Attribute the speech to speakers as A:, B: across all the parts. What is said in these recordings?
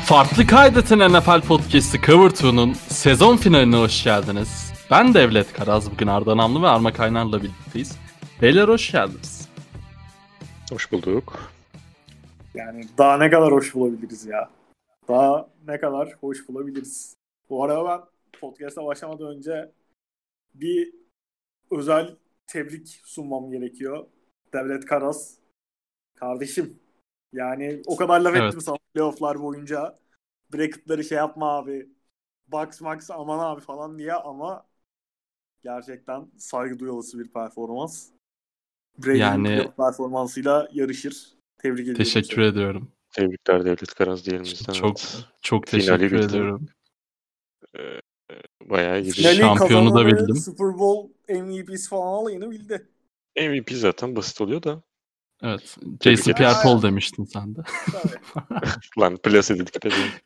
A: Farklı Kaydeten NFL Podcast'ı Cover 2'nun sezon finaline hoş geldiniz. Ben Devlet Karaz, bugün Arda Namlı ve Arma Kaynar'la birlikteyiz. Beyler hoş geldiniz.
B: Hoş bulduk.
C: Yani daha ne kadar hoş bulabiliriz ya. Daha ne kadar hoş bulabiliriz. Bu arada ben podcast'a başlamadan önce bir özel tebrik sunmam gerekiyor. Devlet Karaz. Kardeşim. Yani o kadar laf ettim sana playoff'lar boyunca. Bracket'ları şey yapma abi. Box max aman abi falan diye ama gerçekten saygı duyulası bir performans. Brady'nin
A: yani
C: performansıyla yarışır. Tebrik ediyorum.
A: Teşekkür ediyorum.
B: Tebrikler Devlet Karaz diyelim bizden.
A: Çok teşekkür ediyorum.
B: Bayağı iyi.
A: Şampiyonu da bildim.
C: Super Bowl MVP'si falan alayını bildi.
B: MVP zaten basit oluyor da.
A: Evet. Jason Pierre-Paul demiştin sen de.
B: Lan plase dedik.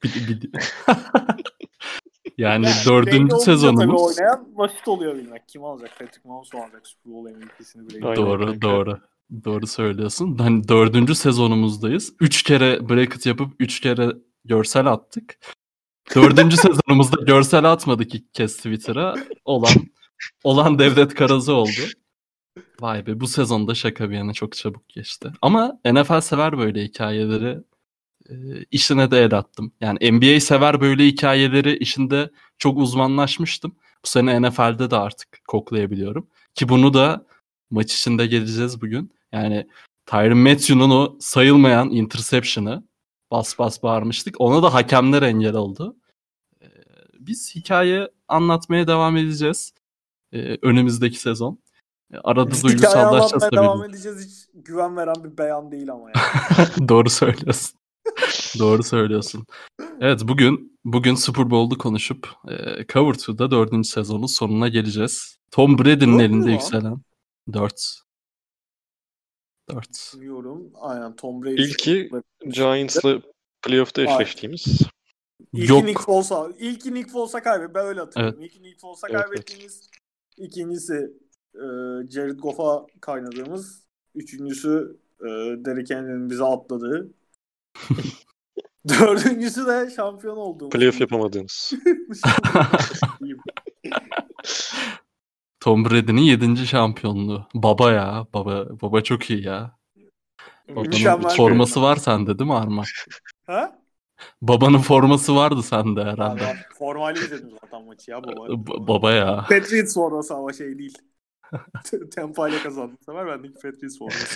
A: Yani dördüncü sezonumuz.
C: Tabii oynayan basit oluyor bilmek. Kim alacak? Patrick Mahomes alacak Super Bowl MVP'sini.
A: Doğru söylüyorsun. Hani dördüncü sezonumuzdayız. 3 kere bracket yapıp 3 kere görsel attık. Dördüncü sezonumuzda görsel atmadık ilk kez Twitter'a. Olan Devlet Karazı oldu. Vay be, bu sezonda şaka bir yana çok çabuk geçti. Ama NFL sever böyle hikayeleri. İşine de el attım. Yani NBA sever böyle hikayeleri, işinde çok uzmanlaşmıştım. Bu sene NFL'de de artık koklayabiliyorum. Ki bunu da maç içinde geleceğiz bugün. Yani Tyrann Mathieu'nun o sayılmayan interception'ı bas bağırmıştık. Ona da hakemler engel oldu. Biz hikaye anlatmaya devam edeceğiz. Önümüzdeki sezon. Arada duygusallaşacağız tabii.
C: Devam edeceğiz, hiç güven veren bir beyan değil ama yani.
A: Doğru söylüyorsun. Evet, bugün Super Bowl'u konuşup Cover 2'da 4. sezonun sonuna geleceğiz. Tom Brady'nin elinde yükselen 4.
C: Bilmiyorum. Aynen, Tom Brady.
B: İlki Giants'la playoff'ta eşleştiğimiz.
C: İlki Nick Foles'a kaybetti. Ben öyle hatırlıyorum. Evet. İlki Nick Foles'a kaybettiğimiz. İkincisi Jared Goff'a kaynadığımız. Üçüncüsü Derrick Henry'nin bize atladığı. Dördüncüsü de şampiyon olduğumuz.
B: Playoff yapamadığımız.
A: Tom Brady'nin 7. şampiyonluğu. Baba ya. Baba çok iyi ya. Babanın forması var sende değil mi Arma?
C: Ha?
A: Babanın forması vardı sende herhalde.
C: Abi, formayla izledim zaten maçı ya baba.
A: Baba ya.
C: Patriots forması ama şey değil. Tampa ile kazandı. Sever bendeki Patriots forması.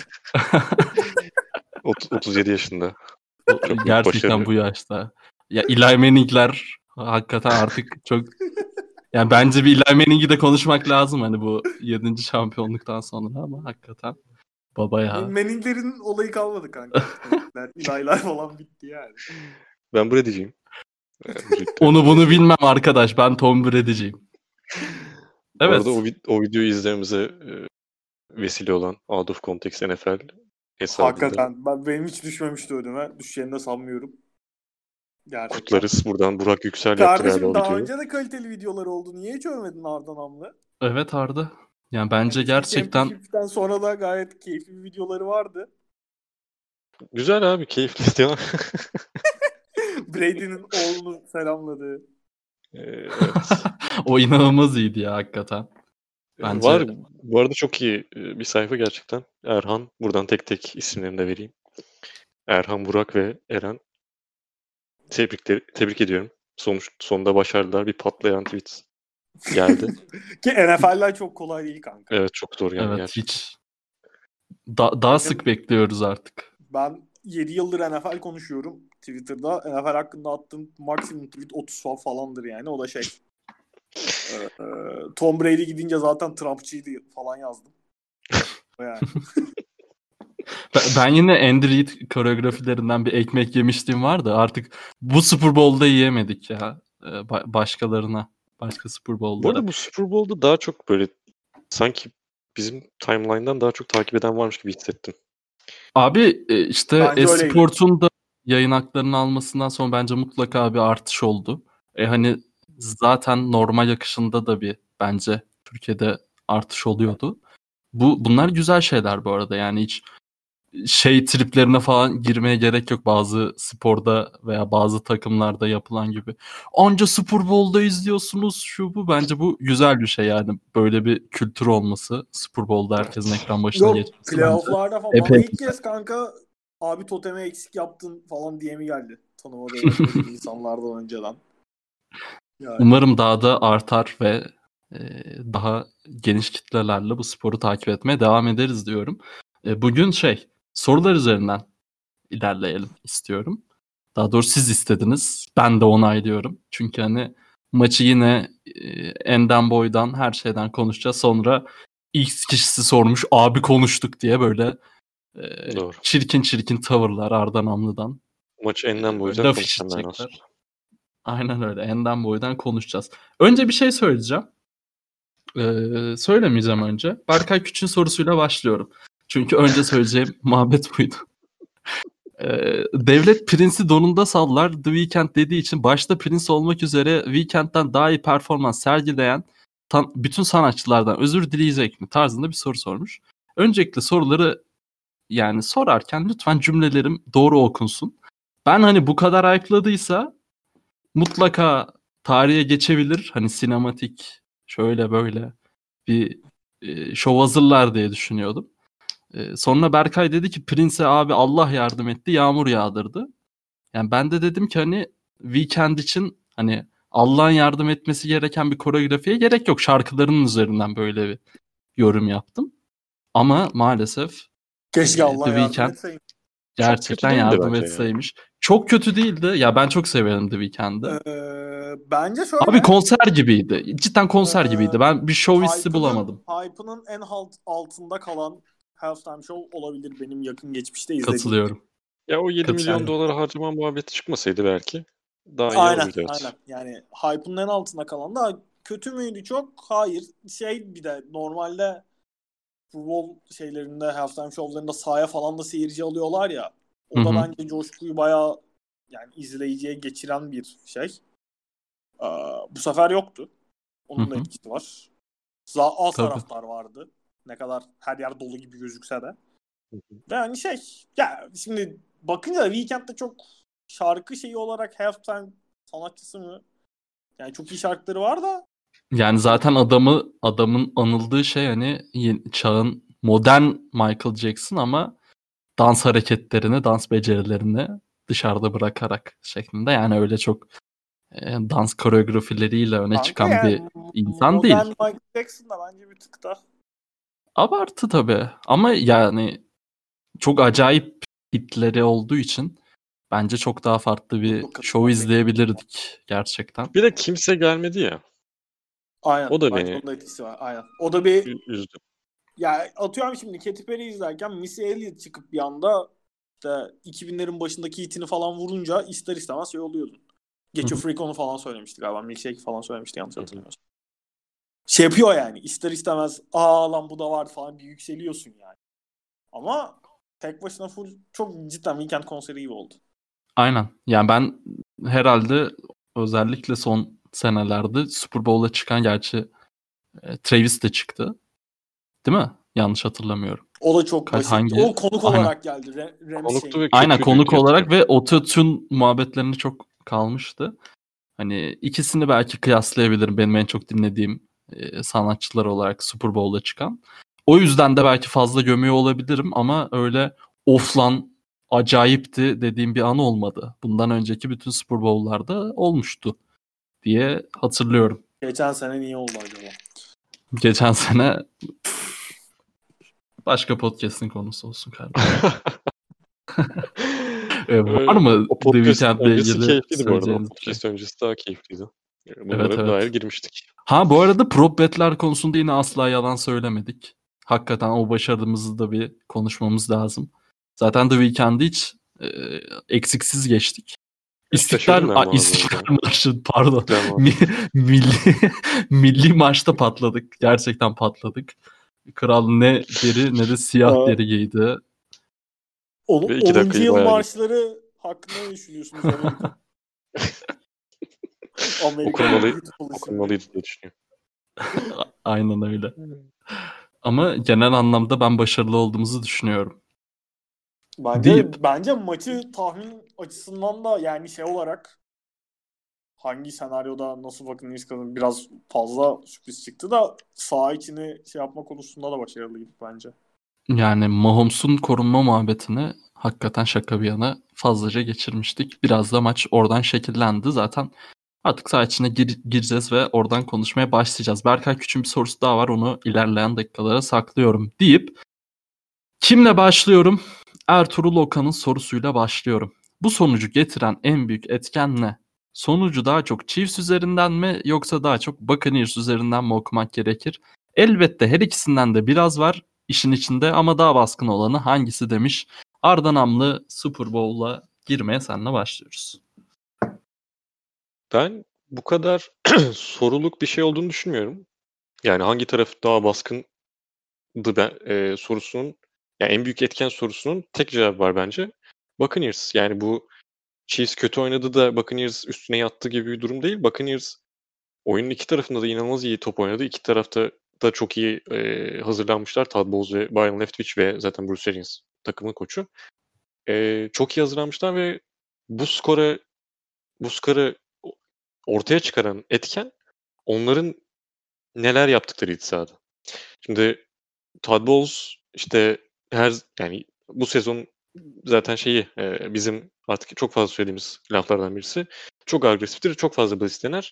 B: 37 yaşında.
A: Gerçekten bu yaşta. Ya Eli Manning'ler hakikaten artık çok... Yani bence bir Eli Manning'i de konuşmak lazım hani bu 7. şampiyonluktan sonra ama hakikaten baba ya.
C: Manning'lerin olayı kalmadı kanka. Eli'ler falan bitti yani.
B: Ben Brady'ciyim.
A: Onu bunu bilmem arkadaş. Ben Tom Brady'ciyim.
B: Evet. Bu arada o videoyu izlememize vesile olan Out of Context NFL hesabında.
C: Hakikaten. Benim hiç düşmemişti önüme. Düşeceğini de sanmıyorum. Gerçekten.
B: Kutlarız. Buradan Burak Yüksel yaptı galiba
C: Kardeşim, daha
B: videoyu.
C: önce de kaliteli videolar oldu. Niye hiç övmedin Arda Namlı?
A: Evet Arda. Yani bence gerçekten...
C: Championship'ten sonra da gayet keyifli videoları vardı.
B: Güzel abi. Keyifli devam.
C: Brady'nin oğlunu selamladı.
B: Evet.
A: O inanılmaz iyiydi ya hakikaten.
B: Bence... Var. Bu arada çok iyi bir sayfa gerçekten. Erhan. Buradan tek tek isimlerini de vereyim. Erhan, Burak ve Eren. Tebrik ediyorum. Sonunda başardılar. Bir patlayan tweet geldi.
C: Ki NFL'ler çok kolay değil kanka.
B: Evet, çok zor yani.
A: Evet,
B: gerçekten.
A: hiç. Daha sık bekliyoruz artık.
C: Ben 7 yıldır NFL konuşuyorum Twitter'da. NFL hakkında attığım maksimum tweet 30 falandır yani. O da şey. Tom Brady gidince zaten Trumpçıydı falan yazdım. Yani.
A: Ben yine Andy Reid koreografilerinden bir ekmek yemişliğim vardı. Artık bu Super Bowl'da yiyemedik ya. Başka Super Bowl'lara.
B: Bu arada bu Super Bowl'da daha çok böyle sanki bizim timeline'dan daha çok takip eden varmış gibi hissettim.
A: Abi işte Esport'un da yayın haklarını almasından sonra bence mutlaka bir artış oldu. Hani zaten normal akışında da bir bence Türkiye'de artış oluyordu. Bunlar güzel şeyler bu arada, yani hiç şey triplerine falan girmeye gerek yok bazı sporda veya bazı takımlarda yapılan gibi. Anca Super Bowl'da izliyorsunuz şu bu. Bence bu güzel bir şey yani. Böyle bir kültür olması. Super Bowl'da herkesin ekran başına
C: Yok
A: geçmesi bence.
C: playoff'larda falan.
A: Epey
C: Bana ilk
A: güzel.
C: kez kanka abi totemi eksik yaptın falan diye mi geldi? Tanımadığım etmediğim insanlardan önceden. Yani.
A: Umarım daha da artar ve daha geniş kitlelerle bu sporu takip etmeye devam ederiz diyorum. Bugün sorular üzerinden ilerleyelim istiyorum. Daha doğrusu siz istediniz. Ben de onaylıyorum. Çünkü hani maçı yine enden boydan her şeyden konuşacağız. Sonra X kişisi sormuş abi konuştuk diye böyle
B: Doğru.
A: çirkin çirkin tavırlar Arda Namlı'dan.
B: Maçı enden boyunca
A: Laf
B: konuşacağım ben
A: işitecekler.
B: aslında.
A: Aynen öyle. Enden boydan konuşacağız. Önce bir şey söyleyeceğim. Söylemeyeceğim önce. Berkay Küçük'ün sorusuyla başlıyorum. Çünkü önce söyleyeceğim muhabbet buydu. Devlet Prince'i donunda sallar The Weeknd dediği için başta Prince olmak üzere Weeknd'den daha iyi performans sergileyen bütün sanatçılardan özür dileyecek mi tarzında bir soru sormuş. Öncelikle soruları yani sorarken lütfen cümlelerim doğru okunsun. Ben hani bu kadar hype'ladıysa mutlaka tarihe geçebilir. Hani sinematik şöyle böyle bir şov hazırlar diye düşünüyordum. Sonra Berkay dedi ki Prince'e abi Allah yardım etti, yağmur yağdırdı. Yani ben de dedim ki hani Weekend için hani Allah'ın yardım etmesi gereken bir koreografiye gerek yok. Şarkılarının üzerinden böyle bir yorum yaptım. Ama maalesef
C: Keşke Allah
A: The
C: yardım
A: Weeknd
C: etseydim.
B: Çok kötü
A: gerçekten
B: değildi
A: yardım
B: bence ya.
A: etseymiş. Çok kötü değildi. Ya ben çok severim The Weeknd'i.
C: Bence şöyle.
A: Abi konser gibiydi. Cidden konser gibiydi. Ben bir show hissi bulamadım.
C: Hype'ının en altında kalan Halftime Show olabilir benim yakın geçmişte izlediğim.
A: Katılıyorum.
B: Ya o 7 milyon
A: Katılıyorum.
B: dolar harcama muhabbeti çıkmansaydı belki daha iyi
C: Aynen,
B: olabilirdi. Evet.
C: aynen. Yani hype'ın en altında kalan da kötü müydü çok? Hayır. Bir de normalde Super Bowl şeylerinde, halftime show'larında sahaya falan da seyirci alıyorlar ya. O da bence coşkuyu bayağı yani izleyiciye geçiren bir şey. Bu sefer yoktu. Onun da etkisi var. Az
A: Tabii.
C: taraftar vardı. Ne kadar her yer dolu gibi gözükse de. Ve hani ya şimdi bakınca da Weeknd'de çok şarkı şeyi olarak halftime sanatçısı mı? Yani çok iyi şarkıları var da.
A: Yani zaten adamın anıldığı şey hani çağın modern Michael Jackson ama dans hareketlerini, dans becerilerini dışarıda bırakarak şeklinde. Yani öyle çok dans koreografileriyle öne çıkan
C: yani,
A: bir insan
C: modern
A: değil.
C: Michael Jackson da bence bir tık da.
A: Abartı tabii. Ama yani çok acayip hitleri olduğu için bence çok daha farklı bir show izleyebilirdik gerçekten.
B: Bir de kimse gelmedi ya.
C: Aynen.
B: O da
C: bence
B: beni
C: onun da etkisi var. Aynen. O da bir
B: üzdü.
C: ya atıyorum şimdi Katy Perry izlerken Missy Elliott çıkıp bir anda işte 2000'lerin başındaki hitini falan vurunca ister istemez şey oluyordun. Get Your Freak onu falan söylemişti galiba. Milkshake falan söylemişti yanlış hatırlamıyorsam. Şey yapıyor yani ister istemez lan bu da var falan bir yükseliyorsun yani. Ama tek başına full çok cidden Weekend konseri gibi oldu.
A: Aynen. Yani ben herhalde özellikle son senelerde Super Bowl'a çıkan gerçi Travis de çıktı. Değil mi? Yanlış hatırlamıyorum.
C: O da çok basit.
A: Hangi?
C: O konuk
A: Aynen.
C: olarak geldi.
B: Konuktu ve
A: Aynen
B: kötüydü
A: konuk
B: diye
A: olarak ve
B: hatırlıyorum.
A: autotune muhabbetlerini çok kalmıştı. Hani ikisini belki kıyaslayabilirim benim en çok dinlediğim sanatçılar olarak Super Bowl'da çıkan. O yüzden de belki fazla gömüyor olabilirim ama öyle of lan acayipti dediğim bir an olmadı. Bundan önceki bütün Super Bowl'larda olmuştu diye hatırlıyorum.
C: Geçen sene niye oldu acaba?
A: Geçen sene başka podcast'in konusu olsun kardeşim. Var mı
B: O
A: The
B: podcast
A: Weeknd'le
B: öncesi
A: ilgili
B: keyifliydi bu arada. O
A: söyleyeceğiniz bir şey?
B: podcast öncesi daha keyifliydi. Bunlara
A: Evet.
B: dair girmiştik.
A: Ha bu arada prop betler konusunda yine asla yalan söylemedik. Hakikaten o başarımızı da bir konuşmamız lazım. Zaten The Weeknd'i hiç eksiksiz geçtik.
B: Şaşırdım ben bu arada.
A: İstiklal Marşı pardon.
B: Tamam.
A: milli maçta patladık. Gerçekten patladık. Kral ne deri ne de siyah deri giydi.
B: Ve
C: 10.
B: 2 dakikayı
C: yıl
B: bayağı
C: marşları hakkında ne düşünüyorsunuz?
B: okunmalıydı diye düşünüyorum.
A: Aynen öyle. Ama genel anlamda ben başarılı olduğumuzu düşünüyorum.
C: Bence maçı tahmin açısından da yani şey olarak hangi senaryoda nasıl Buccaneers kazanır biraz fazla sürpriz çıktı da saha içini şey yapma konusunda da başarılıydık bence.
A: Yani Mahomes'un korunma muhabbetini hakikaten şaka bir yana fazlaca geçirmiştik. Biraz da maç oradan şekillendi. Zaten artık saha içine gireceğiz ve oradan konuşmaya başlayacağız. Berkay Küçük'ün bir sorusu daha var. Onu ilerleyen dakikalara saklıyorum deyip kimle başlıyorum? Ertuğrul Okan'ın sorusuyla başlıyorum. Bu sonucu getiren en büyük etken ne? Sonucu daha çok Chiefs üzerinden mi yoksa daha çok Buccaneers üzerinden mi okumak gerekir? Elbette her ikisinden de biraz var işin içinde ama daha baskın olanı hangisi demiş. Arda Namlı Super Bowl'la girmeye seninle başlıyoruz.
B: Ben bu kadar soruluk bir şey olduğunu düşünmüyorum. Yani hangi taraf daha baskındı sorusunun, yani en büyük etken sorusunun tek cevabı var bence. Buccaneers. Yani bu Chiefs kötü oynadı da Buccaneers üstüne yattı gibi bir durum değil. Buccaneers oyunun iki tarafında da inanılmaz iyi top oynadı. İki tarafta da çok iyi hazırlanmışlar. Todd Bowles ve Byron Leftwich ve zaten Bruce Arians takımın koçu. Çok iyi hazırlanmışlar ve bu skoru ortaya çıkaran etken onların neler yaptıklarıydı sahada. Şimdi Todd Bowles işte yani bu sezon zaten bizim artık çok fazla söylediğimiz laflardan birisi. Çok agresiftir, çok fazla blitz dener.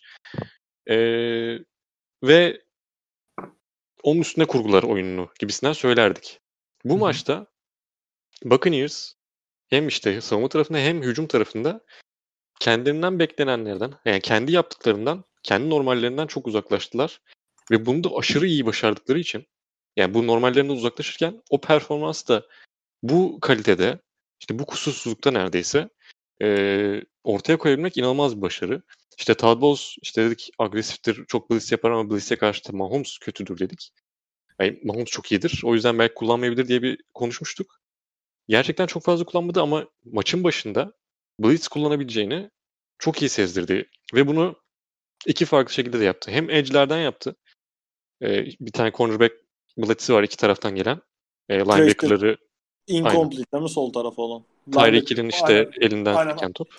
B: Ve onun üstüne kurgular oyununu gibisinden söylerdik. Bu maçta Buccaneers hem işte savunma tarafında hem hücum tarafında kendilerinden beklenenlerden, yani kendi yaptıklarından, kendi normallerinden çok uzaklaştılar. Ve bunu da aşırı iyi başardıkları için, yani bu normallerinden uzaklaşırken o performans da bu kalitede, işte bu kusursuzlukta neredeyse ortaya koyabilmek inanılmaz bir başarı. İşte Todd Bowles işte dedik agresiftir, çok blitz yapar ama blitz'e karşı da Mahomes kötüdür dedik. Yani Mahomes çok iyidir. O yüzden belki kullanmayabilir diye bir konuşmuştuk. Gerçekten çok fazla kullanmadı ama maçın başında blitz kullanabileceğini çok iyi sezdirdi. Ve bunu iki farklı şekilde de yaptı. Hem edge'lerden yaptı. Bir tane cornerback blitz'i var iki taraftan gelen. Linebacker'ları aynen.
C: Incomplete değil mi sol tarafı olan?
B: Tyreek Hill'in işte
C: Aynen.
B: elinden
C: Aynen.
B: seken top.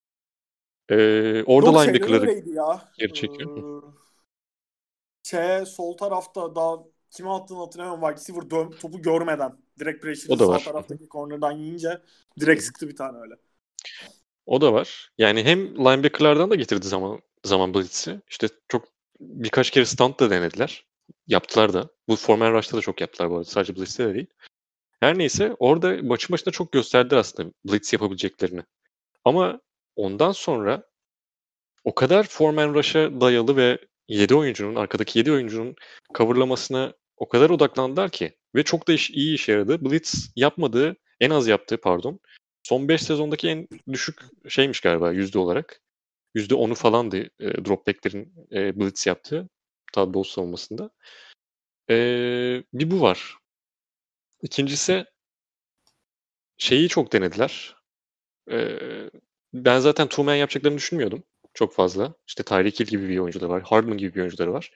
B: Orada
C: Yok şeyde
B: linebacker'ları
C: öyleydi ya.
B: geri çekiyor.
C: Sol tarafta daha kime attığını hatırlamıyorum. Wide receiver topu görmeden. Direkt pressure'ı
B: O da
C: sağ
B: var.
C: taraftaki corner'dan yiyince direkt sıktı bir tane öyle.
B: O da var. Yani hem linebacker'lardan da getirdi zaman blitz'i. İşte çok birkaç kere stunt da denediler. Yaptılar da. Bu Foreman Rush'ta da çok yaptılar bu arada. Sadece blitz'te de değil. Her neyse orada maçın başında çok gösterdiler aslında blitz yapabileceklerini. Ama ondan sonra o kadar Foreman Rush'a dayalı ve arkadaki 7 oyuncunun coverlamasına o kadar odaklandılar ki ve çok da iyi iş yaradı. Blitz en az yaptığı son 5 sezondaki en düşük şeymiş galiba yüzde olarak. %10'u falandı dropback'lerin blitz yaptığı Todd Bowles savunmasında. Bir bu var. İkincisi şeyi çok denediler. Ben zaten two-man yapacaklarını düşünmüyordum çok fazla. İşte Tyreek Hill gibi bir oyuncuları var. Hardman gibi bir oyuncuları var.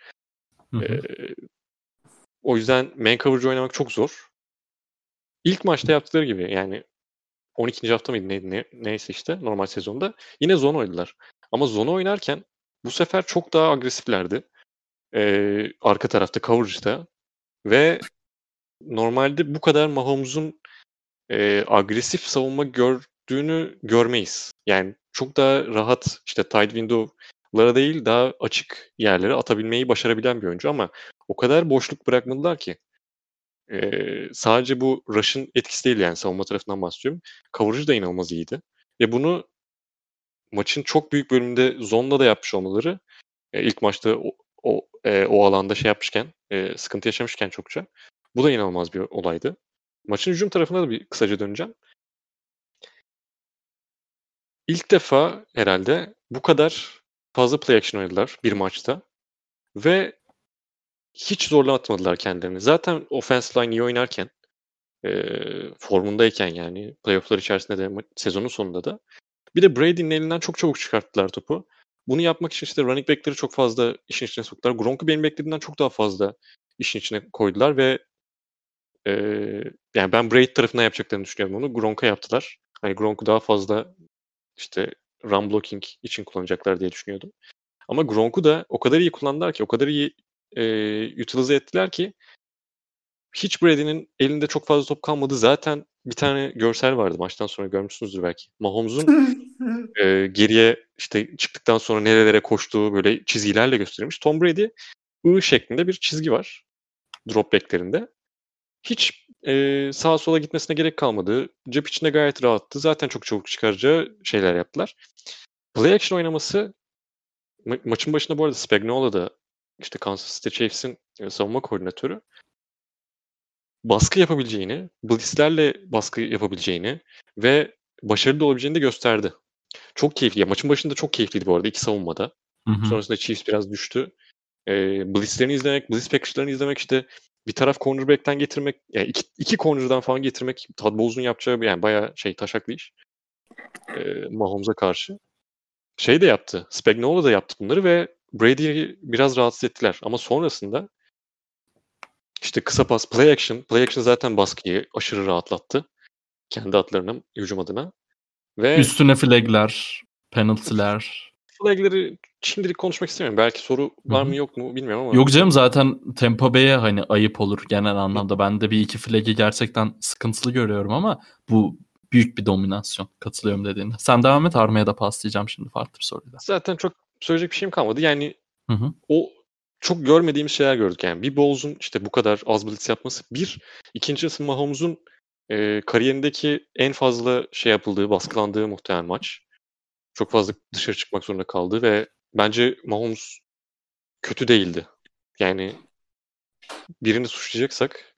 B: O yüzden man coverage oynamak çok zor. İlk maçta yaptıkları gibi yani 12. hafta mıydı neyse işte normal sezonda yine zone oynadılar. Ama zone oynarken bu sefer çok daha agresiflerdi. Arka tarafta coverage'da ve normalde bu kadar Mahomes'un agresif savunma gördüğünü görmeyiz. Yani çok daha rahat işte tight window'lara değil daha açık yerlere atabilmeyi başarabilen bir oyuncu ama o kadar boşluk bırakmadılar ki. Sadece bu rush'ın etkisi değil yani savunma tarafından bahsediyorum. Coverage da inanılmaz iyiydi. Ve bunu maçın çok büyük bölümünde zone'la da yapmış olmaları ilk maçta o alanda sıkıntı yaşamışken çokça. Bu da inanılmaz bir olaydı. Maçın hücum tarafına da bir kısaca döneceğim. İlk defa herhalde bu kadar fazla play action oynadılar bir maçta ve hiç zorlatmadılar kendilerini. Zaten offensive line iyi oynarken, formundayken yani playoff'lar içerisinde de sezonun sonunda da bir de Brady'nin elinden çok çabuk çıkarttılar topu. Bunu yapmak için işte running back'leri çok fazla işin içine soktular. Gronk'u benim beklediğimden çok daha fazla işin içine koydular ve yani ben Braid tarafından yapacaklarını düşünüyorum onu. Gronk'a yaptılar. Hani Gronk'u daha fazla işte run blocking için kullanacaklar diye düşünüyordum. Ama Gronk'u da o kadar iyi kullandılar ki, o kadar iyi utilize ettiler ki hiç Brady'nin elinde çok fazla top kalmadı. Zaten bir tane görsel vardı maçtan sonra, görmüşsünüzdür belki. Mahomes'un geriye işte çıktıktan sonra nerelere koştuğu böyle çizgilerle gösterilmiş. Tom Brady I şeklinde bir çizgi var drop back'lerinde. Hiç sağa sola gitmesine gerek kalmadı. Cep içinde gayet rahattı. Zaten çok çabuk çıkaracağı şeyler yaptılar. Play action oynaması maçın başında bu arada Spagnuolo da işte Kansas City Chiefs'in savunma koordinatörü baskı yapabileceğini, blitzlerle baskı yapabileceğini ve başarılı olabileceğini de gösterdi. Çok keyifli. Ya, maçın başında çok keyifliydi bu arada iki savunmada. Sonrasında Chiefs biraz düştü. Blitzlerini izlemek, blitz package'larını izlemek, işte bir taraf cornerback'ten getirmek, yani iki corner'dan falan getirmek, Todd Bowles'un yapacağı yani bayağı taşaklı iş. Mahomes'a karşı. Şey de yaptı. Spagnuolo da yaptı bunları ve Brady'yi biraz rahatsız ettiler. Ama sonrasında işte kısa pas, play action zaten baskıyı aşırı rahatlattı. Kendi atlarına, hücum adına. Ve
A: Üstüne flag'ler, penalty'ler.
B: flag'leri şimdilik konuşmak istemiyorum. Belki soru var mı yok mu bilmiyorum ama.
A: Yok canım, zaten Tampa Bay'e hani ayıp olur genel anlamda. Ben de bir iki flag'i gerçekten sıkıntılı görüyorum ama bu büyük bir dominasyon. Katılıyorum dediğine. Sen devam et, Arma'ya da paslayacağım şimdi farklı bir soruyla.
B: Zaten çok söyleyecek bir şeyim kalmadı. Yani
A: Hı.
B: o çok görmediğimiz şeyler gördük yani. Bir Bowles'un işte bu kadar az blitz yapması. İkincisi Mahomes'un kariyerindeki en fazla yapıldığı, baskılandığı muhtemelen maç. Çok fazla dışarı çıkmak zorunda kaldı ve bence Mahomes kötü değildi. Yani birini suçlayacaksak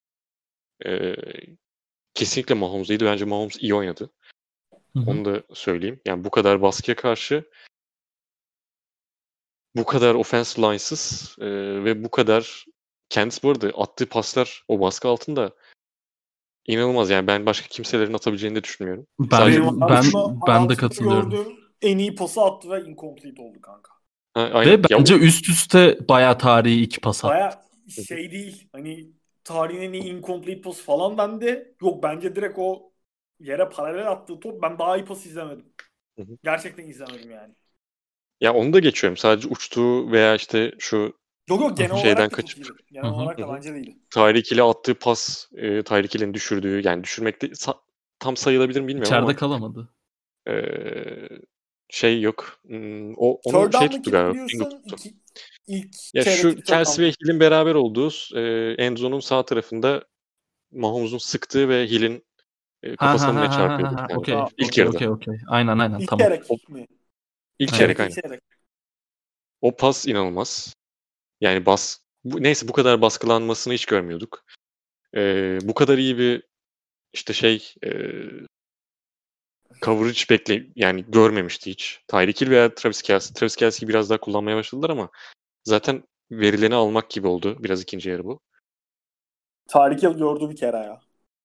B: kesinlikle Mahomes'ıydı. Bence Mahomes iyi oynadı. Onu da söyleyeyim. Yani bu kadar baskıya karşı bu kadar offensive line'sız ve bu kadar kendisi bu arada attığı paslar o baskı altında inanılmaz. Yani ben başka kimselerin atabileceğini de düşünmüyorum. Sadece
C: Benim
A: ben de
C: hayatımda
A: katılıyorum.
C: gördüğüm en iyi pası attı ve incomplete oldu kanka.
B: aynen.
A: Ve bence üst üste bayağı tarihi iki pas attı.
C: Baya değil. Hani tarihin en iyi incomplete pası falan bende yok. Bence direkt o yere paralel attığı top, ben daha iyi pas izlemedim. Gerçekten izlemedim yani.
B: Ya onu da geçiyorum. Sadece uçtuğu veya işte şu
C: Yok genel
B: şeyden
C: olarak da
B: kaçıp
C: çok iyiydi. Genel olarak da bence değildi.
B: Tyreek Hill'e attığı pas, Tyreek Hill'in düşürdüğü, yani düşürmekte tam sayılabilir mi bilmiyorum
A: İçeride
B: ama
A: kalamadı.
B: yok. Onu
C: Third down'dakini
B: tuttu galiba. Bingo
C: biliyorsun.
B: tuttu.
C: İlk
B: Ya şu
C: çeyrekteki third
B: Kelsey ve
C: down.
B: Hill'in beraber olduğu end zone'un sağ tarafında Mahomes'un sıktığı ve Hill'in kafasına mı ne çarpıyordu? Yani
A: Okey.
B: ilk yarıda.
A: Okey. Aynen
C: İlk
A: tamam.
C: çeyrek mi?
B: İlk
A: Aynen.
B: çeyrek aynen. O pas inanılmaz. Yani neyse bu kadar baskılanmasını hiç görmüyorduk. Bu kadar iyi bir işte coverage yani görmemişti hiç. Tyreek Hill veya Travis Kelce. Travis Kelce'yi biraz daha kullanmaya başladılar ama zaten verilerini almak gibi oldu biraz ikinci yarı bu.
C: Tyreek Hill gördü bir kere ya.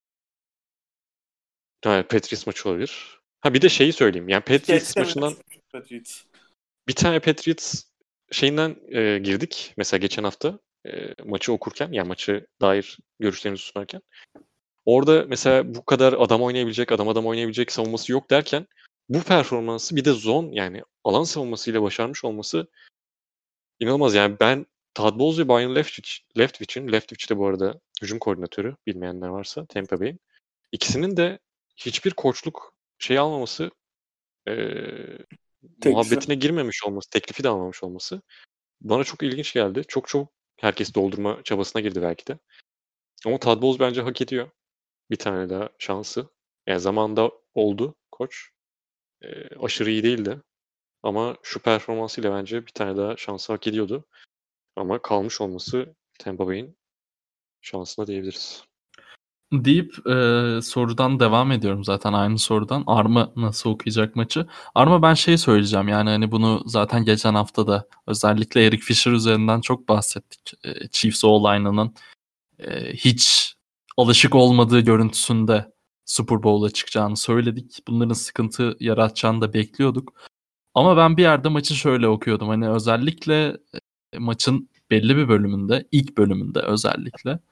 B: Patriots maçı olabilir. Bir de şeyi söyleyeyim. Yani Patriots maçından bir tane Patriots şeyinden girdik. Mesela geçen hafta maçı okurken, yani maçı dair görüşlerimizi sunarken. Orada mesela bu kadar adam oynayabilecek savunması yok derken bu performansı bir de zone, yani alan savunmasıyla başarmış olması inanılmaz. Yani ben Todd Bowles ve Brian Leftwich de bu arada hücum koordinatörü, bilmeyenler varsa Tampa Bay'in. İkisinin de hiçbir koçluk almaması, muhabbetine girmemiş olması, teklifi de almamış olması bana çok ilginç geldi. Çok herkes doldurma çabasına girdi belki de. Ama Todd Bowles bence hak ediyor bir tane daha şansı. Yani zamanında oldu koç. Aşırı iyi değildi. Ama şu performansıyla bence bir tane daha şansı hak ediyordu. Ama kalmış olması Tampa Bay'in şansına diyebiliriz.
A: Deyip sorudan devam ediyorum zaten, aynı sorudan. Arma nasıl okuyacak maçı? Arma, ben söyleyeceğim, yani hani bunu zaten geçen hafta da özellikle Eric Fisher üzerinden çok bahsettik. Chiefs O-line'ının hiç alışık olmadığı görüntüsünde Super Bowl'a çıkacağını söyledik. Bunların sıkıntı yaratacağını da bekliyorduk. Ama ben bir yerde maçı şöyle okuyordum. Hani özellikle maçın belli bir bölümünde, ilk bölümünde özellikle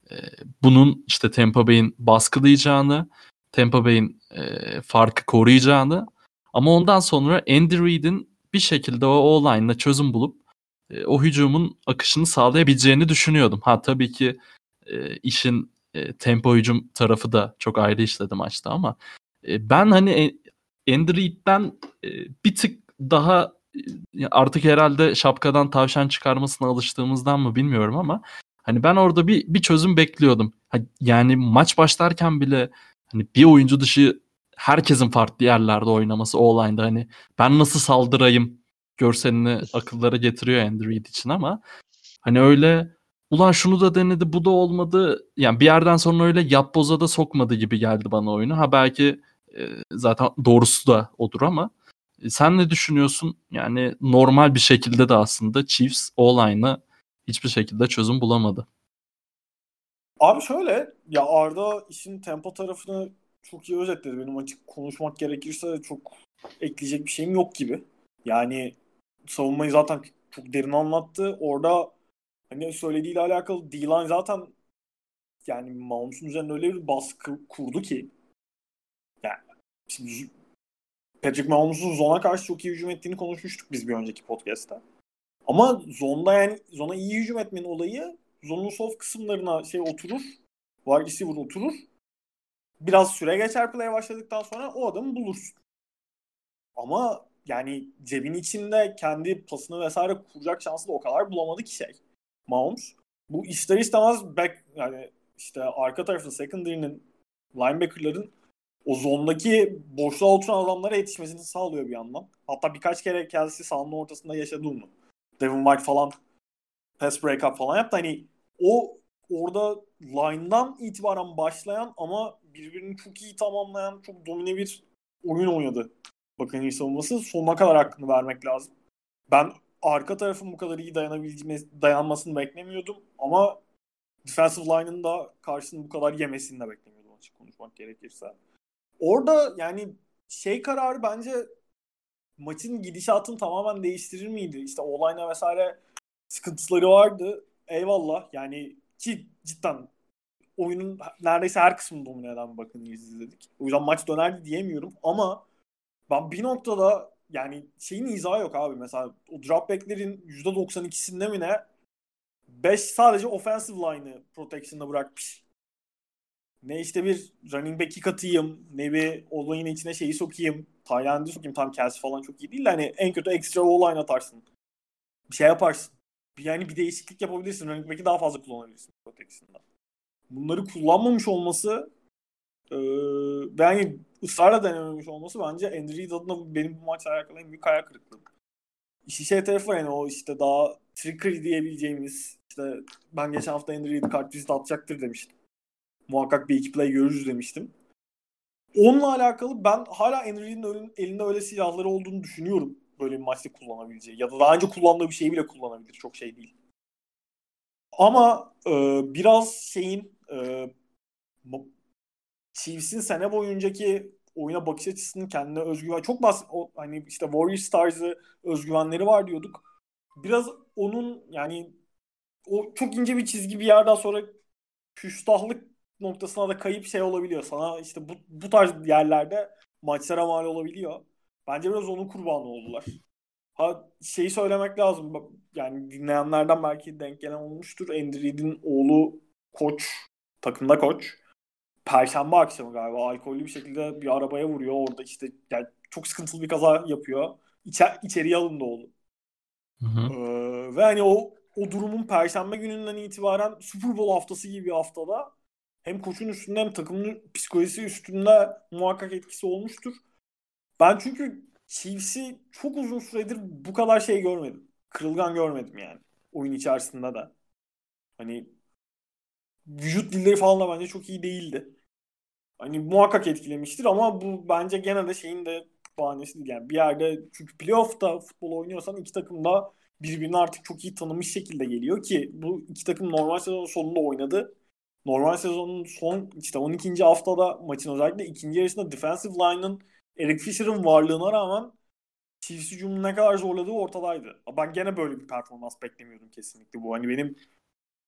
A: bunun işte Tampa Bay'in baskılayacağını, Tampa Bay'in farkı koruyacağını ama ondan sonra Andy Reid'in bir şekilde o O-line'la çözüm bulup o hücumun akışını sağlayabileceğini düşünüyordum. Ha tabii ki işin tempo hücum tarafı da çok ayrı işledi maçta ama ben hani Andy Reid'den bir tık daha artık herhalde şapkadan tavşan çıkarmasına alıştığımızdan mı bilmiyorum ama hani ben orada bir çözüm bekliyordum. Yani maç başlarken bile hani bir oyuncu dışı herkesin farklı yerlerde oynaması O-line'da hani ben nasıl saldırayım görselini akıllara getiriyor Andy Reid için ama hani öyle ulan şunu da denedi bu da olmadı. Yani bir yerden sonra öyle yapboza da sokmadı gibi geldi bana oyunu. Ha belki zaten doğrusu da odur ama sen ne düşünüyorsun? Yani normal bir şekilde de aslında Chiefs O-line'a hiçbir şekilde çözüm bulamadı.
C: Abi şöyle ya Arda işin tempo tarafını çok iyi özetledi. Benim açık konuşmak gerekirse çok ekleyecek bir şeyim yok gibi. Yani savunmayı zaten çok derin anlattı. Orada hani söylediğiyle alakalı D-line zaten yani Mahomes'un üzerine öyle bir baskı kurdu ki yani şimdi Patrick Mahomes'un zona karşı çok iyi hücum ettiğini konuşmuştuk biz bir önceki podcast'ta. Ama zona iyi hücum etmenin olayı zonun soft kısımlarına oturur. Wide receiver oturur. Biraz süre geçer play'e başladıktan sonra o adamı bulursun. Ama yani cebin içinde kendi pasını vesaire kuracak şansı da o kadar bulamadı ki Mahomes. Bu ister istemez yani işte arka tarafın secondary'nin linebacker'ların o zondaki boşluğa oturan adamlara yetişmesini sağlıyor bir yandan. Hatta birkaç kere kendisi sahanın ortasında yaşadı onu. Devin White falan pass breakup falan yaptı. Hani o orada line'dan itibaren başlayan ama birbirini çok iyi tamamlayan çok domine bir oyun oynadı. Bakın savunması sonuna kadar hakkını vermek lazım. Ben arka tarafın bu kadar iyi dayanmasını beklemiyordum ama defensive line'ın da karşısını bu kadar yemesini de beklemiyordum açık konuşmak gerekirse. Orada yani kararı bence maçın gidişatını tamamen değiştirir miydi? İşte O-line'a vesaire sıkıntıları vardı. Eyvallah. Yani ki cidden oyunun neredeyse her kısmını domine eden bir Buccaneers izledik. O yüzden maç dönerdi diyemiyorum ama ben bir noktada yani şeyin izahı yok abi. Mesela o dropback'lerin %92'sinde mi ne 5 sadece offensive line'ı protection'da bırakmış. Ne işte bir running back'i katayım, ne bir olayın içine sokayım, Tayland'ı sokayım. Tam Kelsey falan çok iyi değil de hani en kötü extra O-line atarsın. Bir şey yaparsın. Yani bir değişiklik yapabilirsin. Running back'i daha fazla kullanabilirsin protection'da. Bunları kullanmamış olması ve hani ısrarla denememiş olması bence Andy Reid adına benim bu maçla alakalı en büyük hayal kırıklığı. İşin tarafı var yani o işte daha trickery diyebileceğimiz işte ben geçen hafta Andy Reid kartvizit atacaktır demiştim. Muhakkak bir iki play görürüz demiştim. Onunla alakalı ben hala Andy Reid'in elinde öyle silahları olduğunu düşünüyorum. Böyle bir maçta kullanabileceği. Ya da daha önce kullandığı bir şeyi bile kullanabilir. Çok değil. Ama biraz Chiefs'in sene boyuncaki oyuna bakış açısının kendine özgüven çok hani işte Warriors tarzı özgüvenleri var diyorduk. Biraz onun yani o çok ince bir çizgi bir yerden sonra küstahlık noktasına da kayıp olabiliyor. Sana işte bu tarz yerlerde maçlara mal olabiliyor. Bence biraz onun kurbanı oldular. Ha söylemek lazım. Yani dinleyenlerden belki denk gelen olmuştur. Andy Reid'in oğlu koç, takımda koç. Perşembe akşamı galiba alkollü bir şekilde bir arabaya vuruyor. Orada işte yani çok sıkıntılı bir kaza yapıyor. İçeriye alındı oğlu.
A: Hı hı.
C: Ve hani o durumun Perşembe gününden itibaren Super Bowl haftası gibi bir haftada hem koçun üstünde hem takımın psikolojisi üstünde muhakkak etkisi olmuştur. Ben çünkü Chiefs'i çok uzun süredir bu kadar görmedim. Kırılgan görmedim yani. Oyun içerisinde de. Hani vücut dilleri falan da bence çok iyi değildi. Hani muhakkak etkilemiştir ama bu bence gene de de bahanesi değil. Yani bir yerde çünkü playoff'ta futbol oynuyorsan iki takım da birbirini artık çok iyi tanımış şekilde geliyor ki bu iki takım normal sezonun sonunda oynadı. Normal sezonun son işte 12. haftada maçın özellikle ikinci yarısında defensive line'ın Eric Fisher'ın varlığına rağmen Chiefs hücumunu ne kadar zorladığı ortadaydı. Ben gene böyle bir performans beklemiyordum kesinlikle bu. Hani benim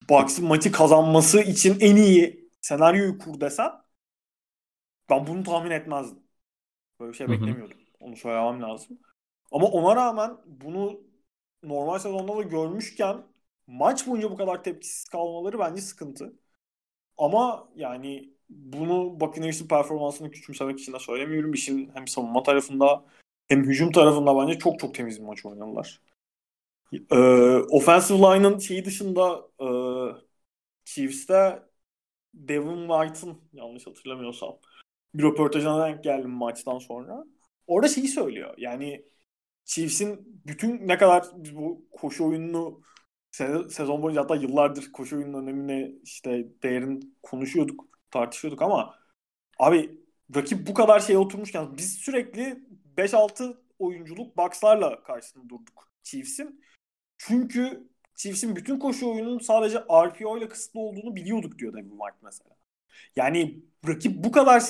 C: Bucks'ın maçı kazanması için en iyi senaryoyu kur desen ben bunu tahmin etmezdim. Böyle bir şey beklemiyordum. Onu söylemem lazım. Ama ona rağmen bunu normal sezonda da görmüşken maç boyunca bu kadar tepkisiz kalmaları bence sıkıntı. Ama yani bunu Buccaneers'ın performansını küçümsemek için de söylemiyorum. İşin hem savunma tarafında hem hücum tarafında bence çok çok temiz bir maç oynadılar. Offensive line'ın şeyi dışında Chiefs'te Devin White'ın yanlış hatırlamıyorsam bir röportajına denk geldim maçtan sonra. Orada şeyi söylüyor. Yani Chiefs'in bütün ne kadar biz bu koşu oyununu sezon boyunca hatta yıllardır koşu oyunun önemini işte değerini konuşuyorduk, tartışıyorduk ama abi rakip bu kadar şeye oturmuşken biz sürekli 5-6 oyunculuk box'larla karşısında durduk Chiefs'in. Çünkü Chiefs'in bütün koşu oyununun sadece RPO ile kısıtlı olduğunu biliyorduk diyor Devin White mesela. Yani rakip bu kadar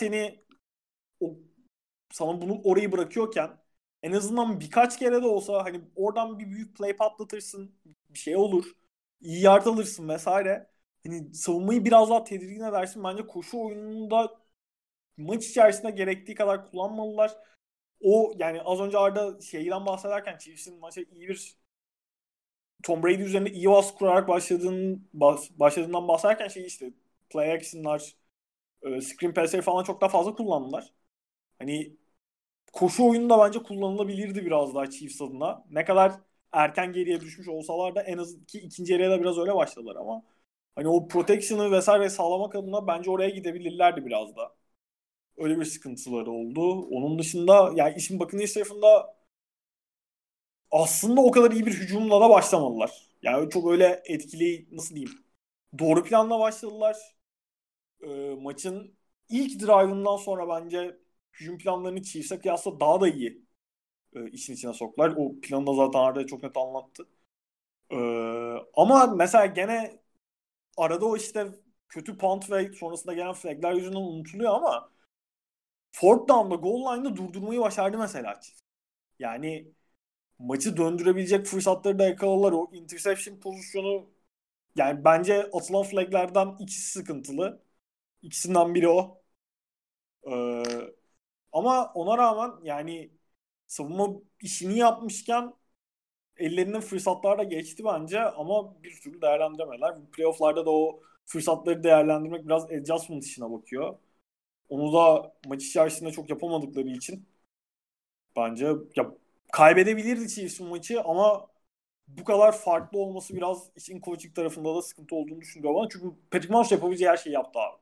C: sana bunu orayı bırakıyorken en azından birkaç kere de olsa hani oradan bir büyük play patlatırsın, bir şey olur, iyi yard alırsın vesaire. Hani savunmayı biraz daha tedirgin edersin. Bence koşu oyununda maç içerisinde gerektiği kadar kullanmalılar. O yani az önce Arda şeyden bahsederken Chiefs'in maça iyi bir Tom Brady üzerinde iyi baskı kurarak başladığından bahsederken işte play action'lar, screen pass'leri falan çok daha fazla kullandılar. Hani koşu oyunu da bence kullanılabilirdi biraz daha Chiefs adına. Ne kadar erken geriye düşmüş olsalar da en az ki ikinci yarıya da biraz öyle başladılar ama hani o protection'ı vesaire sağlamak adına bence oraya gidebilirlerdi biraz da. Öyle bir sıkıntıları oldu. Onun dışında yani işin Buccaneers tarafında aslında o kadar iyi bir hücumla da başlamadılar. Yani çok öyle etkili nasıl diyeyim. Doğru planla başladılar. Maçın ilk drive'ından sonra bence hücum planlarını Chiefs'e kıyasla daha da iyi işin içine soktular. O planı da zaten Arda çok net anlattı. Ama mesela gene arada o işte kötü punt ve sonrasında gelen flagler yüzünden unutuluyor ama fourth down'da goal line'da durdurmayı başardı mesela Chiefs. Yani maçı döndürebilecek fırsatları da yakaladılar. O interception pozisyonu yani bence atılan flaglerden ikisi sıkıntılı. İkisinden biri o. Ee, Ama ona rağmen yani savunma işini yapmışken ellerinden fırsatlar da geçti bence ama bir türlü değerlendiremediler. Playoff'larda da o fırsatları değerlendirmek biraz adjustment işine bakıyor. Onu da maç içerisinde çok yapamadıkları için bence ya, kaybedebilirdi Chiefs maçı ama bu kadar farklı olması biraz işin coaching tarafında da sıkıntı olduğunu düşünüyorum bana. Çünkü Patrick Mahomes yapabileceği her şeyi yaptı abi.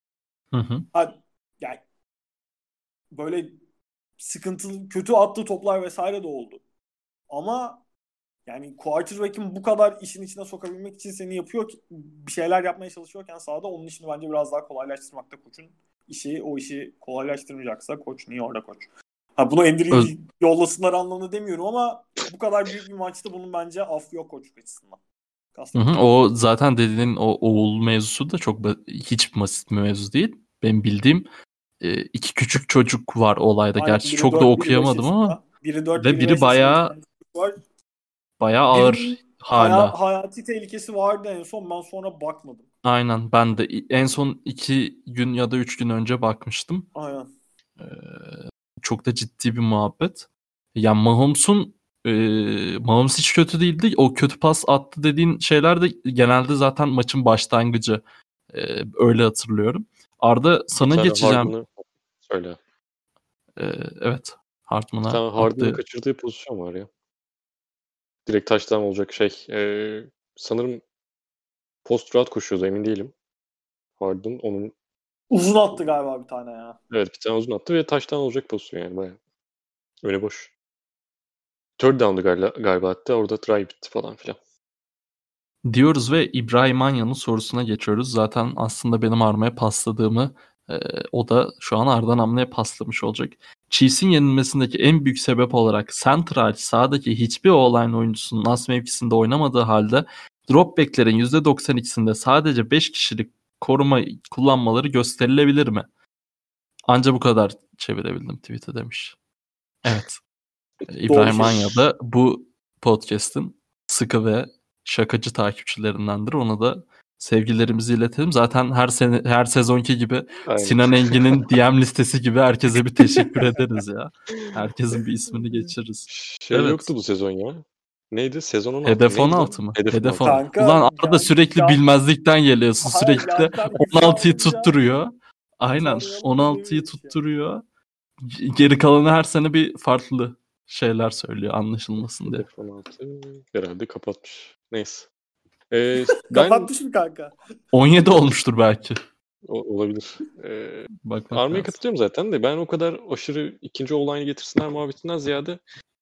C: Yani böyle sıkıntılı, kötü attığı toplar vesaire de oldu. Ama yani quarterback'in bu kadar işin içine sokabilmek için seni yapıyor ki bir şeyler yapmaya çalışıyorken sahada onun işini bence biraz daha kolaylaştırmakta koçun işi. O işi kolaylaştırmayacaksa koç niye orada koç? Buna Andrew'i yollasınlar anlamında demiyorum ama bu kadar büyük bir maçta bunun bence affı yok koçluk açısından.
A: O zaten dediğin o oğul mevzusu da çok hiç basit bir mevzu değil. Benim bildiğim iki küçük çocuk var olayda.
C: Aynen,
A: gerçi çok da okuyamadım ama
C: biri 4,
A: ve biri
C: bayağı
A: ağır hala.
C: Hayati tehlikesi vardı en son. Ben sonra bakmadım.
A: Aynen, ben de en son 2 gün ya da 3 gün önce bakmıştım.
C: Aynen.
A: Çok da ciddi bir muhabbet. Yani Mahomes hiç kötü değildi. O kötü pas attı dediğin şeyler de genelde zaten maçın başlangıcı. Öyle hatırlıyorum. Arda sana geçeceğim.
B: Hardman'ı söyle.
A: Evet. Hardman'a
B: Hardman'ın kaçırdığı pozisyon var ya. Direkt touchdown olacak sanırım post route koşuyordu, emin değilim. Hardman onun
C: uzun attı galiba bir tane ya.
B: Evet, bir tane uzun attı ve touchdown olacak pozisyon yani bayağı. Öyle boş. Third down'du galiba hatta orada try bitti falan filan.
A: Diyoruz ve İbrahim Anya'nın sorusuna geçiyoruz. Zaten aslında benim Arma'ya pasladığımı o da şu an Arda Namlı'ya paslamış olacak. Chiefs'in yenilmesindeki en büyük sebep olarak central sahadaki hiçbir O-line oyuncusunun as mevkisinde oynamadığı halde dropback'lerin %92'sinde sadece 5 kişilik koruma kullanmaları gösterilebilir mi? Anca bu kadar çevirebildim tweet'e demiş. Evet. İbrahim Anya da bu podcast'ın sıkı ve şakacı takipçilerindendir. Onu da sevgilerimizi iletelim. Zaten her sezonki gibi
B: Aynen.
A: Sinan Engin'in DM listesi gibi herkese bir teşekkür ederiz ya. Herkesin bir ismini geçiririz. Evet.
B: Yoktu bu sezon ya. Neydi? Sezon 16.
A: Hedef
B: Neydi lan?
A: 16 mı?
B: Hedef
A: Hedef
B: 16.
A: 16.
C: Kanka,
A: Ulan Arda sürekli
C: Can-
A: bilmezlikten geliyorsun.
C: Hayır,
A: Sürekli
C: Yantar
A: 16'yı
C: güçlendirince
A: tutturuyor. Aynen.
C: Tanrı'ya
A: 16'yı
C: dememiş ya.
A: tutturuyor. Geri kalanı her sene bir farklı şeyler söylüyor anlaşılmasın diye.
B: Hedef 16. Herhalde kapatmış. Neyse. Ben
C: Kapatmış mı kanka?
A: 17 olmuştur belki.
B: olabilir.
A: Bakmak
B: Arma'ya
A: lazım.
B: katılıyorum zaten de ben o kadar aşırı ikinci olayını getirsinler muhabbetinden ziyade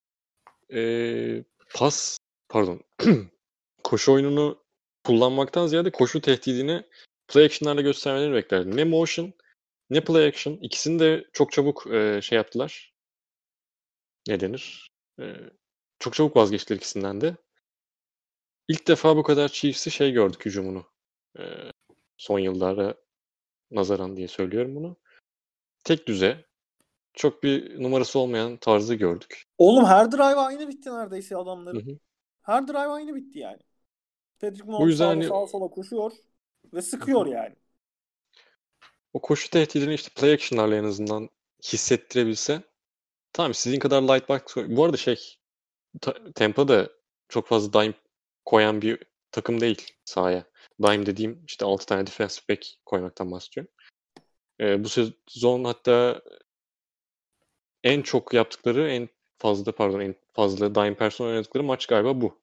B: koşu oyununu kullanmaktan ziyade koşu tehdidini play action'larla göstermelerini beklerdim. Ne motion ne play action. İkisini de çok çabuk şey yaptılar. Ne denir? Çok çabuk vazgeçtiler ikisinden de. İlk defa bu kadar Chiefs'i gördük hücumunu. Son yıllara nazaran diye söylüyorum bunu. Tek düze, çok bir numarası olmayan tarzı gördük.
C: Oğlum her drive aynı bitti neredeyse adamların.
B: Hı hı.
C: Her drive aynı bitti yani. Patrick
B: Bu
C: Mahomes
B: yüzden
C: sağa
B: hani
C: sola koşuyor ve sıkıyor yani.
B: o koşu tehdidini işte play action'larla en azından hissettirebilse. Tamam, sizin kadar light box. Bu arada Tampa da çok fazla dime koyan bir takım değil sahaya. Dime dediğim işte 6 tane defensive back koymaktan bahsediyorum. Bu sezon hatta en çok yaptıkları en fazla dime person oynadıkları maç galiba bu.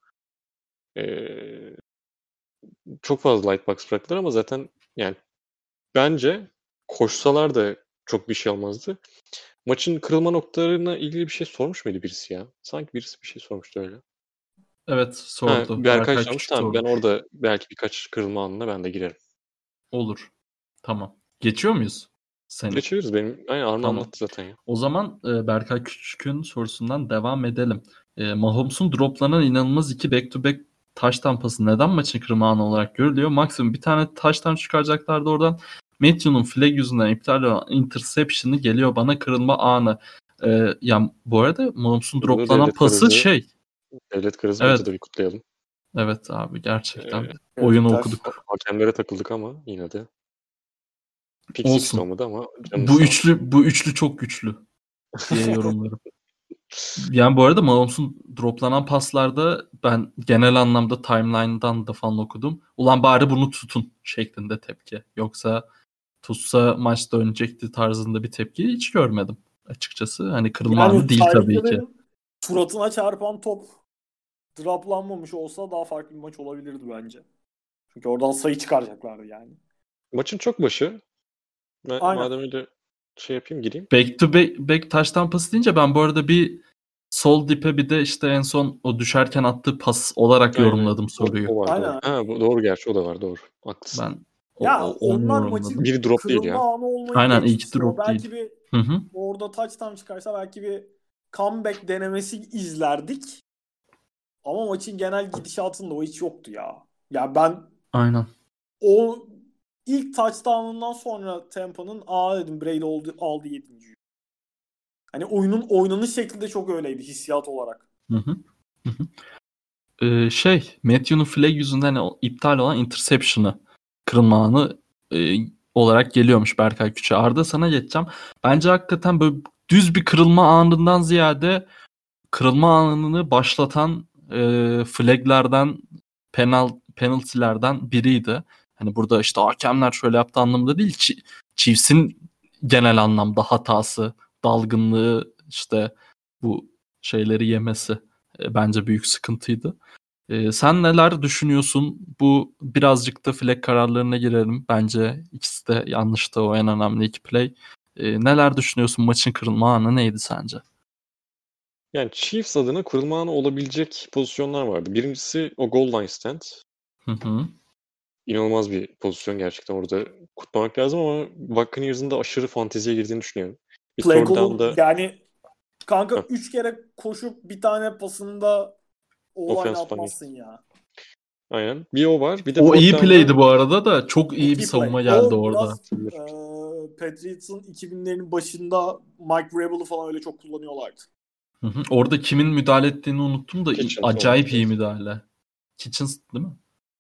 B: Çok fazla light box bıraktılar ama zaten yani bence koşsalar da çok bir şey olmazdı. Maçın kırılma noktalarına ilgili bir şey sormuş muydu birisi ya? Sanki birisi bir şey sormuştu öyle.
A: Evet sordu.
B: Berkay
A: Berkay
B: sormuş.
A: Küçük
B: Tamam, ben
A: sormuş.
B: orada belki birkaç kırılma anına ben de girerim.
A: Olur. Tamam. Geçiyor muyuz? Seni.
B: Geçebiliriz. Aynen Arma
A: Tamam.
B: anlattı zaten ya.
A: O zaman Berkay Küçük'ün sorusundan devam edelim. Mahomes'un droplanan inanılmaz 2 back-to-back touchdown pası neden maçın kırılma anı olarak görülüyor? Maksimum bir tane touchdown çıkaracaklardı oradan. Matthew'nun flag yüzünden iptal olan interception'ı geliyor bana kırılma anı. Yani bu arada Mahomes'un
B: Burada
A: droplanan
B: devlet
A: pası
B: kırıldı. Devlet Kırız'ı
A: Evet.
B: burada da bir kutlayalım.
A: Evet abi gerçekten.
C: Tebrikler.
A: Oyunu okuduk.
B: Hakemlere takıldık ama yine de. Pick six
A: Olsun.
B: olmadı ama canınız sağ olsun.
A: Bu üçlü çok güçlü diye yorumlarım. Yani bu arada Mahomes'un droplanan paslarda ben genel anlamda timeline'dan da falan okudum. Ulan bari bunu tutun şeklinde tepki. Yoksa tutsa maç dönecekti tarzında bir tepki hiç görmedim açıkçası. Hani kırılma anı değil tabii ki.
C: Suratına çarpan top droplanmamış olsa daha farklı bir maç olabilirdi bence. Çünkü oradan sayı çıkaracaklardı yani.
B: Maçın çok başı.
C: Aynen.
B: Madem öyle gireyim.
A: Back to back touchdown pası deyince ben bu arada bir sol dipe bir de işte en son o düşerken attığı pas olarak yorumladım soruyu.
B: O var,
C: Aynen.
B: doğru. Ha, doğru gerçi o da var, doğru. Haklısın.
A: Ben
C: onlar
A: yorumladım.
C: maçın
B: Bir drop değil
C: kırılma
B: ya.
C: anı olmayı
A: Aynen,
C: geçti.
A: ilk drop
C: belki
A: değil.
C: bir
A: Hı.
C: orada touchdown çıkarsa belki bir comeback denemesi izlerdik. Ama maçın genel gidişatında o hiç yoktu ya. Ya ben
A: Aynen.
C: o ilk touchdown'undan sonra Tampa'nın dedim Brady aldı 7. Hani oyunun oynanış şekli de çok öyleydi hissiyat olarak.
A: Matthew'nun flag yüzünden iptal olan interception'ı kırılma anı olarak geliyormuş Berkay Küçük'e. Arda sana geçeceğim. Bence hakikaten böyle düz bir kırılma anından ziyade kırılma anını başlatan flaglerden penalty'lerden biriydi. Hani burada işte hakemler şöyle yaptı anlamında değil. Chiefs'in genel anlamda hatası, dalgınlığı işte bu şeyleri yemesi bence büyük sıkıntıydı. Sen neler düşünüyorsun? Bu birazcık da flag kararlarına girelim. Bence ikisi de yanlıştı o en önemli iki play. Neler düşünüyorsun? Maçın kırılma anı neydi sence?
B: Yani Chiefs adına kırılma anı olabilecek pozisyonlar vardı. Birincisi o goal line stand. İnanılmaz bir pozisyon gerçekten, orada kutlamak lazım ama Buccaneers'ın da aşırı fanteziye girdiğini düşünüyorum. Bir
C: Play
B: third down'da
C: yani kanka 3 kere koşup bir tane pasında o line atmazsın ya.
B: Aynen. Bir o var. Bir de
A: O iyi
B: fourth
A: play'di
B: down'da
A: bu arada da çok iyi bir savunma geldi
C: o
A: orada.
C: biraz Patriots'ın 2000'lerin başında Mike Vrabel'ı falan öyle çok kullanıyorlardı.
A: Orada kimin müdahale ettiğini unuttum da
B: Kitchens
A: acayip
B: olması
A: iyi
B: lazım.
A: müdahale. Kitchens değil mi?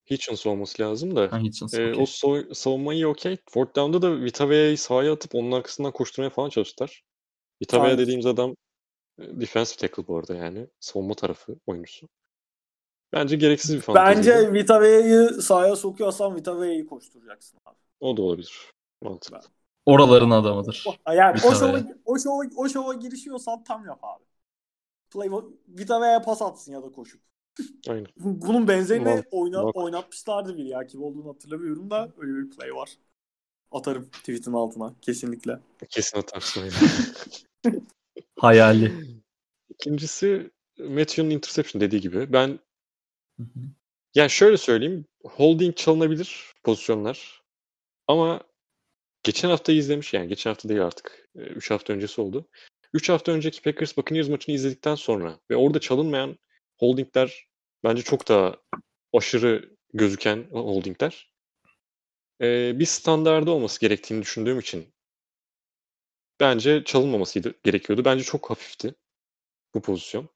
B: Hitchens olması lazım da.
A: Ha, Hitchens,
B: O
A: okey.
B: savunmayı okey. Fourth down'da da Vita Vea'yı sahaya atıp onun arkasından koşturmaya falan çalıştılar. Vita Vea
C: Aynen.
B: dediğimiz adam defensive tackle bu arada yani. Savunma tarafı oyuncusu. Bence gereksiz bir fanteziydi.
C: Bence Vita Vea'yı sahaya sokuyorsan Vita Vea'yı koşturacaksın abi.
B: O da olabilir. Mantıklı.
A: Oraların adamıdır.
C: Yani
A: Vita Vea.
C: o şova girişiyorsan tam yap abi. Vita Vea'ya pas atsın ya da koşup.
B: Aynen.
C: Bunun benzerini
B: Makul.
C: oynatmışlardı biri ya. Kim olduğunu hatırlamıyorum da öyle bir play var. Atarım tweetin altına kesinlikle.
B: Kesin atarsın öyle.
A: Hayali.
B: İkincisi Matthew'nun interception dediği gibi. Ben
A: Hı hı.
B: yani şöyle söyleyeyim. Holding çalınabilir pozisyonlar. Ama geçen hafta izlemiş, yani geçen hafta değil artık. 3 hafta öncesi oldu. 3 hafta önceki Packers Buccaneers maçını izledikten sonra ve orada çalınmayan holdingler bence çok daha aşırı gözüken holdingler. Bir standardı olması gerektiğini düşündüğüm için bence çalınmaması gerekiyordu. Bence çok hafifti bu pozisyon.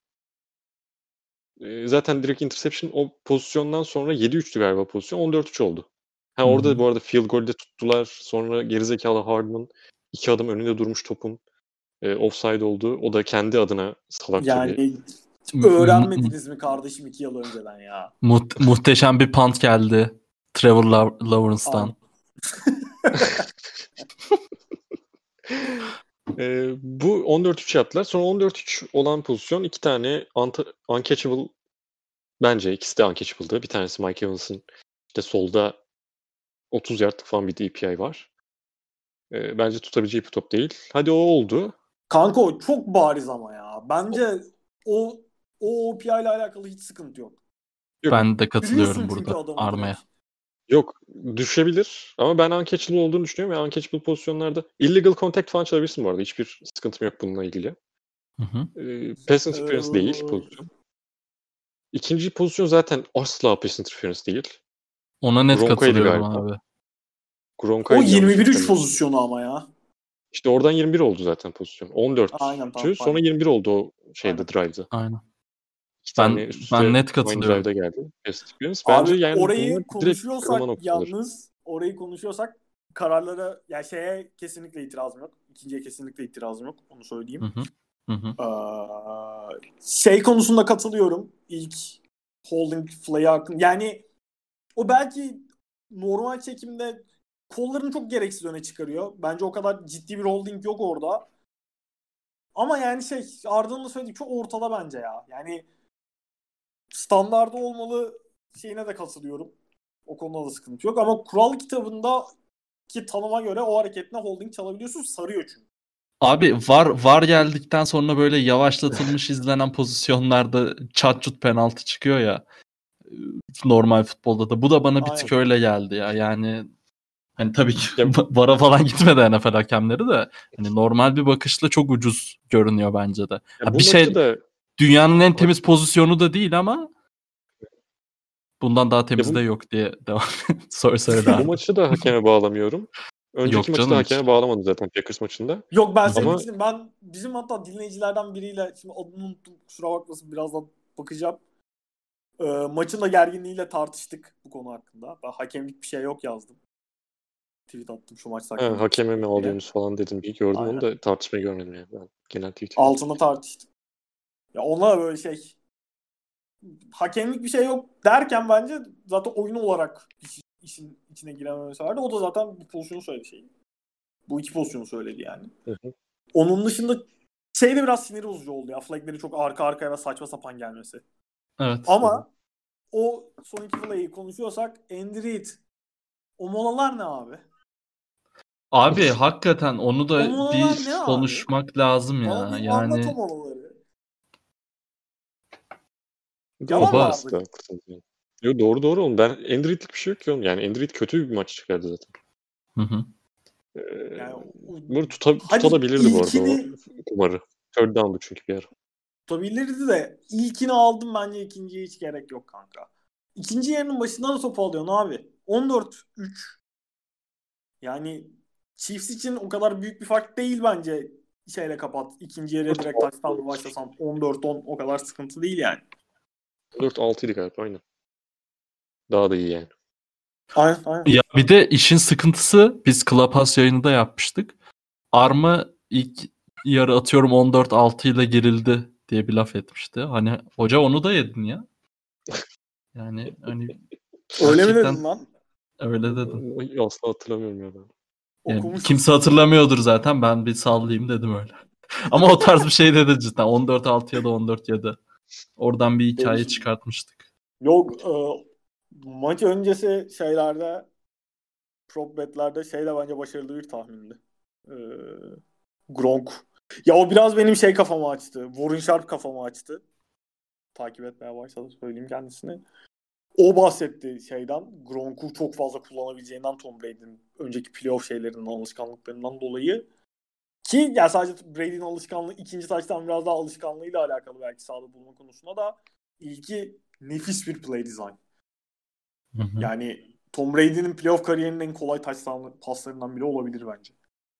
B: Zaten direkt interception o pozisyondan sonra 7-3'tü galiba pozisyon. 14-3 oldu.
A: Hı
B: Orada
A: hı.
B: bu arada field goal'de tuttular. Sonra gerizekalı Hardman 2 adım önünde durmuş topun. Offside oldu. O da kendi adına salakça bir...
C: Yani öğrenmediniz mi kardeşim 2 yıl önceden ya?
A: Muhteşem bir punt geldi. Trevor Lawrence'dan.
B: Bu 14-3 yaptılar. Sonra 14-3 olan pozisyon 2 tane uncatchable, bence ikisi de uncatchable'dı. Bir tanesi Mike Evans'ın işte solda 30 yardlık falan bir DPI var. Bence tutabileceği bir top değil. Hadi o oldu.
C: Kanka o çok bariz ama ya. Bence o OPI ile alakalı hiç sıkıntı yok.
B: Yok,
A: Ben de katılıyorum
C: Görüyorsun çünkü
A: burada
C: adamı
A: Arma'ya.
C: direkt.
B: yok düşebilir ama ben uncatchable olduğunu düşünüyorum ve uncatchable pozisyonlarda illegal contact falan çalabilirsin bu arada. Hiçbir sıkıntım yok bununla ilgili.
A: Hı hı.
B: Pass interference değil pozisyon. İkinci pozisyon zaten asla pass interference değil.
A: Ona net
B: Gronk'aydı
A: katılıyorum
B: galiba.
A: abi.
C: O
B: Gronk'aydı yanlış
C: 21-3
B: hatırlamıyorum.
C: pozisyonu ama ya.
B: İşte oradan 21 oldu zaten pozisyon.
C: Aynen,
B: 14'tü
C: tamam,
B: sonra
C: aynen.
B: 21 oldu o şeyde,
C: Aynen.
B: drive'da.
A: Aynen.
B: İki tane üst üste
A: Ben net
B: aynı
A: katılıyorum.
B: drive'da geldi. Pass interference.
C: Abi
B: Bence yani bunlar
C: orayı
B: direkt
C: konuşuyorsak
B: kırılma noktaları.
C: yalnız kararlara yani şeye kesinlikle itirazım yok. İkinciye kesinlikle itirazım yok. Onu söyleyeyim.
A: Hı hı. Hı hı.
C: Şey konusunda katılıyorum. İlk holding flay'ı hakkında. Yani o belki normal çekimde kollarını çok gereksiz öne çıkarıyor. Bence o kadar ciddi bir holding yok orada. Ama yani Arda'nın da söylediği çok ortada bence ya. Yani standardı olmalı şeyine de katılıyorum. O konuda da sıkıntı yok. Ama kural kitabındaki tanıma göre o hareketine holding çalabiliyorsun. Sarıyor çünkü.
A: Abi var geldikten sonra böyle yavaşlatılmış izlenen pozisyonlarda çat çut penaltı çıkıyor ya. Normal futbolda da. Bu da bana bir tık
C: Aynen.
A: öyle geldi ya. Yani hani tabii ki
B: Ya-
A: VAR'a falan gitmedi NFL hakemleri de. Hani normal bir bakışla çok ucuz görünüyor bence de.
B: Ya bu
A: Bir
B: maçı da
A: dünyanın en temiz pozisyonu da değil ama bundan daha temiz de yok diye devam. Söyle
B: bu
A: abi.
B: maçı da hakeme bağlamıyorum. Önceki
A: Yok
B: maçı da
A: canım
B: hakeme
A: hiç.
B: bağlamadım zaten Packers maçında.
C: Yok ben
B: Ama
C: bizim hatta dinleyicilerden biriyle şimdi adını unuttum kusura bakmasın birazdan bakacağım. Maçın da gerginliğiyle tartıştık bu konu hakkında. Ben hakemlik bir şey yok yazdım. Tweet attım şu maç hakkında.
B: hakeme mi
C: diye.
B: alıyorsunuz falan dedim. Bir gördüm
C: Aynen.
B: onu da tartışmayı görmedim yani. Ben genel tweet.
C: Altında tartıştık. Ya ona böyle hakemlik bir şey yok derken bence zaten oyun olarak işin içine girememesi vardı. O da zaten bu pozisyonu söyledi Bu iki pozisyonu söyledi yani.
B: Hı hı.
C: Onun dışında de biraz sinir bozucu oldu ya. Flagleri çok arka arkaya ve saçma sapan gelmesi.
A: Evet.
C: Ama o son iki flag'i konuşuyorsak Andy Reid. O molalar ne abi?
A: Abi hakikaten onu da
C: O molalar
A: bir
C: ne abi?
A: konuşmak lazım ya.
C: Bana bir anlat o
A: Yani
C: molaları.
B: Doğru
C: Yalan mı
B: aslında.
C: abi?
B: Yo, doğru oğlum. Ben Android'lik bir şey yok ki oğlum. Yani Android kötü bir maç çıkardı zaten.
A: hı hı.
C: Yani
B: Böyle
C: hadi
B: tutabilirdi bu arada o
C: ilkini
B: kumarı. Third down'du çünkü bir ara.
C: tutabilirdi de ilkini aldım bence ikinciye hiç gerek yok kanka. İkinci yarının başında da topu alıyorsun abi. 14-3. Yani Chiefs için o kadar büyük bir fark değil bence kapat. İkinci yarıya direkt touchdown'la başlasan 14-10 o kadar sıkıntı değil yani.
B: 4-6'ydı galiba aynen. Daha da iyi yani.
C: Aynen.
A: Ya bir de işin sıkıntısı, biz Clubhouse yayını da yapmıştık. Arma ilk yarı atıyorum 14-6 ile gerildi diye bir laf etmişti. Hani hoca onu da yedin ya. Yani hani
C: Öyle mi
A: gerçekten
C: dedin lan?
A: öyle dedim.
B: Asla hatırlamıyorum ya ben.
A: Yani
C: Okumuşsun.
A: kimse hatırlamıyordur zaten, ben bir sallayayım dedim öyle. Ama o tarz bir şey dedi cidden. 14-6 ya da 14-7. Oradan bir hikaye
C: Doğrusun.
A: çıkartmıştık.
C: Yok maç öncesi şeylerde prop betlerde şeyle bence başarılı bir tahmindi. E, Gronk. Ya o biraz benim şey kafamı açtı. Warren Sharp kafamı açtı. Takip etmeye başladı, söyleyeyim kendisine. O bahsetti şeyden. Gronk'u çok fazla kullanabileceğinden Tom Brady'nin önceki playoff şeylerinden, alışkanlıklarından dolayı. Ki ya sadece Brady'nin alışkanlığı, ikinci taçtan biraz daha alışkanlığıyla alakalı belki sahada bulma konusunda da ilki nefis bir play design.
A: Hı hı.
C: Yani Tom Brady'nin playoff kariyerinin en kolay taçtan paslarından biri olabilir bence.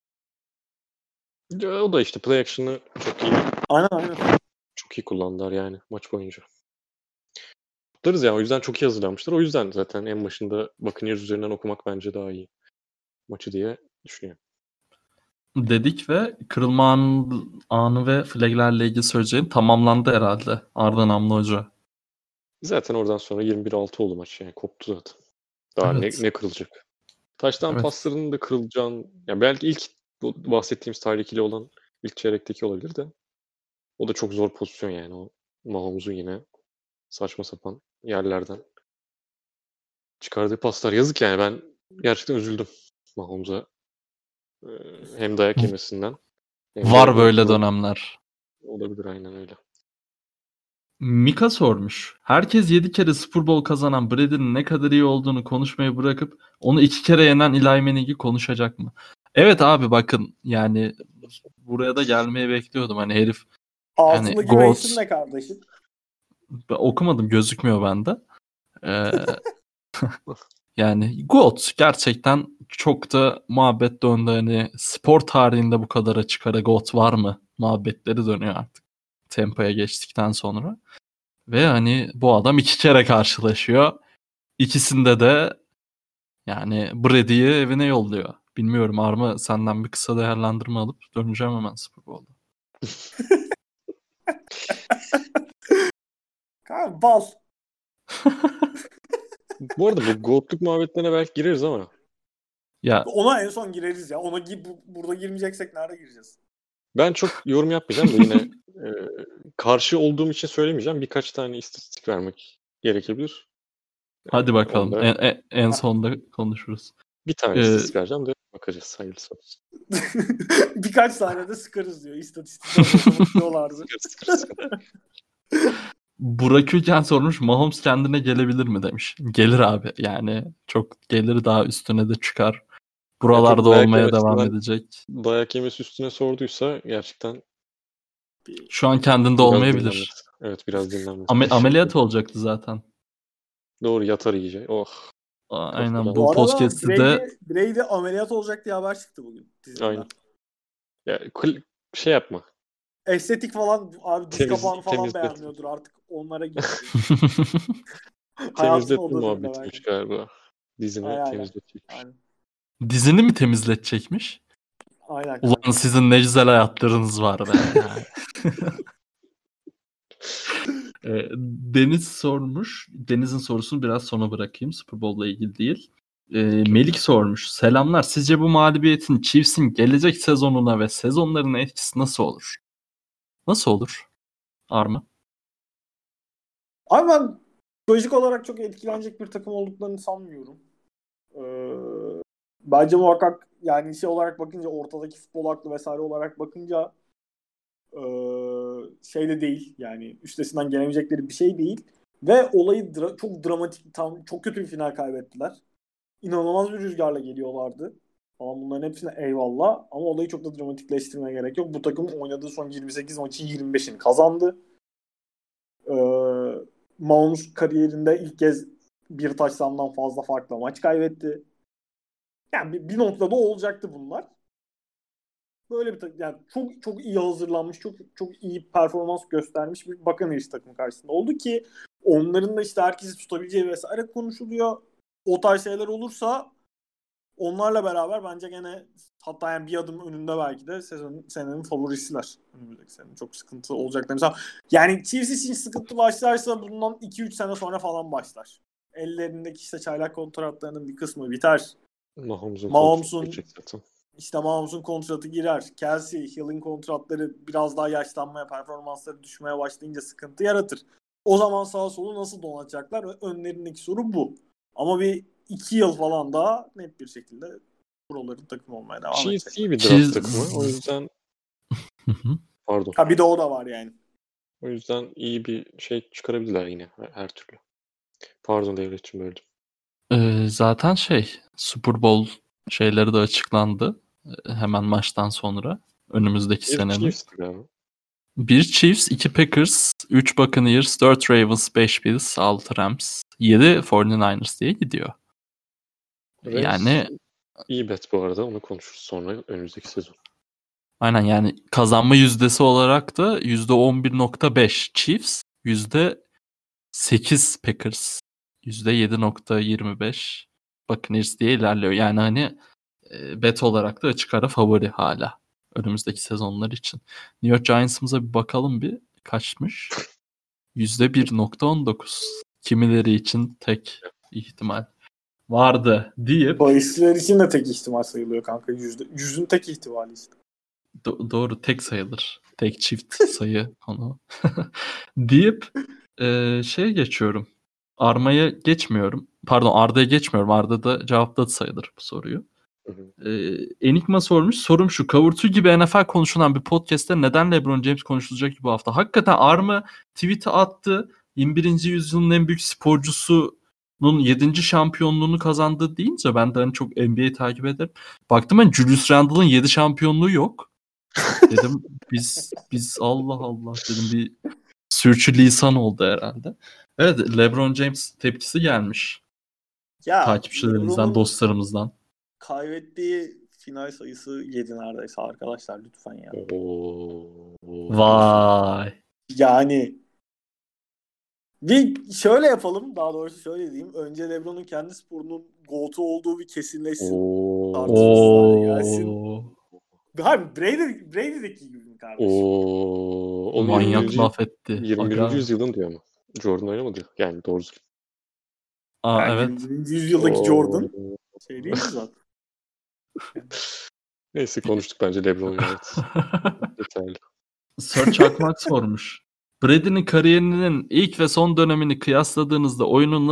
B: Ya, o da işte play action'ı çok iyi.
C: Aynen.
B: Çok iyi kullandılar yani maç boyunca. Kutlarız ya. O yüzden çok iyi hazırlanmışlar. O yüzden zaten en başında Buccaneers üzerinden okumak bence daha iyi maçı diye düşünüyorum.
A: Dedik ve kırılma anı ve flaglerle ilgili söyleyeceğim tamamlandı herhalde. Arda Namlı Hoca.
B: Zaten oradan sonra 21-6 oldu maç yani. Koptu zaten. Daha
A: Evet.
B: ne kırılacak? Taştan
A: Evet.
B: paslarının da kırılacağını... Ya belki ilk bu bahsettiğimiz Tyreek ile olan ilk çeyrekteki olabilir de o da çok zor pozisyon yani. O Mahomes'un yine saçma sapan yerlerden çıkardığı paslar. Yazık yani, ben gerçekten üzüldüm Mahomes'a. Hem dayak yemesinden hem de
A: Var
B: o
A: böyle
B: pro
A: dönemler.
B: olabilir, aynen öyle.
A: Mika sormuş. Herkes 7 kere Super Bowl kazanan Brady'nin ne kadar iyi olduğunu konuşmayı bırakıp onu 2 kere yenen Eli Manning'i konuşacak mı? Evet abi, bakın yani buraya da gelmeyi bekliyordum. Hani herif yani
C: Altındaki mention
A: GOAT,
C: ne kardeşim?
A: ben okumadım, gözükmüyor bende. Ee, yani GOAT gerçekten çok da muhabbet döndü. Hani spor tarihinde bu kadar açık ara GOAT var mı? Muhabbetleri dönüyor artık. Tempo'ya geçtikten sonra. Ve hani bu adam 2 kere karşılaşıyor. İkisinde de yani Brady'yi evine yolluyor. Bilmiyorum, Arma senden bir kısa değerlendirme alıp döneceğim hemen Super Bowl'da.
C: Kanka bal.
B: Bu arada bu GOAT'luk muhabbetlerine belki gireriz ama
A: Ya
C: Ona en son gireriz ya. Ona burada girmeyeceksek nerede gireceğiz?
B: ben çok yorum yapmayacağım da yine karşı olduğum için söylemeyeceğim. Birkaç tane istatistik vermek gerekebilir.
A: hadi bakalım,
B: Onda
A: en sonunda konuşuruz.
B: bir tane
A: Ee,
B: istatistik vereceğim de bakacağız. Hayırlısı olsun.
C: Birkaç tane de sıkarız diyor. İstatistikler olsa diyorlardı.
B: Sıkarız.
A: Burak Ülken sormuş, Mahomes kendine gelebilir mi demiş. Gelir abi, yani çok gelir, daha üstüne de çıkar.
B: Ya
A: Buralarda
B: çok dayak
A: olmaya devam
B: yemesinden,
A: edecek.
B: dayak yemesi üstüne sorduysa gerçekten
A: Şu an kendinde
B: biraz
A: olmayabilir.
B: dinlenmesi. Evet, biraz dinlenmesi.
A: Ameliyat olacaktı zaten.
B: Doğru, yatar iyice. Oh.
A: Aynen,
B: Korkmadan.
A: bu
C: Bu arada
A: podcast'te de
C: Brady ameliyat olacak diye haber çıktı bugün dizinden.
B: Aynen. Ya, şey yapma.
C: Estetik falan abi, diz kapağını falan
B: Temizlet.
C: beğenmiyordur artık, onlara gitti. Hayatın o
B: Temizletme
C: döneminde
B: muhabbetiymiş
C: belki.
B: galiba. Dizini
C: Aynen.
B: temizletecekmiş.
C: Aynen.
A: dizini mi temizletecekmiş?
C: Aynen
A: Ulan
C: kanka.
A: sizin ne güzel hayatlarınız var be. Yani. Deniz sormuş. Deniz'in sorusunu biraz sona bırakayım. Super Bowl'la ilgili değil. Melik sormuş. Selamlar. Sizce bu mağlubiyetin Chiefs'in gelecek sezonuna ve sezonlarına etkisi nasıl olur? Nasıl olur? Arma.
C: Abi ben psikolojik olarak çok etkilenecek bir takım olduklarını sanmıyorum. Bence muhakkak yani şey olarak bakınca, ortadaki futbol aklı vesaire olarak bakınca şey de değil, yani üstesinden gelemeyecekleri bir şey değil. Ve olayı çok dramatik, çok kötü bir final kaybettiler. İnanılmaz bir rüzgarla geliyorlardı. Ama bunların hepsine eyvallah. Ama olayı çok da dramatikleştirmeye gerek yok. Bu takım oynadığı son 28 maçın 25'ini kazandı. Mahomes kariyerinde ilk kez bir touchdown'dan fazla farkla maç kaybetti. Yani bir noktada olacaktı bunlar. Böyle bir yani çok çok iyi hazırlanmış, çok çok iyi performans göstermiş bir Buccaneers takım karşısında oldu ki onların da işte herkesi tutabileceği vesaire konuşuluyor. O tarz şeyler olursa onlarla beraber bence gene hatta yani bir adım önünde belki de senenin favorisiler. Önümüzdeki sene çok sıkıntı olacaklar. Mesela yani Chiefs için sıkıntı başlarsa bundan 2-3 sene sonra falan başlar. Ellerindeki işte çaylak kontratlarının bir kısmı biter. Mahomes'un işte Mahomes'un kontratı girer. Kelsey, Hill'in kontratları biraz daha yaşlanmaya, performansları düşmeye başlayınca sıkıntı yaratır. O zaman sağa solu nasıl donatacaklar? Önlerindeki soru bu. Ama bir 2 yıl falan daha net bir şekilde buraların takım olmaya devam edecek.
B: Chiefs iyi bir draft takımı. O yüzden pardon.
C: Ha bir de o da var yani.
B: O yüzden iyi bir şey çıkarabilirler yine her türlü. Pardon Devletciğim böldüm.
A: Zaten Super Bowl şeyleri de açıklandı. Hemen maçtan sonra. Önümüzdeki
B: Bir
A: senenin.
B: Chiefs'ti galiba.
A: 1 Chiefs, 2 Packers, 3 Buccaneers, 4 Ravens, 5 Bills, 6 Rams, 7 49ers diye gidiyor.
B: Rams
A: Yani
B: iyi bet bu arada. Onu konuşuruz sonra önümüzdeki sezon.
A: aynen yani kazanma yüzdesi olarak da %11.5 Chiefs, %8 Packers, %7.25 Buccaneers diye ilerliyor. Yani hani bet olarak da açık ara favori hala önümüzdeki sezonlar için. New York Giants'ımıza bir bakalım bir kaçmış. %1.19. Kimileri için tek ihtimal vardı deyip
C: Bahisçiler için de tek ihtimal sayılıyor kanka. %100'ün tek ihtimali işte.
A: Doğru tek sayılır. Tek çift sayı konu. deyip geçiyorum. Arma'ya geçmiyorum. Pardon Arda'ya geçmiyorum. Arda da cevapladı sayılır bu soruyu. Enigma sormuş. Sorum şu. Cover 2 gibi NFL konuşulan bir podcast'te neden LeBron James konuşulacak ki bu hafta? Hakikaten Arma tweet'i attı. 21. yüzyılın en büyük sporcusunun 7. şampiyonluğunu kazandığı deyince ben de hani çok NBA takip ederim. Baktım ben Julius Randle'ın 7 şampiyonluğu yok. Dedim biz Allah Allah dedim bir sürçülisan oldu herhalde. Evet LeBron James tepkisi gelmiş.
C: Ya
A: Takipçilerimizden, dostlarımızdan.
C: Kaybettiği final sayısı 7 neredeyse arkadaşlar lütfen ya.
A: Vay.
C: Yani bir şöyle yapalım, daha doğrusu şöyle diyeyim. Önce LeBron'un kendi sporunun GOAT'u olduğu bir kesinleşsin. Tartışması gelsin. Harbi Brady'deki gibi mi kardeşim?
B: O
A: manyak laf etti.
B: 21. yüzyılın diyor ama. Jordan oynamadı. Yani doğrusu.
C: Yani
A: Evet.
C: 20. yüzyıldaki Jordan şey değil mi zaten?
B: Neyse konuştuk bence LeBron'u gayet detaylı.
A: Sir Çakmak sormuş. Brady'nin kariyerinin ilk ve son dönemini kıyasladığınızda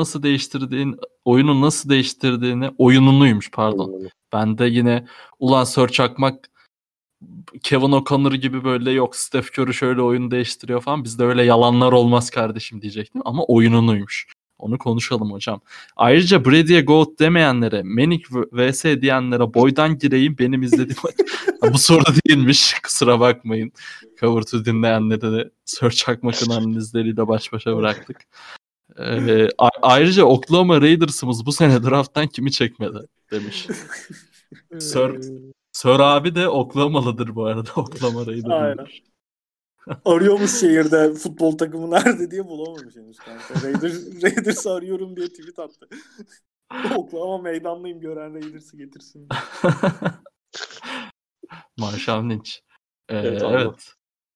A: oyununuymuş pardon. Ben de yine ulan Sir Çakmak Kevin O'Connor gibi böyle yok Steph Curry şöyle oyun değiştiriyor falan. Bizde öyle yalanlar olmaz kardeşim diyecektim ama oyununuymuş. Onu konuşalım hocam. Ayrıca Brady'ye GOAT demeyenlere, Manning vs diyenlere boydan gireyim benim izlediğim bu soru değilmiş. Kusura bakmayın. Cover 2 dinleyenleri de Sir Çakmak'ın analizleriyle baş başa bıraktık. Ayrıca Oklahoma Raiders'ımız bu sene draft'tan kimi çekmedi demiş. Sir abi de Oklahoma'lıdır bu arada. Oklahoma Raiders'mış.
C: Arıyormuş şehirde futbol takımı nerede diye bulamamış henüz kanka. Raiders'ı arıyorum diye tweet attı. Oklahoma meydanlıyım gören Raiders'ı getirsin.
A: Marshall Lynch.
B: Evet.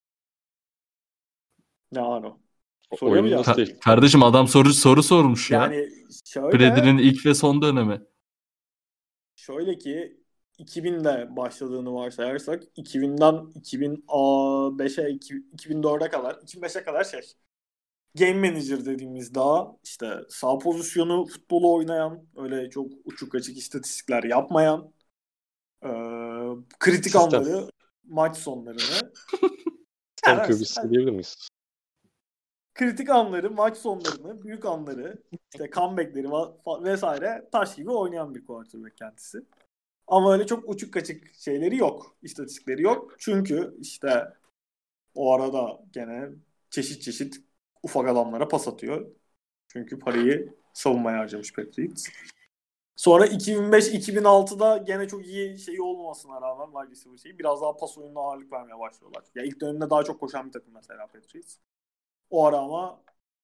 C: Ne var o?
A: Kardeşim adam soru sormuş ya.
C: Yani şöyle.
A: Brady'nin ilk ve son dönemi.
C: Şöyle ki 2000'de başladığını varsayarsak 2000'den 2005'e 2004'e kadar 2005'e kadar game manager dediğimiz daha işte sağ pozisyonu futbolu oynayan öyle çok uçuk açık istatistikler yapmayan kritik anları maç sonlarını
B: Sistem QB'si diyebilir miyiz?
C: Kritik anları, maç sonlarını, büyük anları, işte comeback'leri vesaire taş gibi oynayan bir quarterback kendisi. Ama öyle çok uçuk kaçık şeyleri yok. İstatistikleri yok. Çünkü işte o arada gene çeşit ufak adamlara pas atıyor. Çünkü parayı savunmaya harcamış Patriots. Sonra 2005-2006'da gene çok iyi şeyi olmamasına rağmen wide receiver şeyi biraz daha pas oyununa ağırlık vermeye başlıyorlar. Ya ilk döneminde daha çok koşan bir takım mesela Patriots. O ara ama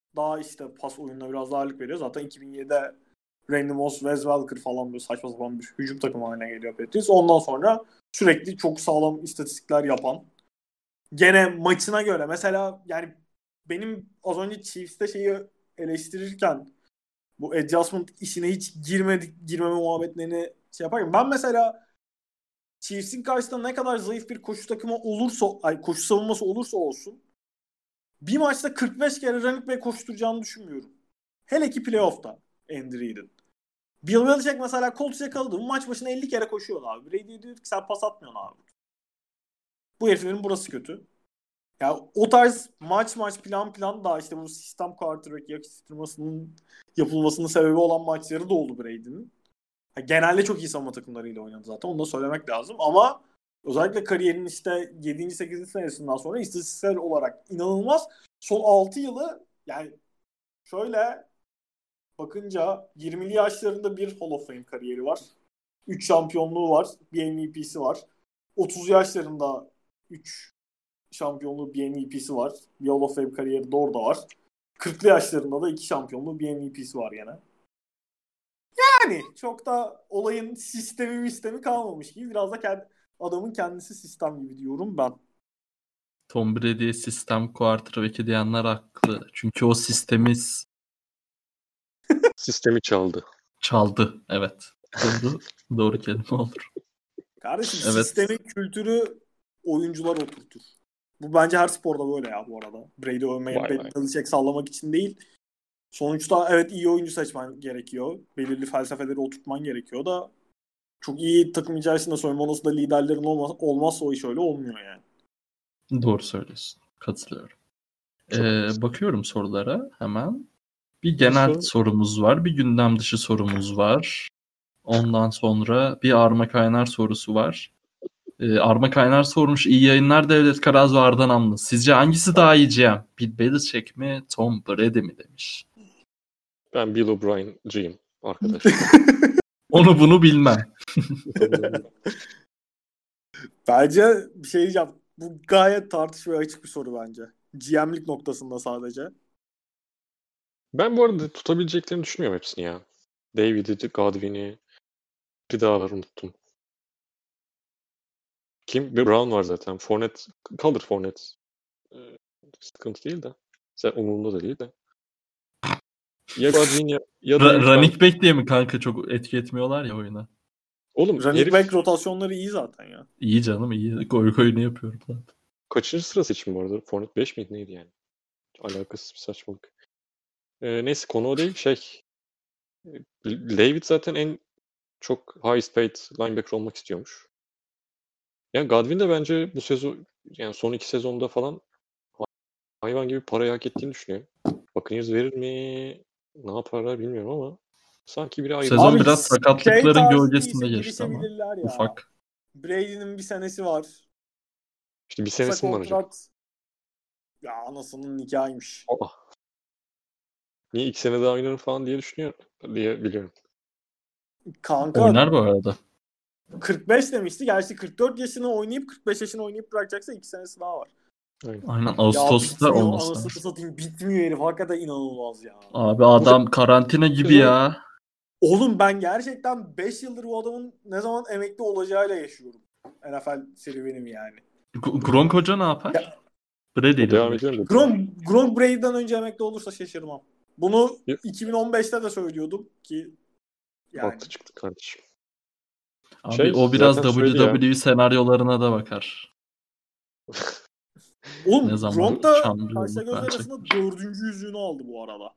C: daha işte pas oyununa biraz daha ağırlık veriyor. Zaten 2007'de Randy Moss, Wes Welker falan böyle saçma sapan bir hücum takımı haline geliyor Patriots. Ondan sonra sürekli çok sağlam istatistikler yapan. Gene maçına göre mesela yani benim az önce Chiefs'te şeyi eleştirirken bu adjustment işine hiç girmeme muhabbetlerini şey yaparken ben mesela Chiefs'in karşısında ne kadar zayıf bir koşu takımı olursa, koşu savunması olursa olsun bir maçta 45 kere running back koşturacağını düşünmüyorum. Hele ki playoff'ta Andy Reid'in. Bill Belichick mesela Colts yakaladı. Maç başına 50 kere koşuyordu abi. Brady diyor ki sen pas atmıyorsun abi. Bu heriflerin burası kötü. Ya o tarz maç plan daha işte bu sistem quarterback yakıştırmasının yapılmasının sebebi olan maçları da oldu Brady'nin. Genelde çok iyi savunma takımlarıyla oynadı zaten. Onu da söylemek lazım. Ama özellikle kariyerinin işte 7. 8. senesinden sonra istatistiksel olarak inanılmaz. Son 6 yılı yani şöyle bakınca 20'li yaşlarında bir Hall of Fame kariyeri var. 3 şampiyonluğu var. Bir MVP'si var. 30 yaşlarında 3 şampiyonluğu bir MVP'si var. Bir Hall of Fame kariyeri de orada var. 40'lı yaşlarında da 2 şampiyonluğu bir MVP'si var yine. Yani çok da olayın sistemi kalmamış gibi. Biraz da adamın kendisi sistem gibi diyorum ben.
A: Tom Brady'ye sistem quarterback'i diyenler haklı. Çünkü o sistemi çaldı. Evet. Doğru kelime olur.
C: Kardeşim
A: Evet.
C: sistemi, kültürü oyuncular oturtur. Bu bence her sporda böyle ya bu arada. Brady övmeye, Belichick sallamak için değil. Sonuçta evet iyi oyuncu seçmen gerekiyor. Belirli felsefeleri oturtman gerekiyor da çok iyi takım içerisinde soyunma odasında liderlerin olmazsa o iş öyle olmuyor yani.
A: Doğru söylüyorsun. Katılıyorum. Bakıyorum sorulara hemen. Bir genel sorumuz var. Bir gündem dışı sorumuz var. Ondan sonra bir Arma Kaynar sorusu var. Arma Kaynar sormuş. İyi yayınlar Devlet Karaz ve Arda Namlı. Sizce hangisi daha iyi GM? Bill Belichick mi? Tom Brady mi demiş.
B: Ben Bill O'Brien'ciyim arkadaş.
A: Onu bunu bilmem.
C: Bence bir şey diyeceğim. Bu gayet tartışmaya açık bir soru bence. GM'lik noktasında sadece.
B: Ben bu arada tutabileceklerini düşünmüyorum hepsini ya. David'i, Godwin'i, bir daha var unuttum. Brown var zaten. Fournette kalır Fournette. Sıkıntı değil de. Sen umurumda da değil de. Ya Godwin ya David.
A: Running back diye mi kanka çok etki etmiyorlar ya oyuna?
B: Oğlum
C: running back rotasyonları iyi zaten ya.
A: İyi canım iyi. Goy ne yapıyorum zaten.
B: Kaçıncı sırası için bu arada? Fournette 5 miydi neydi yani? Alakasız bir saçmalık. Neyse konu o değil. David zaten en çok highest paid linebacker olmak istiyormuş. Yani Godwin de bence bu sezon yani son 2 sezonda falan hayvan gibi parayı hak ettiğini düşünüyorum. Buccaneers verir mi? Ne yaparlar bilmiyorum ama sanki biri ayrı.
A: Sezon biraz sakatlıkların gölgesinde geçti ama.
C: Ya.
A: Ufak.
C: Brady'nin bir senesi var.
B: İşte bir senesi mi var acaba?
C: Ya anasının nikahıymış.
B: Niye 2 sene daha oynarım falan diye düşünüyorum. Diye biliyorum.
C: Kanka.
A: Oynar bu arada.
C: 45 demişti. Gerçi 44 yaşını oynayıp 45 yaşını oynayıp bırakacaksa 2 senesi daha var.
A: Aynen Ağustos'ta olması lazım.
C: Anasını satayım bitmiyor herif. Hakikaten inanılmaz ya.
A: Abi adam karantina gibi ya.
C: Oğlum ben gerçekten 5 yıldır bu adamın ne zaman emekli olacağıyla yaşıyorum. NFL serüvenim yani.
A: Gronk Hoca ne yapar? Brady'yle
B: devam ediyorum.
C: Gronk Brady'den önce emekli olursa şaşırmam. Bunu 2015'te de söylüyordum ki yani.
B: Haklı çıktı kardeşim.
A: Abi o biraz WWE senaryolarına da bakar.
C: Oğlum Gronk da Kaşla Göz arasında 4. yüzüğünü aldı bu arada.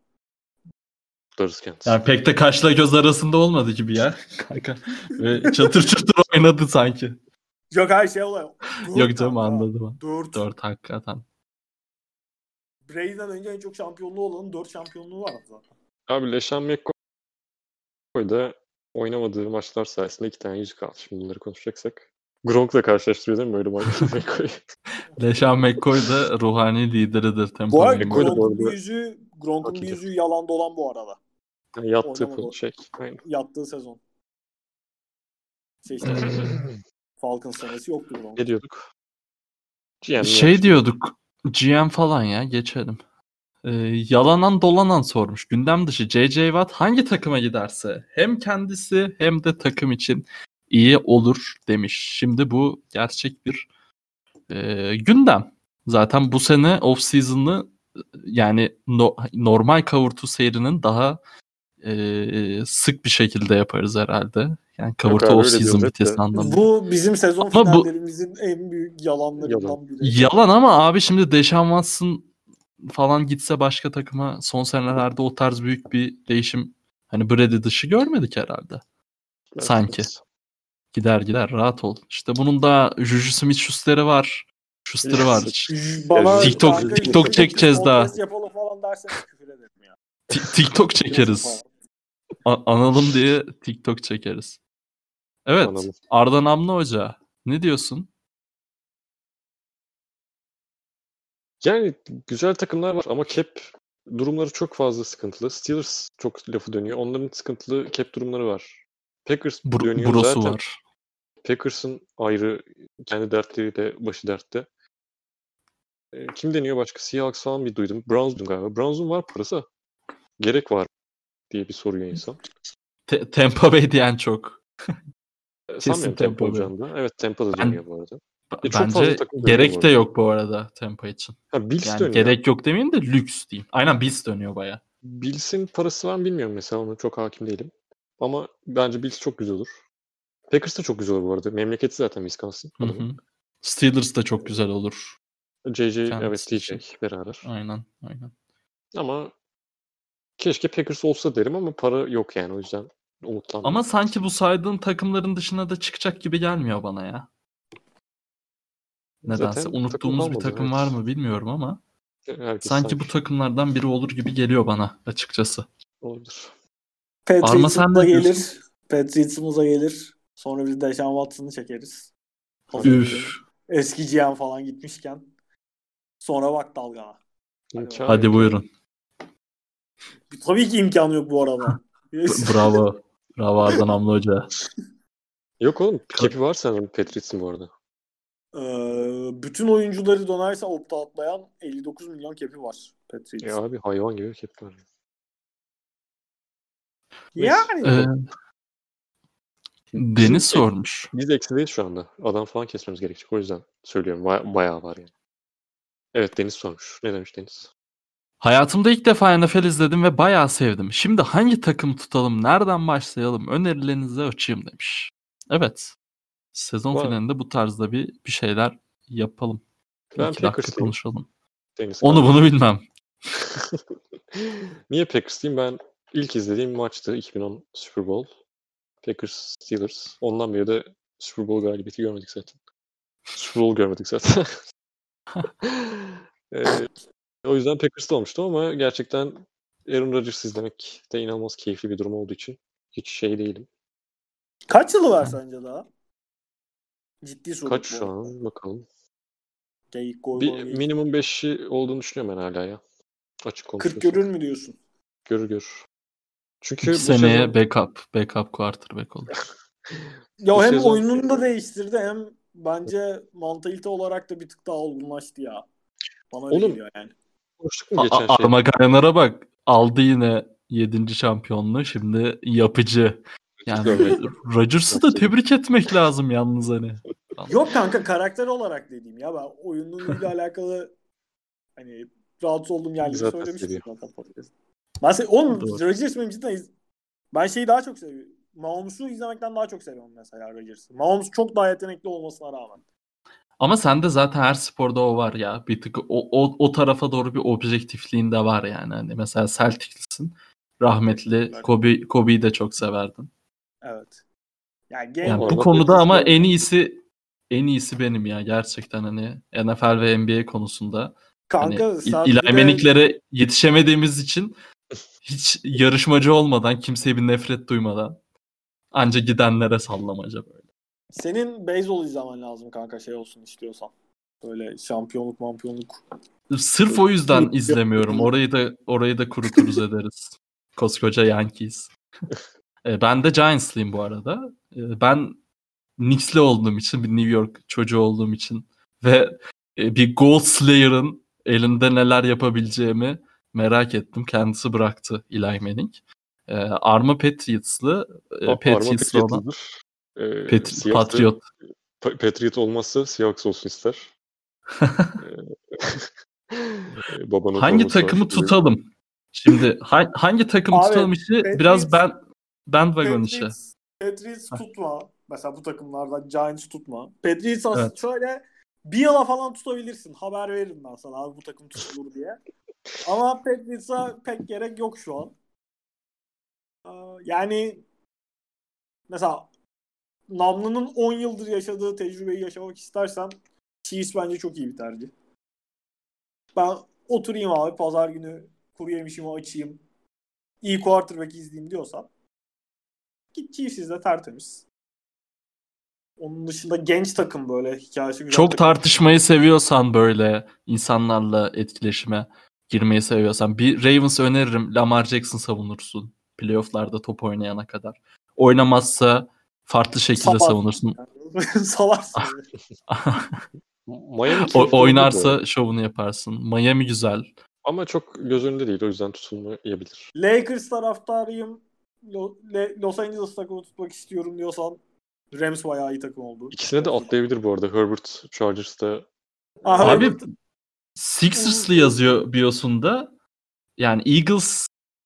A: Yani pek de Kaşla Göz arasında olmadı gibi ya. Kanka. Ve çatır oynadı sanki.
C: Yok her şey oluyor.
A: Yok canım anladım.
C: 4
A: hakikaten.
C: Brady'den önce en çok şampiyonluğu olanın 4 şampiyonluğu var zaten.
B: Abi LeSean McCoy'da oynamadığı maçlar sayesinde 2 tane yüzük aldı. Şimdi bunları konuşacaksak. Gronk'la karşılaştırıyor değil mi böyle McCoy?
A: LeSean McCoy da ruhani lideridir.
C: Bu arada Gronk'un bir yüzüğü yalan dolan bu arada.
B: Yani
C: yattığı sezon. Falcons senesi yoktu Gronk.
B: Ne diyorduk?
A: diyorduk. GM falan ya geçelim. Yalanan dolanan sormuş. Gündem dışı J.J. Watt hangi takıma giderse hem kendisi hem de takım için iyi olur demiş. Şimdi bu gerçek bir gündem. Zaten bu sene off-season'ı yani normal kavurtu seyrinin daha sık bir şekilde yaparız herhalde. Yani kavurtu
B: abi, öyle
A: off-season
B: diyoruz hep
A: vitesi
B: de.
A: anlamında.
C: Bu bizim sezon
A: Ama bu
C: finallerimizin en büyük yalanlarından biri.
A: yalan ama abi şimdi Deshaun Watson falan gitse başka takıma son senelerde o tarz büyük bir değişim hani Brady dışı görmedik herhalde.
B: Evet,
A: Sanki.
B: evet.
A: Gider rahat ol. İşte bunun da Juju Smith-Schuster'ı var. Schuster'ı var.
C: Bana
A: TikTok-
C: kanka
A: TikTok
C: işte
A: çekeceğiz
C: podcast
A: daha.
C: yapalım falan derseniz küfür ederim ya.
A: TikTok çekeriz. Analım diye TikTok çekeriz. Evet.
B: Analım.
A: Arda Namlı Hoca. Ne diyorsun?
B: Yani güzel takımlar var ama cap durumları çok fazla sıkıntılı. Steelers çok lafı dönüyor. Onların sıkıntılı cap durumları var. Packers dönüyor
A: Brosu
B: zaten.
A: var.
B: Packers'ın ayrı kendi dertleriyle başı dertte. Kim deniyor başka? Seahawks falan bir duydum. Browns'un galiba. Browns'un var parası. Gerek var diye bir soruyor insan.
A: Tampa Bay diyen çok.
B: Sanmıyorum Tampa
A: Tampa Bay.
B: olacağını da. Evet Tampa da dönüyor bu arada. Çok
A: Bence
B: fazla takım dönüyor bu
A: gerek de
B: arada.
A: yok bu arada Tampa için.
B: Ha, Bills
A: Yani
B: dönüyor.
A: gerek yok demeyeyim de lüks diyeyim. Aynen Bills dönüyor baya.
B: Bills'in parası var mı bilmiyorum mesela. Ona çok hakim değilim. Ama bence Bills çok güzel olur. Packers da çok güzel olur bu arada. Memleketi zaten Wisconsin. adamın.
A: Steelers da çok güzel olur.
B: JJ evet
A: Kendisi
B: TJ
A: için.
B: beraber.
A: Aynen.
B: Ama keşke Packers olsa derim ama para yok yani o yüzden umutlanmıyorum.
A: Ama sanki bu saydığın takımların dışına da çıkacak gibi gelmiyor bana ya. Nedense
B: Zaten takım
A: unuttuğumuz bir
B: kalmadı,
A: takım
B: evet.
A: var mı bilmiyorum ama
B: Herkes
A: sanki bu takımlardan biri olur gibi geliyor bana açıkçası.
B: olabilir.
A: Arma sen
C: Patriots'ımıza
A: ne
C: gelir.
A: diyorsun?
C: Patriots'ımıza gelir. Sonra biz Deshaun Watson'ı çekeriz. Hazır
A: Üf.
C: bizim eski GM falan gitmişken. Sonra bak dalgana.
B: İmkan
A: Hadi
B: yok
A: buyurun.
C: Tabii ki imkanı yok bu arada.
A: Bravo. Bravo Arda Namlı Hoca.
B: ya. Yok oğlum. Cap'i var sanırım Patriots'ın bu arada.
C: Bütün oyuncuları dönerse opt-outlayan 59 milyon cap'i var Patriots'ın.
B: Ya abi hayvan gibi cap var.
C: Yani.
A: Deniz sormuş.
B: Biz eksideyiz şu anda. Adam falan kesmemiz gerekecek. O yüzden söylüyorum. Bayağı var yani. Evet Deniz sormuş. Ne demiş Deniz?
A: Hayatımda ilk defa NFL izledim ve bayağı sevdim. Şimdi hangi takım tutalım, nereden başlayalım, önerilerinizi açayım demiş. Evet. Sezon
B: Var.
A: finalinde bu tarzda bir şeyler yapalım.
B: Ben
A: 2 dakika
B: Packers'lıyım.
A: konuşalım.
B: Deniz
A: Onu bunu bilmem.
B: Niye Packers'lıyım? Ben ilk izlediğim maçtı 2010 Super Bowl. Packers Steelers. Ondan beri de Super Bowl galibiyeti görmedik zaten. Super Bowl görmedik zaten. O yüzden Packers'ta olmuştu ama gerçekten Aaron Rodgers izlemek de inanılmaz keyifli bir durum olduğu için hiç şey değilim.
C: Kaç yılı var sence daha? Ciddi soru.
B: Kaç şu an? Bakalım.
C: Geyik, goy,
B: Bir
C: goy, geyik.
B: minimum 5'i olduğunu düşünüyorum ben hala ya. Açık
C: 40
B: konuşuyorsak.
C: görür mü diyorsun?
B: Görür. Çünkü
A: 2
B: bu
A: seneye
B: sezon
A: backup quarterback olur.
C: Ya
B: Bu
C: hem
B: sezon-
C: oyununu da değiştirdi hem bence mantalite olarak da bir tık daha olgunlaştı ya. Bana öyle
B: Oğlum,
C: geliyor yani.
B: konuştuk mu geçen şey?
A: Armagayanlara bak. Aldı yine 7. şampiyonluğu. Şimdi yapıcı. Yani Rodgers'ı da tebrik etmek lazım yalnız hani.
C: Yok kanka karakter olarak dediğim ya ben oyunuyla alakalı hani rahatsız olduğum yerleri
B: Zaten
C: söylemiştim
B: seviyor.
C: zaten podcast'ta. Oğlum
A: Doğru.
C: Rodgers benim cidden ben şeyi daha çok seviyorum. Mahomes'u izlemekten daha çok seviyorum mesela Rodgers'ı. Mahomes çok daha yetenekli olmasına rağmen.
A: Ama sende zaten her sporda o var ya. Bir tık o tarafa doğru bir objektifliğin de var yani. Hani mesela Celtics'in rahmetli Kobe'yi de çok severdin.
C: Evet.
A: Yani bu
B: Orada
A: konuda ama
B: Rodgers
A: en iyisi benim ya gerçekten hani NFL ve NBA konusunda.
C: Kanka
A: Hani
C: sen
A: Eli
C: bir de
A: Manning'lere yetişemediğimiz için hiç yarışmacı olmadan, kimseye bir nefret duymadan anca gidenlere sallamaca böyle.
C: senin beyzbol izlemen lazım kanka şey olsun istiyorsan. Böyle şampiyonluk.
A: Sırf o yüzden izlemiyorum. Orayı da kuruturuz ederiz. Koskoca Yankees. Ben de Giants'lıyım bu arada. Ben Knicks'li olduğum için, bir New York çocuğu olduğum için ve bir Gold Slayer'ın elinde neler yapabileceğimi Merak ettim. Kendisi bıraktı Eli Manning. Arma Patriots'lı
B: Arma
A: Patriots'lı olan
B: Patriot'lıdır.
A: Patriot.
B: Patriot olmazsa Seahawks olsun ister. Babanın
A: Hangi
B: forması var.
A: takımı tutalım? Şimdi hangi takımı
C: Abi,
A: tutalım işi biraz bandwagon işi.
C: Patriots tutma. Mesela bu takımlardan Giants tutma. Patriots aslında
A: Evet.
C: şöyle bir yıla falan tutabilirsin. Haber veririm ben sana abi bu takım tutulur diye. Ama Patriots'a pek gerek yok şu an. Yani mesela Namlı'nın 10 yıldır yaşadığı tecrübeyi yaşamak istersen Chiefs bence çok iyi bir tercih. Ben oturayım abi pazar günü kuru yemişimi açayım. İyi quarterback izleyeyim diyorsan git Chiefs izle tertemiz. Onun dışında genç takım böyle hikayesi güzel
A: Çok
C: takım.
A: tartışmayı seviyorsan böyle insanlarla etkileşime girmeyi seviyorsan bir Ravens öneririm. Lamar Jackson savunursun. Playoff'larda top oynayana kadar. Oynamazsa farklı şekilde
C: Salarsın.
A: savunursun.
C: Salarsın.
B: Miami keyifli olabilir bu arada.
A: Oynarsa şovunu yaparsın. Miami güzel.
B: Ama çok göz önünde değil. O yüzden tutulmayabilir.
C: Lakers taraftarıyım. Los Angeles takımı tutmak istiyorum diyorsan Rams bayağı iyi takım oldu.
B: İkisine de atlayabilir bu arada. Herbert Chargers'ta.
A: Abi
C: Herbert
A: Sixers'lı yazıyor biosunda. Yani Eagles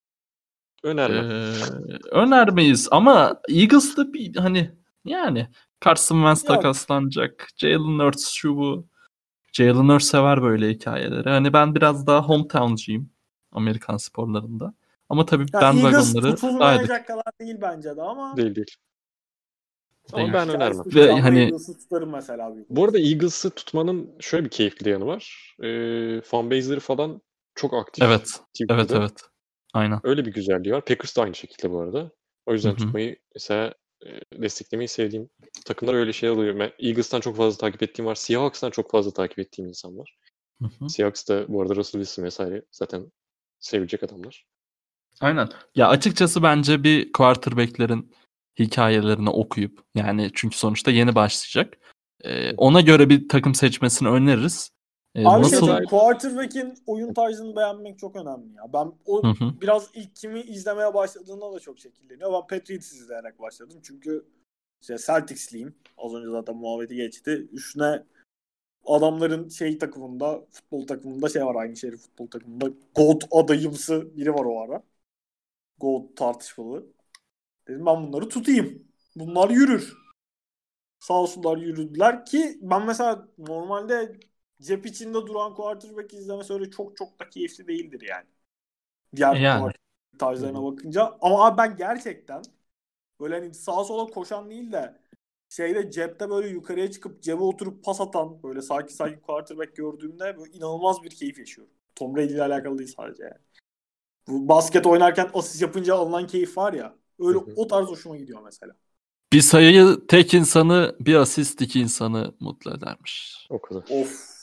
B: Önermem.
A: önermeyiz ama Eagles'da bir hani yani Carson Wentz
C: Yok.
A: takaslanacak. Jalen Hurts şu bu. Jalen Hurts sever böyle hikayeleri. Hani ben biraz daha hometown'cıyım Amerikan sporlarında. Ama tabii
C: ya Eagles
A: bandwagonları daha
C: tutulmayacak kadar değil bence de ama
B: Değil. Ama
A: Değil.
B: ben önermem.
A: Ve hani
C: Eagles'ı tutarım mesela.
B: Bu arada Eagles'ı tutmanın şöyle bir keyifli yanı var. Fanbase'leri falan çok aktif.
A: evet.
B: Twitter'da.
A: Evet. Aynen.
B: Öyle bir güzelliği var. Packers da aynı şekilde bu arada. O yüzden
A: Hı hı.
B: tutmayı mesela desteklemeyi sevdiğim takımlar öyle şey oluyor. Ben Eagles'tan çok fazla takip ettiğim var. Seahawks'tan çok fazla takip ettiğim insan var.
A: Hı hı.
B: Seahawks da bu arada Russell Wilson vesaire zaten sevilecek adamlar.
A: Aynen. Ya açıkçası bence bir quarterback'lerin hikayelerini okuyup yani çünkü sonuçta yeni başlayacak. Ona göre bir takım seçmesini öneririz.
C: Abi
A: Nasıl?
C: quarterback'in oyun tarzını beğenmek çok önemli ya. Ben o
A: Hı hı.
C: biraz ilk kimi izlemeye başladığında da çok şekilleniyor. Ben Patriots izleyerek başladım. Çünkü işte Celticsliyim. Az önce zaten muhabbeti geçti. Üstüne adamların futbol takımında var aynı şehir futbol takımında. GOAT adayımsı biri var o ara. GOAT tartışmalı. Dedim ben bunları tutayım. Bunlar yürür. Sağ olsunlar yürüdüler ki ben mesela normalde cep içinde duran quarterback izlemesi öyle çok çok da keyifli değildir yani. Diğer
A: Yani.
C: quarterback tarzlarına bakınca. Ama abi ben gerçekten böyle hani sağa sola koşan değil de cepte böyle yukarıya çıkıp cebe oturup pas atan böyle sakin quarterback gördüğümde böyle inanılmaz bir keyif yaşıyorum. Tom Brady ile alakalı değil sadece yani. Bu basket oynarken asist yapınca alınan keyif var ya. Öyle o tarz hoşuma gidiyor mesela.
A: Bir sayıyı tek insanı, bir asist iki insanı mutlu edermiş.
B: O kadar.
C: Of.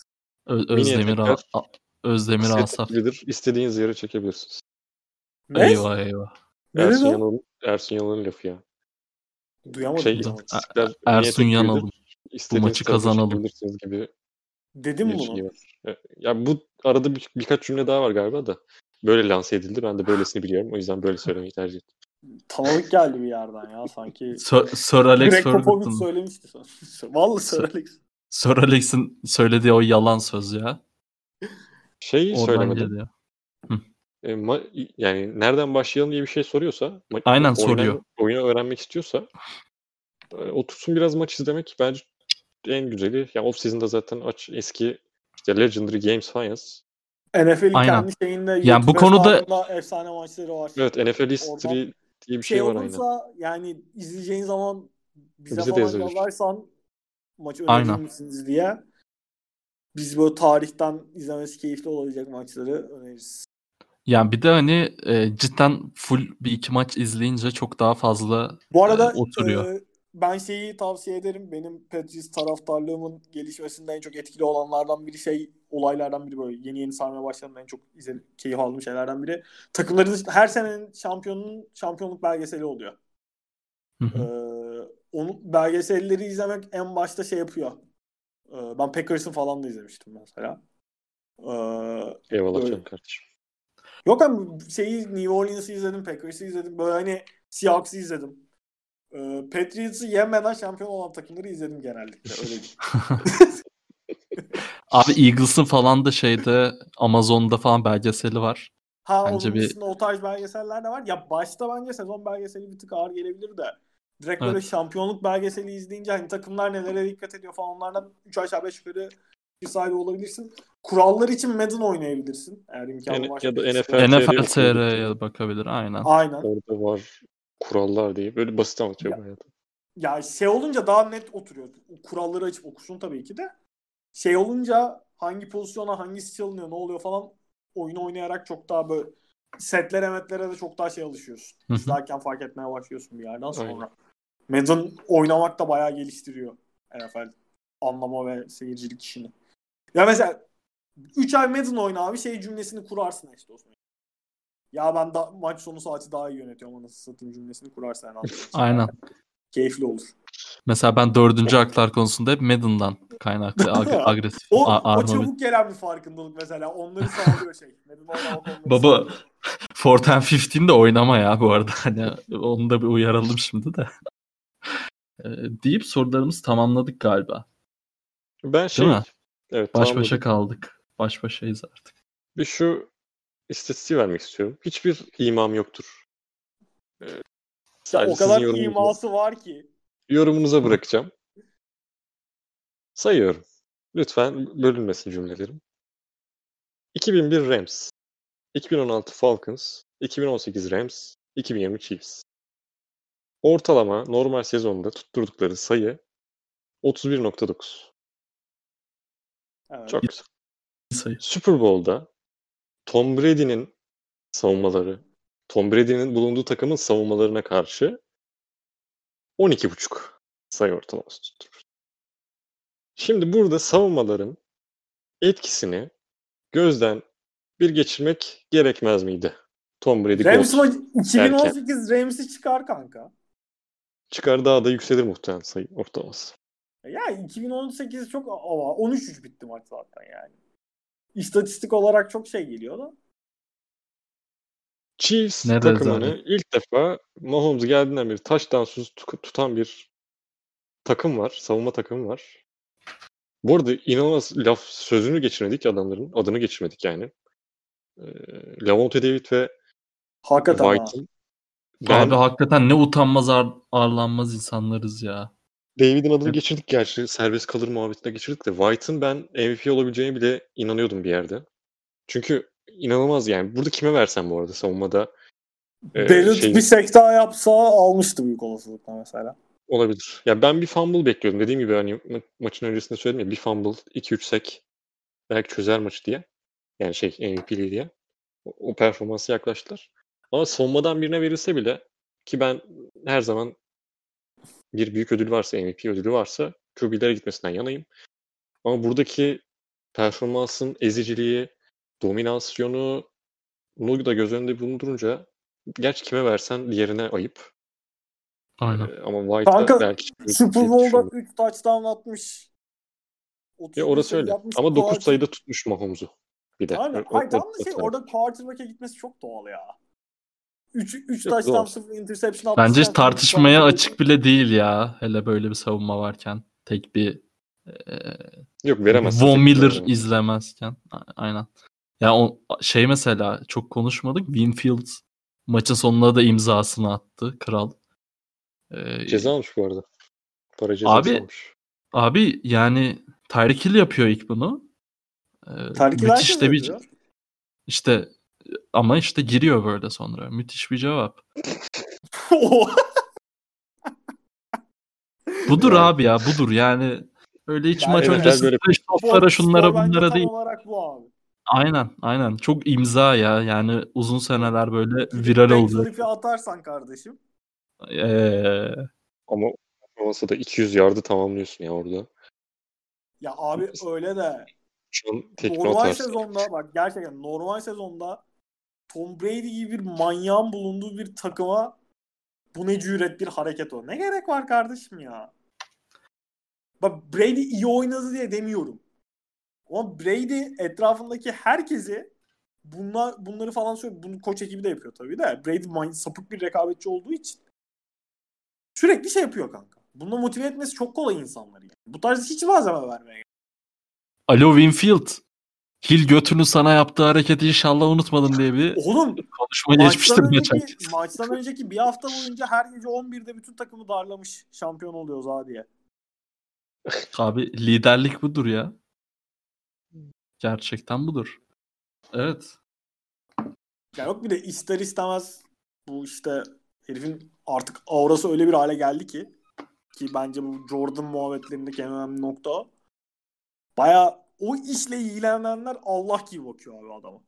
A: Özdemir Asaf.
B: İstediğiniz yere çekebilirsiniz.
C: Ne?
A: Eyvah.
B: Ersun Yanal'ın lafı ya.
C: Duyamadım.
A: Ersun Yanal. Bu maçı kazanalım.
B: Gibi
C: dedim
B: bir
C: bunu.
B: şey var. Ya bu arada birkaç cümle daha var galiba da. Böyle lanse edildi. Ben de böylesini biliyorum. O yüzden böyle söylemeyi tercih ettim.
C: Tanıdık geldi bir yerden ya sanki.
A: Sir Alex
C: Greg Popovich
A: Ferguson.
C: söylemişti sana. Vallahi Sir Alex.
A: Sir Alex'in söylediği o yalan söz ya.
B: Şeyi
A: Oradan
B: söylemedim.
A: geliyor.
B: Yani nereden başlayalım diye bir şey soruyorsa,
A: Aynen soruyor.
B: Oyunu öğrenmek istiyorsa otursun biraz maç izlemek bence en güzeli. Yani off-season'da zaten eski işte Legendary Games Finals.
C: NFL'in
A: Aynen.
C: kendi şeyinde
A: Yani bu konuda
C: efsane maçları var.
B: Evet, NFL History diye bir şey var
C: olursa yani izleyeceğin zaman bize
B: de
C: falan
B: yazabilir.
C: yazarsan maçı
A: Aynen.
C: önerir misiniz diye biz böyle tarihten izlemesi keyifli olabilecek maçları öneririz.
A: Yani bir de hani cidden full bir iki maç izleyince çok daha fazla
C: Bu arada
A: oturuyor.
C: ben tavsiye ederim. Benim Patriots taraftarlığımın gelişmesinde en çok etkili olanlardan biri olaylardan biri böyle yeni sarmaya başladığımda en çok keyif aldığım şeylerden biri. Takımların her senenin şampiyonunun şampiyonluk belgeseli oluyor. Onun belgeselleri izlemek en başta yapıyor. Ben Packers'ın falan da izlemiştim mesela.
B: Eyvallah canım kardeşim.
C: Yok ama New Orleans'ı izledim, Packers'ı izledim. Böyle hani Seahawks'ı izledim. Patriots'ı yenmeden şampiyon olan takımları izledim genellikle. Öyle değil.
A: Abi Eagles'ın falan da Amazon'da falan belgeseli var. Bence
C: Onun
A: bir
C: dışında o tarz belgeseller de var. Ya başta bence sezon belgeseli bir tık ağır gelebilir de. Direkt böyle
A: evet.
C: şampiyonluk belgeseli izleyince hani takımlar nelere dikkat ediyor falan onlardan 3 aşağı 5 yukarı bir sahibi olabilirsin. Kurallar için Madden oynayabilirsin. Eğer imkanı varsa.
B: Ya da
C: bilgisayarda.
B: NFL
A: NFL
B: TR'ye
A: TR'ye bakabilir aynen.
C: Aynen.
B: orada var kurallar diye. Böyle basit anlatıyor
C: Ya,
B: bu hayatı.
C: ya olunca daha net oturuyor. Kuralları açıp okusun tabii ki de. Olunca hangi pozisyona hangisi çalınıyor ne oluyor falan oyunu oynayarak çok daha böyle metlere de çok daha alışıyorsun.
A: Hı hı.
C: İzlerken fark etmeye başlıyorsun bir yerden sonra.
B: Aynen.
C: Madden oynamak da bayağı geliştiriyor NFL anlama ve seyircilik işini. Ya mesela 3 ay Madden oyna abi cümlesini kurarsın işte o zaman. Ya ben maç sonu saati daha iyi yönetiyorum anasını satayım cümlesini kurarsın yani
A: Aynen.
C: Keyifli olur.
A: Mesela ben 4. aklar konusunda hep Madden'dan kaynaklı agresif.
C: o çabuk gelen bir farkındalık mesela. Onları sağlıyor Madden oynamak onları
A: Baba
C: sağlıyor.
A: 4 and 15 de oynama ya bu arada. Hani onu da bir uyaralım şimdi de. Deyip sorularımızı tamamladık galiba.
B: Ben
A: Değil mi?
B: evet
A: Baş başa
B: tamamladık.
A: kaldık. Baş başayız artık.
B: Bir şu istatistiği vermek istiyorum. Hiçbir imam yoktur. Sadece
C: O kadar
B: sizin
C: iması var ki.
B: yorumunuza bırakacağım. Sayıyorum. Lütfen bölünmesin cümlelerim. 2001 Rams, 2016 Falcons, 2018 Rams, 2020 Chiefs. Ortalama normal sezonda tutturdukları sayı 31.9.
C: Evet.
B: Çok güzel.
A: Sayı.
B: Super Bowl'da Tom Brady'nin savunmaları, Tom Brady'nin bulunduğu takımın savunmalarına karşı 12.5 sayı ortalaması tutturur. Şimdi burada savunmaların etkisini gözden bir geçirmek gerekmez miydi? Tom Brady
C: Rams
B: GOAT
C: 2018 Rams'i çıkar kanka.
B: çıkar daha da yükselir muhtemelen sayı ortalaması.
C: Ya 2018 çok 13-3 bitti maç zaten yani. İstatistik olarak çok geliyor da.
B: Chiefs
A: Ne
B: takımını
A: rezalet.
B: ilk defa Mahomes geldiğinden beri touchdownsuz tutan bir takım var. Savunma takımı var. Bu arada inanılmaz sözünü geçirmedik adamların. Adını geçirmedik yani. Lavonte David ve
C: Hakikaten ha.
B: White'ın
A: Abi hakikaten ne utanmaz arlanmaz insanlarız ya.
B: David'in adını
A: Hep-
B: geçirdik gerçi. Serbest kalır muhabbetine geçirdik de White'ın ben MVP olabileceğine bile inanıyordum bir yerde. Çünkü inanılmaz yani. Burada kime versen bu arada savunmada
C: Barrett bir sek daha yapsa almıştı büyük olasılıkla mesela.
B: olabilir. Ya ben bir fumble bekliyordum. Dediğim gibi hani maçın öncesinde söyledim ya bir fumble, 2-3 sek belki çözer maçı diye. Yani MVP'li diye. O performansı yaklaştılar. Ama savunmadan birine verilse bile ki ben her zaman bir büyük ödül varsa, MVP ödülü varsa QB'lere gitmesinden yanayım. Ama buradaki performansın eziciliği, dominasyonu bunu da göz önünde bulundurunca gerçi kime versen diğerine ayıp.
A: Aynen.
B: Ama White'da
C: Kanka
B: belki
C: Super
B: diye
C: Bowl'da
B: düşündüm.
C: 3 touchdown atmış.
B: Ya
C: 31
B: orası
C: sayı
B: öyle.
C: yapmış.
B: Ama 9 sayıda tutmuş Mahomes'u. Bir de.
C: Aynen.
B: O
C: Hayır tam da
B: tarafı
C: orada
B: var.
C: quarterback'e gitmesi çok doğal ya. 3
B: Yok
C: touchdown
B: doğru.
C: 0 interception
A: Bence
C: atmışken
A: tartışmaya açık bile değil ya. Hele böyle bir savunma varken. Tek bir
B: Yok veremezsin
A: Von
B: tek bir
A: Miller
B: tane.
A: izlemezken. Aynen. Ya o mesela çok konuşmadık. Winfield maçın sonunda da imzasını attı. Kral.
B: Ceza almış bu arada. Para cezası
A: Abi
B: almış.
A: yani Tyreek Hill yapıyor ilk bunu.
C: Terkil herkes
A: Müthiş de bir
C: yapıyor.
A: işte ama işte giriyor böyle sonra. Müthiş bir cevap. Budur
B: Yani
A: abi ya budur yani. Öyle hiç maç
C: Bence
B: NFL
A: öncesi
B: böyle
A: trash talk'lara şunlara
C: spor bence
A: bunlara
C: tam
A: değil.
C: olarak bu abi.
A: Aynen. Çok imza ya. Yani uzun seneler böyle
C: Gidip
A: viral olacak.
C: backflip'i atarsan kardeşim.
A: Ee,
B: ama olmasa da 200 yardı tamamlıyorsun ya orada.
C: Ya abi öyle de
B: Şu an tekme
C: normal
B: atarsın.
C: sezonda bak gerçekten normal sezonda Tom Brady gibi bir manyağın bulunduğu bir takıma bu ne cüret bir hareket o. Ne gerek var kardeşim ya? Bak Brady iyi oynadı diye demiyorum. Ama Brady etrafındaki herkesi bunları falan söylüyor. Bunu koç ekibi de yapıyor tabii de. Brady sapık bir rekabetçi olduğu için sürekli şey yapıyor kanka. Bunu motive etmesi çok kolay insanları yani. Bu tarz hiç malzeme vermeye.
A: Alo Winfield. Hil götünü sana yaptığı hareketi inşallah unutmadın diye bir
C: Oğlum
A: konuşma geçmiştir maç öncesi.
C: maçtan önceki bir hafta boyunca her gece 11'de bütün takımı darlamış. Şampiyon oluyoruz ha diye.
A: Abi liderlik budur ya. Gerçekten budur. Evet.
C: Ya yok bir de ister istemez bu işte herifin artık aurası öyle bir hale geldi ki bence bu Jordan muhabbetlerindeki en önemli nokta o. Baya o işle ilgilenenler Allah gibi bakıyor abi adama.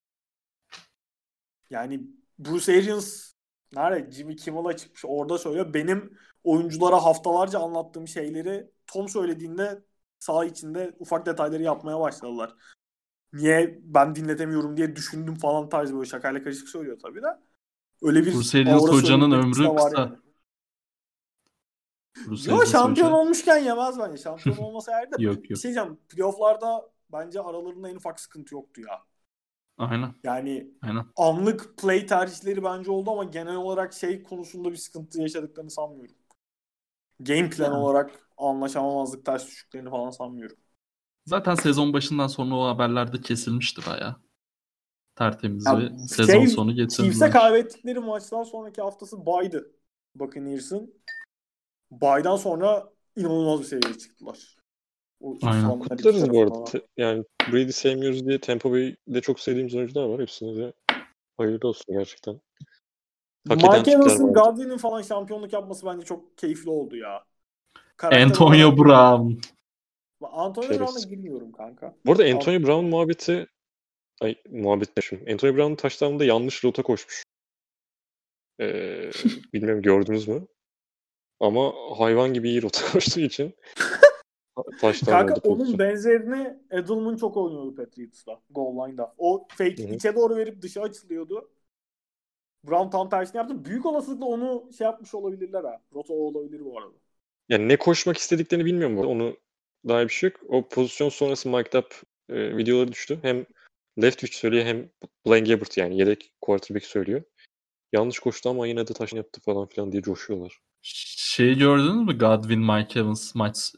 C: Yani Bruce Arians nerede? Jimmy Kimmel'a çıkmış. Orada söylüyor. Benim oyunculara haftalarca anlattığım şeyleri Tom söylediğinde saha içinde ufak detayları yapmaya başladılar. Niye ben dinletemiyorum diye düşündüm falan tarzı böyle şakayla karışık söylüyor tabii de. Öyle bir
A: Bruce Arians
C: aura
A: hocanın
C: söylediği de
A: ömrü
C: var
A: kısa.
C: yani.
A: Bruce
C: Yo
A: Arians
C: şampiyon
A: hoca.
C: olmuşken yemez bence. Şampiyon olmasa eğer de bir
A: Yok
C: şey
A: yok.
C: diyeceğim. Playoff'larda bence aralarında en ufak sıkıntı yoktu ya.
A: Aynen.
C: Yani
A: Aynen.
C: anlık play tercihleri bence oldu ama genel olarak şey konusunda bir sıkıntı yaşadıklarını sanmıyorum. Game plan
A: Yani.
C: olarak anlaşamamazlık, ters düştüklerini falan sanmıyorum.
A: Zaten sezon başından sonra o haberlerde kesilmişti bayağı. Tertemiz
C: Ya
A: bir sezon sonu
C: Chiefs'e
A: getirdiler.
C: kaybettikleri maçtan sonraki haftası baydı. Buccaneers'ın. Baydan sonra inanılmaz bir seviyeye çıktılar. O
A: Aynen.
C: fanlar iki
B: Kutlarız bu arada.
C: tarafından.
B: Yani Brady sevmiyoruz diye Tampa Bay'de çok sevdiğimiz oyuncular var. Hepsine de hayırlı olsun gerçekten. Hak eden
C: Mike
B: tipler
C: Evans'ın,
B: bence.
C: Godwin'in falan şampiyonluk yapması bence çok keyifli oldu ya. Karakter
A: Antonio
C: olarak
A: Brown.
C: Antonio Brown'a
B: Şerefsiz.
C: girmiyorum kanka.
B: Bu arada Antonio Brown muhabbeti muhabbet ne şimdi? Antonio Brown touchdown'da yanlış rota koşmuş. Bilmiyorum gördünüz mü? Ama hayvan gibi iyi rota koştuğu için touchdown
C: Kanka
B: oldu
C: onun
B: pozisyon.
C: benzerini Edelman çok oynuyordu Patriots'ta. Goal line'da. O fake
B: Hı hı.
C: içe doğru verip dışa açılıyordu. Brown tam tersini yaptı. Büyük olasılıkla onu şey yapmış olabilirler ha. Rota o olabilir bu arada.
B: Yani ne koşmak istediklerini bilmiyorum bu arada. Onu daha bir şey yok. O pozisyon sonrası mic'd up videoları düştü. Hem Leftwich söylüyor hem Blaine Gabbert yani yedek quarterback söylüyor. Yanlış koştu ama yine de taşını yaptı falan filan diye coşuyorlar.
A: Şeyi gördünüz mü? Godwin, Mike Evans maç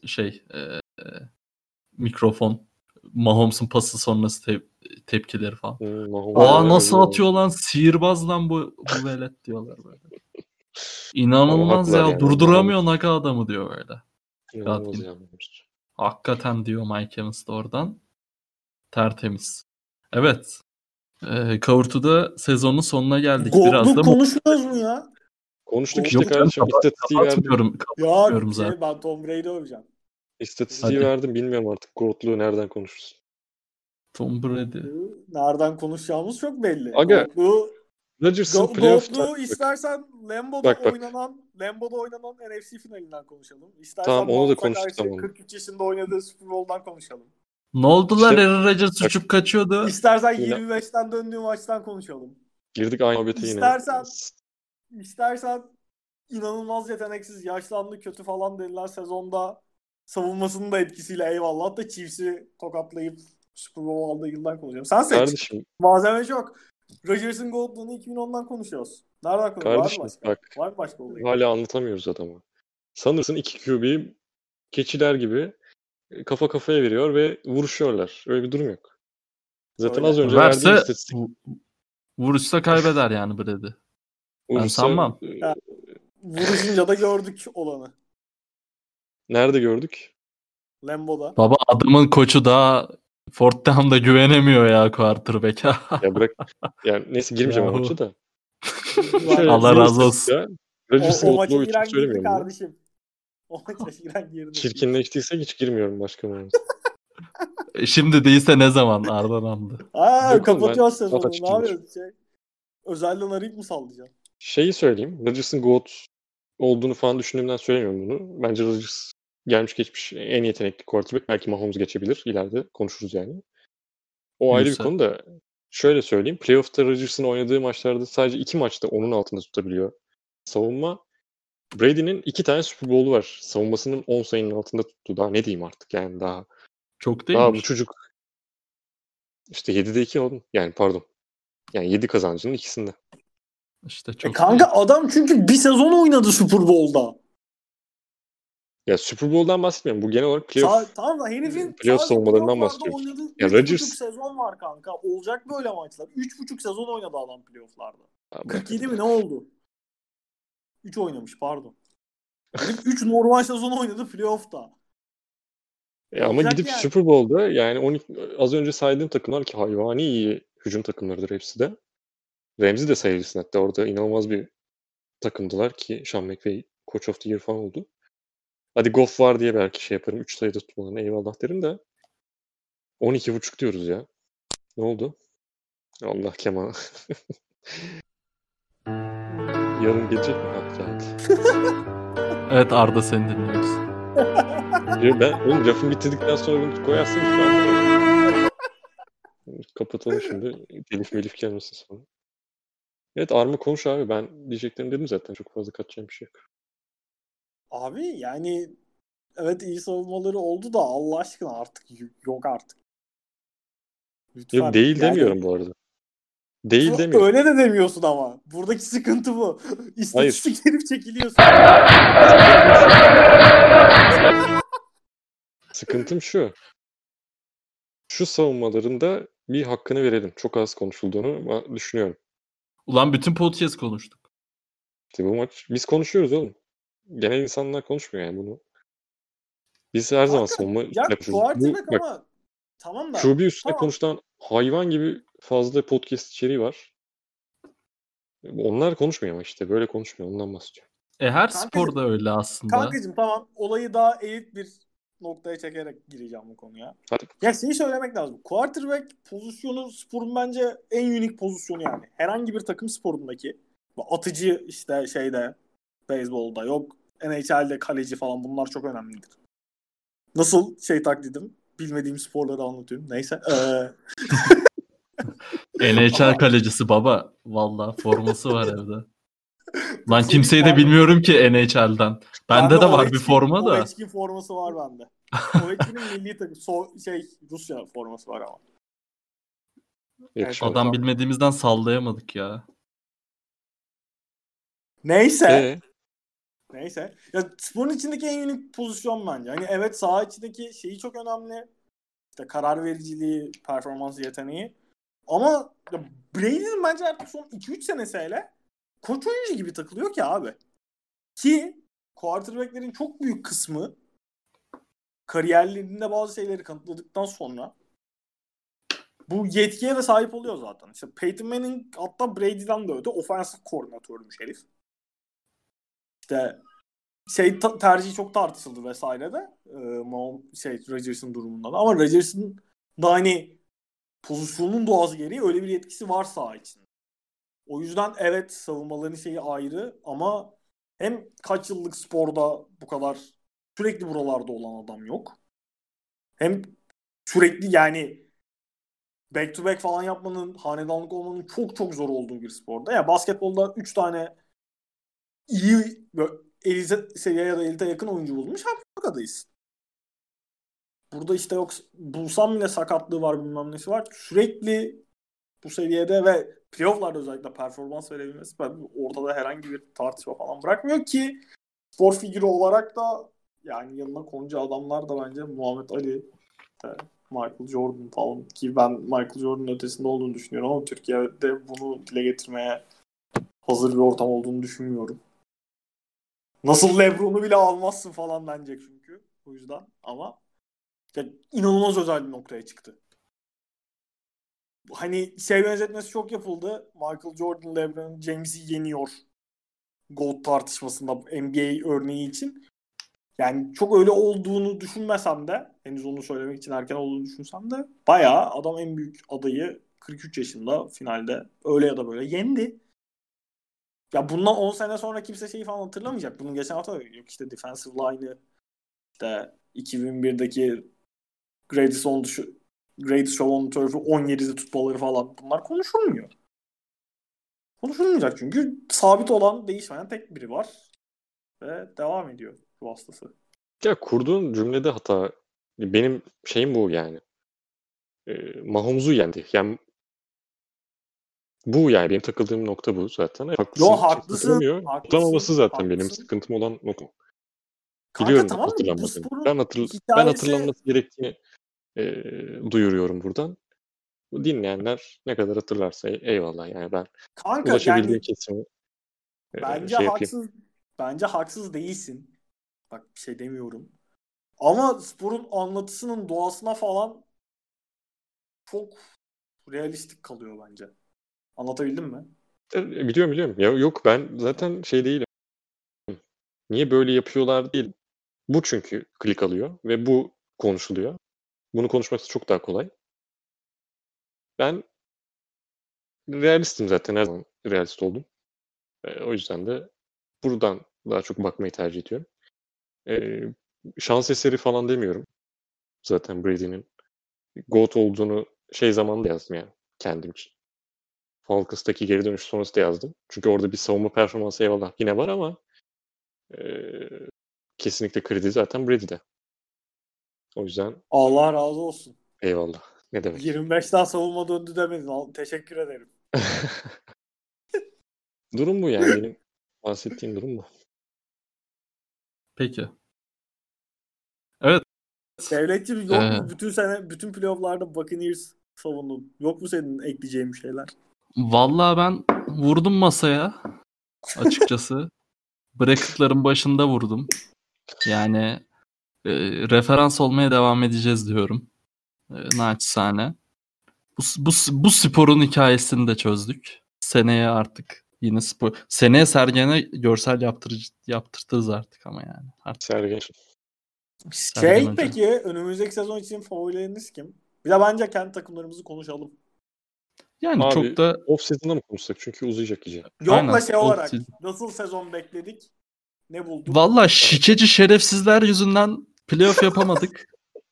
A: mikrofon. Mahomes'un pası sonrası tepkileri falan. Aa nasıl atıyor lan? Sihirbaz lan bu velet diyorlar böyle.
B: Ama
A: İnanılmaz
B: haklılar
A: ya.
B: yani.
A: Durduramıyor Naka adamı diyor böyle.
B: İnanılmaz
A: Godwin.
B: yani.
A: Hakikaten diyor Mike Evans da oradan. Tertemiz. Evet. Kavurtu'da sezonun sonuna geldik. Biraz da
C: Gold'luk konuşuyoruz mu ya?
B: Konuştuk işte
A: yok canım,
B: kardeşim. İstatistiği verdim.
A: kapatmıyorum zaten.
C: Ben Tom Brady öveceğim.
B: İstatistiği
A: Hadi.
B: verdim. Bilmiyorum artık Goat'luğu nereden konuşuruz.
A: Tom Brady.
C: Nereden konuşacağımız çok belli.
B: Aga Rodgers'ın playoff'ta
C: Gold'luğu istersen
B: bak.
C: Lambeau'da oynanan NFC finalinden konuşalım. İstersen
B: Tamam onu da
C: Mahomes'a
B: konuştuk
C: karşı
B: tamam.
C: 43 yaşında oynadığı Super Bowl'dan konuşalım.
A: Ne oldu lan?
B: İşte-
A: Aaron Rodgers uçup kaçıyordu.
C: İstersen
B: Yine-
C: 25'ten döndüğü maçtan konuşalım.
B: Girdik aynı muhabbete yine.
C: İstersen inanılmaz yeteneksiz, yaşlandı, kötü falan denilen sezonda savunmasının da etkisiyle eyvallah. Hatta Chiefs'i tokatlayıp Super Bowl aldığı yıldan konuşuyorum. Sen seç.
B: Kardeşim,
C: Malzeme çok. Rodgers'ın Gold'luğunu 2010'dan konuşuyoruz. Nereden konuşuyoruz? Var mı
B: kardeşim
C: başka?
B: bak
C: Var mı başka olayı?
B: hala anlatamıyoruz adamı. Sanırsın iki QB keçiler gibi kafa kafaya veriyor ve vuruşuyorlar. Öyle bir durum yok. Zaten
C: Öyle.
B: az önce verdiğim
A: Verse
B: istatistik
A: vuruşsa kaybeder yani Brady. Ben
B: vurursa
A: sanmam.
C: Vuruşunca da gördük olanı.
B: nerede gördük?
C: Lambeau'da.
A: Baba adamın koçu daha Fort Down'da güvenemiyor ya quarterback'a.
B: Ya bırak. Yani neyse girmeyeceğim o
A: Yahu.
B: maça da.
A: Allah
B: bir
A: razı olsun.
B: istatistikle Rodgers'ın
C: O maça
B: Goat'luğu için
C: giren girdi
B: söylemiyorum bunu.
C: kardeşim. O maça giren girdi.
B: Çirkinleştiysek hiç girmiyorum başka muhabbet.
A: Şimdi değilse ne zaman Arda Namlı?
B: Yok oğlum,
C: Kapatıyoruz
B: ben
C: sezonu.
B: açık
C: Ne yapıyorsun? Özelden arayıp mı sallayacaksın?
B: Şeyi söyleyeyim. Rodgers'ın GOAT olduğunu falan düşündüğümden söylemiyorum bunu. Bence Rodgers gelmiş geçmiş en yetenekli quarterback. Belki Mahomes geçebilir. İleride konuşuruz yani. O ayrı bir
A: Büyüse.
B: konu da şöyle söyleyeyim. Playoff'ta Rodgers'ın oynadığı maçlarda sadece 2 maçta onun altında tutabiliyor. Savunma Brady'nin 2 tane Super Bowl'u var. Savunmasının 10 sayının altında tuttu. Daha ne diyeyim artık yani daha.
A: Çok
B: Daha bu
A: değilmiş.
B: çocuk İşte 7'de 2 oldun. Yani pardon. Yani 7 kazancının ikisinde.
A: İşte çok
C: Kanka
A: iyi.
C: adam çünkü bir sezon oynadı Super Bowl'da.
B: Ya Super Bowl'dan bahsetmiyorum. Bu genel olarak
C: Tamam da herifin
B: playoff
C: sadece
B: savunmalarından
C: playoff'larda
B: bahsediyoruz.
C: oynadığı
B: Ya
C: 3,5
B: Rodgers
C: sezon var kanka. Olacak böyle maçlar. 3,5 sezon oynadı adam playoff'larda.
B: Abi,
C: 47 mi ne oldu? 3 oynamış pardon. Herif 3 normal sezon oynadı playoff'ta.
B: ama
C: Olacak
B: gidip
C: yani.
B: Super Bowl'da yani 12, az önce saydığım takımlar ki hayvani iyi hücum takımlarıdır hepsi de. Rams'i de sayabilirsin hatta orada inanılmaz bir takımdılar ki Sean McVay Coach of the Year falan oldu. Hadi Goff var diye belki şey yaparım. 3 sayıda tutmalarına eyvallah derim de 12,5 diyoruz ya. Ne oldu? Allah Kemal. Yarın gelecek mi? Ha geldi.
A: Evet Arda seni dinliyoruz.
B: Oğlum lafım bitirdikten sonra bunu koyarsın hiç anlamadım. Kapatalım şimdi. Telif melif gelmesin sonra. Evet Arma konuş abi. Ben diyeceklerimi dedim zaten. Çok fazla kaçacağım bir şey yok.
C: Abi yani evet iyi savunmaları oldu da Allah aşkına artık yok artık.
B: Yok
C: Lütfen
B: değil
C: yani
B: demiyorum bu arada. Değil demiyorum.
C: öyle de demiyorsun ama. Buradaki sıkıntı bu.
B: Hayır.
C: İstatistik herif çekiliyorsun.
B: Sıkıntım şu. Şu savunmalarında bir hakkını verelim. Çok az konuşulduğunu düşünüyorum.
A: Ulan bütün podcast konuştuk.
B: İşte bu maç biz konuşuyoruz oğlum. Genel insanlar konuşmuyor yani bunu. Biz her zaman
C: Kanka
B: savunma
C: ya
B: yapıyoruz. Bu
C: quarterback
B: bak
C: ama tamam da
B: QB üstüne
C: tamam.
B: konuşulan hayvan gibi fazla podcast içeriği var. Onlar konuşmuyor ama işte böyle konuşmuyor. Ondan bahsediyorum.
A: Her
C: Kankacım,
A: sporda öyle aslında.
C: kankacığım tamam olayı daha elit bir noktaya çekerek gireceğim bu konuya.
B: Hadi.
C: Ya şeyi söylemek lazım. Quarterback pozisyonu sporun bence en unik pozisyonu yani. Herhangi bir takım sporundaki atıcı işte şeyde beyzbolda yok. NHL'de kaleci falan bunlar çok önemlidir. Nasıl şey taklidim? Bilmediğim sporları anlatıyorum. Neyse.
A: NHL kalecisi baba. Vallahi forması var evde. Lan
C: Şey,
A: kimseyi de bilmiyorum ki NHL'den. Bende de var bir forma da.
C: Ovechkin forması var bende. Ovechkin'in milli takım Rusya forması var ama.
B: Yakışmadı.
A: Adam bilmediğimizden sallayamadık ya.
C: Neyse. Neyse. Ya sporun içindeki en unik pozisyon bence. Hani evet saha içindeki şeyi çok önemli. İşte karar vericiliği, performans yeteneği. Ama ya Brady'nin bence artık son 2-3 senesi hele koç oyuncu gibi takılıyor ki abi. Ki quarterback'lerin çok büyük kısmı kariyerlerinde bazı şeyleri kanıtladıktan sonra bu yetkiye de sahip oluyor zaten. İşte Peyton Manning hatta Brady'den de öte offensive koordinatörmüş herif. İşte tercihi çok tartışıldı vesaire de Rodgers'ın durumunda da. Ama Rodgers'ın da hani pozisyonun doğası gereği öyle bir yetkisi var saha içinde. O yüzden evet savunmaların şeyi ayrı ama hem kaç yıllık sporda bu kadar sürekli buralarda olan adam yok. Hem sürekli yani back to back falan yapmanın, hanedanlık olmanın çok çok zor olduğu bir sporda. Yani basketbolda 3 tane iyi elite seviye ya da elite yakın oyuncu bulmuş. Afrika'dayız. Burada işte yok bulsam bile sakatlığı var bilmem nesi var. Sürekli bu seviyede ve playoff'larda özellikle performans verebilmesi ortada herhangi bir tartışma falan bırakmıyor ki spor figürü olarak da yani yanına konacağı adamlar da bence Muhammed Ali, Michael Jordan falan ki ben Michael Jordan'ın ötesinde olduğunu düşünüyorum ama Türkiye'de bunu dile getirmeye hazır bir ortam olduğunu düşünmüyorum. Nasıl LeBron'u bile almazsın falan denecek çünkü. O yüzden ama inanılmaz özel bir noktaya çıktı. Hani benzetmesi çok yapıldı. Michael Jordan, LeBron James'i yeniyor GOAT tartışmasında NBA örneği için. Yani çok öyle olduğunu düşünmesem de henüz onu söylemek için erken olduğunu düşünsem de bayağı adam en büyük adayı 43 yaşında finalde öyle ya da böyle yendi. Ya bundan 10 sene sonra kimse şeyi falan hatırlamayacak. Bunun geçen hafta yok işte defensive line'ı işte 2001'deki Greatest Show on Turf'ü 17'de tutmaları falan bunlar konuşulmuyor. Konuşulmayacak çünkü sabit olan değişmeyen tek biri var ve devam ediyor bu hastası.
B: Ya kurduğun cümlede hata benim şeyim bu yani. Mahomes'u yendi. Yani bu yani benim takıldığım nokta bu zaten. Haklısın.
C: Yo
B: Kimse
C: haklısın.
B: hatırlamıyor. Hatırlamaması zaten benim
C: Haklısın.
B: sıkıntım olan nokta.
C: Kanka
B: Biliyorum
C: tamam mı? Bu
B: hatırlanmadığını.
C: sporun
B: Ben
C: hikayesi
B: hatırlanması gerektiğini duyuruyorum buradan. Bu dinleyenler ne kadar hatırlarsa eyvallah. Yani ben
C: kanka
B: ulaşabildiğim
C: yani
B: kesimi
C: bence
B: şey yapayım.
C: haksız değilsin. Bak bir şey demiyorum. Ama sporun anlatısının doğasına falan çok realistik kalıyor bence. Anlatabildim mi?
B: Biliyorum. Ya, yok ben zaten şey değilim. Niye böyle yapıyorlar değil. Bu çünkü klik alıyor ve bu konuşuluyor. Bunu konuşması çok daha kolay. Ben realistim zaten. Her zaman realist oldum. O yüzden de buradan daha çok bakmayı tercih ediyorum. E, Şans eseri falan demiyorum. Zaten Brady'nin GOAT olduğunu şey zamanında yazdım yani kendim için. Falcons'taki geri dönüş sonrası da yazdım. Çünkü orada bir savunma performansı eyvallah yine var ama kesinlikle kredi zaten Brady'de. O yüzden
C: Allah razı olsun.
B: eyvallah. Ne demek?
C: 25 daha savunma döndü demedin. Teşekkür ederim.
B: Durum bu yani. Benim bahsettiğim durum bu.
A: Peki. Evet.
C: Devletçim yok
A: Ee,
C: mu? Bütün sene, bütün playoff'larda Buccaneers savundun. Yok mu senin ekleyeceğin bir şeyler?
A: Vallahi ben vurdum masaya açıkçası. Bracket'ların başında vurdum. Yani referans olmaya devam edeceğiz diyorum. Naçizane. Bu sporun hikayesini de çözdük. Seneye artık yine spor. Seneye Sergen'e görsel yaptırtırız artık ama yani. Artık
B: Sergen.
A: Sergen Hoca.
C: Peki önümüzdeki sezon için favorileriniz kim? Bir de bence kendi takımlarımızı konuşalım.
A: Yani çok
B: Abi
A: da
B: off-season'da mı konuşsak? Çünkü uzayacak iyice.
C: Yokla
A: aynen.
C: şey olarak nasıl sezon bekledik? Ne bulduk?
A: Valla şikeci şerefsizler yüzünden playoff yapamadık.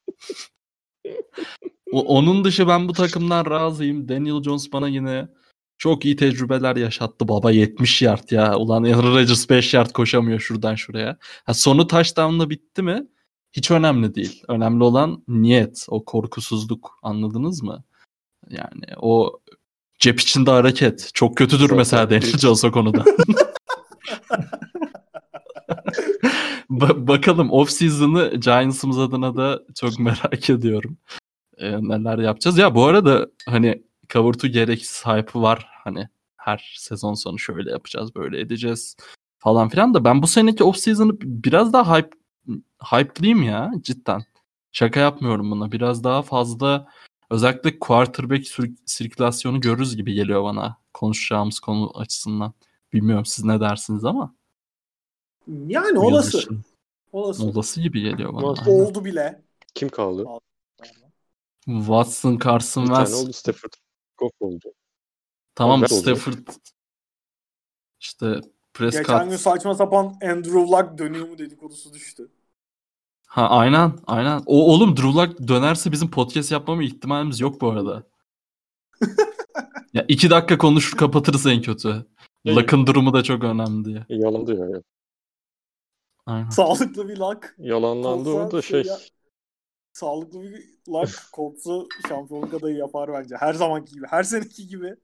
A: Onun dışı ben bu takımdan razıyım. Daniel Jones bana yine çok iyi tecrübeler yaşattı. Baba 70 yard ya. Ulan Aaron Rodgers 5 yard koşamıyor şuradan şuraya. Sonu touchdown'la bitti mi? Hiç önemli değil. Önemli olan niyet. O korkusuzluk. Anladınız mı? Yani o cep içinde hareket. Çok kötüdür
B: Zaten
A: mesela Daniel Jones o konuda. Bakalım off-season'ı Giants'ımız adına da çok merak ediyorum. Neler yapacağız. Ya bu arada hani Cover 2 gereksiz hype'ı var. Hani her sezon sonu şöyle yapacağız, böyle edeceğiz falan filan da ben bu seneki off-season'ı biraz daha hype'lıyım ya cidden. Şaka yapmıyorum buna. Biraz daha fazla özellikle quarterback sirkülasyonu görürüz gibi geliyor bana konuşacağımız konu açısından. Bilmiyorum siz ne dersiniz ama
C: Yani
A: bu yaz
C: olası.
A: için
C: Olası.
A: olası gibi geliyor bana.
B: Olası.
A: Aynen.
C: Oldu bile.
B: Kim kaldı?
A: Watson, Carson
B: Bir tane
A: Wentz.
B: oldu. Stafford. Goff oldu.
A: Tamam
B: Wentz olacak.
A: Stafford işte
C: Geçen gün
A: Prescott.
C: saçma sapan Andrew Luck dönüyor mu dedikodusu düştü.
A: Ha aynen. Oğlum Drew Lock dönerse bizim podcast yapmama ihtimalimiz yok bu arada. Ya 2 dakika konuşur kapatırız en kötü. Luck'ın durumu da çok önemli diye.
B: Yalandı ya.
A: Aynen.
C: Sağlıklı bir Luck.
B: Yalanlandı o da
C: Sağlıklı bir Luck Colts'u şampiyonluk adayı yapar bence. Her zamanki gibi. Her seneki gibi.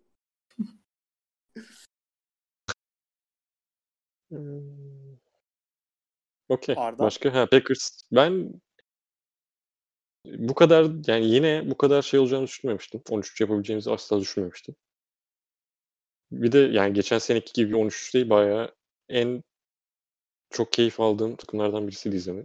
B: Okey.
C: Arda?
B: Başka? Packers. Ben bu kadar yani yine bu kadar şey olacağını düşünmemiştim. 13 yapabileceğimizi asla düşünmemiştim. Bir de yani geçen seneki gibi 13 değil bayağı en çok keyif aldığım takımlardan birisiydi izlemek.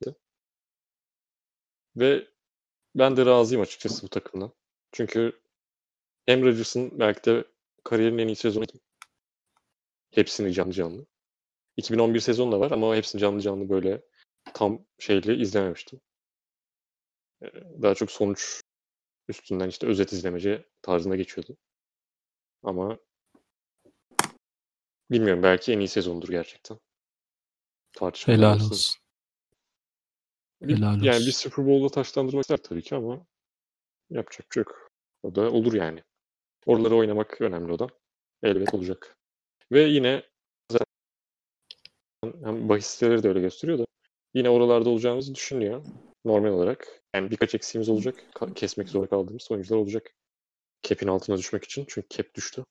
B: Ve ben de razıyım açıkçası bu takımdan. Çünkü hem Rodgers'ın belki de kariyerinin en iyi sezonu. Hepsini canlı canlı. 2011 sezonu da var ama hepsini canlı canlı böyle tam şeyle izlememiştim. Daha çok sonuç üstünden işte özet izlemece tarzında geçiyordu. Ama bilmiyorum belki en iyi sezondur gerçekten. Tartışmalar
A: Helal
B: arasında.
A: olsun. Helal
B: Yani
A: olsun.
B: bir Super Bowl'da taşlandırmak ister tabii ki ama yapacak bir şey yok. O da olur yani. Oraları oynamak önemli o da. Elbet olacak. Ve yine zaten hem bahis siteleri de öyle gösteriyor da yine oralarda olacağımızı düşünüyor. normal olarak. Yani birkaç eksiğimiz olacak. Kesmek zorunda kaldığımız oyuncular olacak. Cap'in altına düşmek için. Çünkü cap düştü.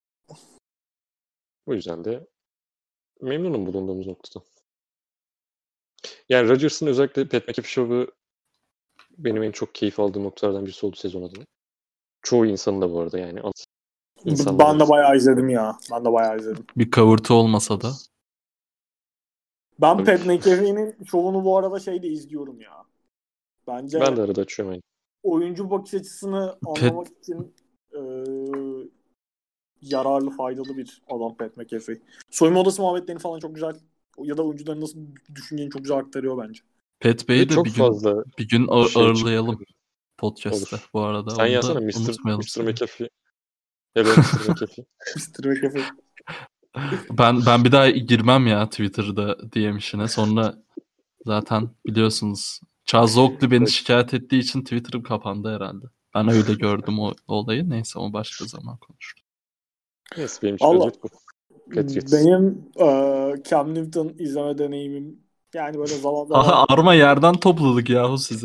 B: O yüzden de memnunum bulunduğumuz noktada. Yani Rodgers'ın özellikle Pat McAfee Show'u benim en çok keyif aldığım noktalardan birisi oldu sezon adına. Çoğu insanın da bu arada yani.
C: Ben de bayağı izledim ya. Ben de bayağı izledim.
A: Bir kavurtu olmasa da.
C: Ben Pat McAfee'nin şovunu bu arada şeyde izliyorum ya. Bence
B: Ben de arada açıyorum yani.
C: oyuncu bakış açısını anlamak için yararlı, faydalı bir adam Pat McAfee. Soyunma odası muhabbetlerini falan çok güzel ya da oyuncuların nasıl düşüneceğini çok güzel aktarıyor bence.
A: Pat Bey'i de
B: çok
A: bir
B: fazla
A: gün ağırlayalım podcast'te
B: olur.
A: bu arada.
B: Sen
A: Onu
B: yazsana
A: da unutmayalım.
B: Mr. McAfee. Hello Mr. McAfee.
C: Mr. McAfee.
A: Ben bir daha girmem ya Twitter'da DM işine. Sonra zaten biliyorsunuz Charles Oakley beni şikayet ettiği için Twitter'ım kapandı herhalde. Ben öyle gördüm o olayı. Neyse o başka zaman konuşuruz.
B: Neyse benim için
C: Allah.
B: özet bu. Patriots.
C: Benim Cam Newton izleme deneyimim yani böyle zaman zaman
A: Arma yerden topladık yahu sizi.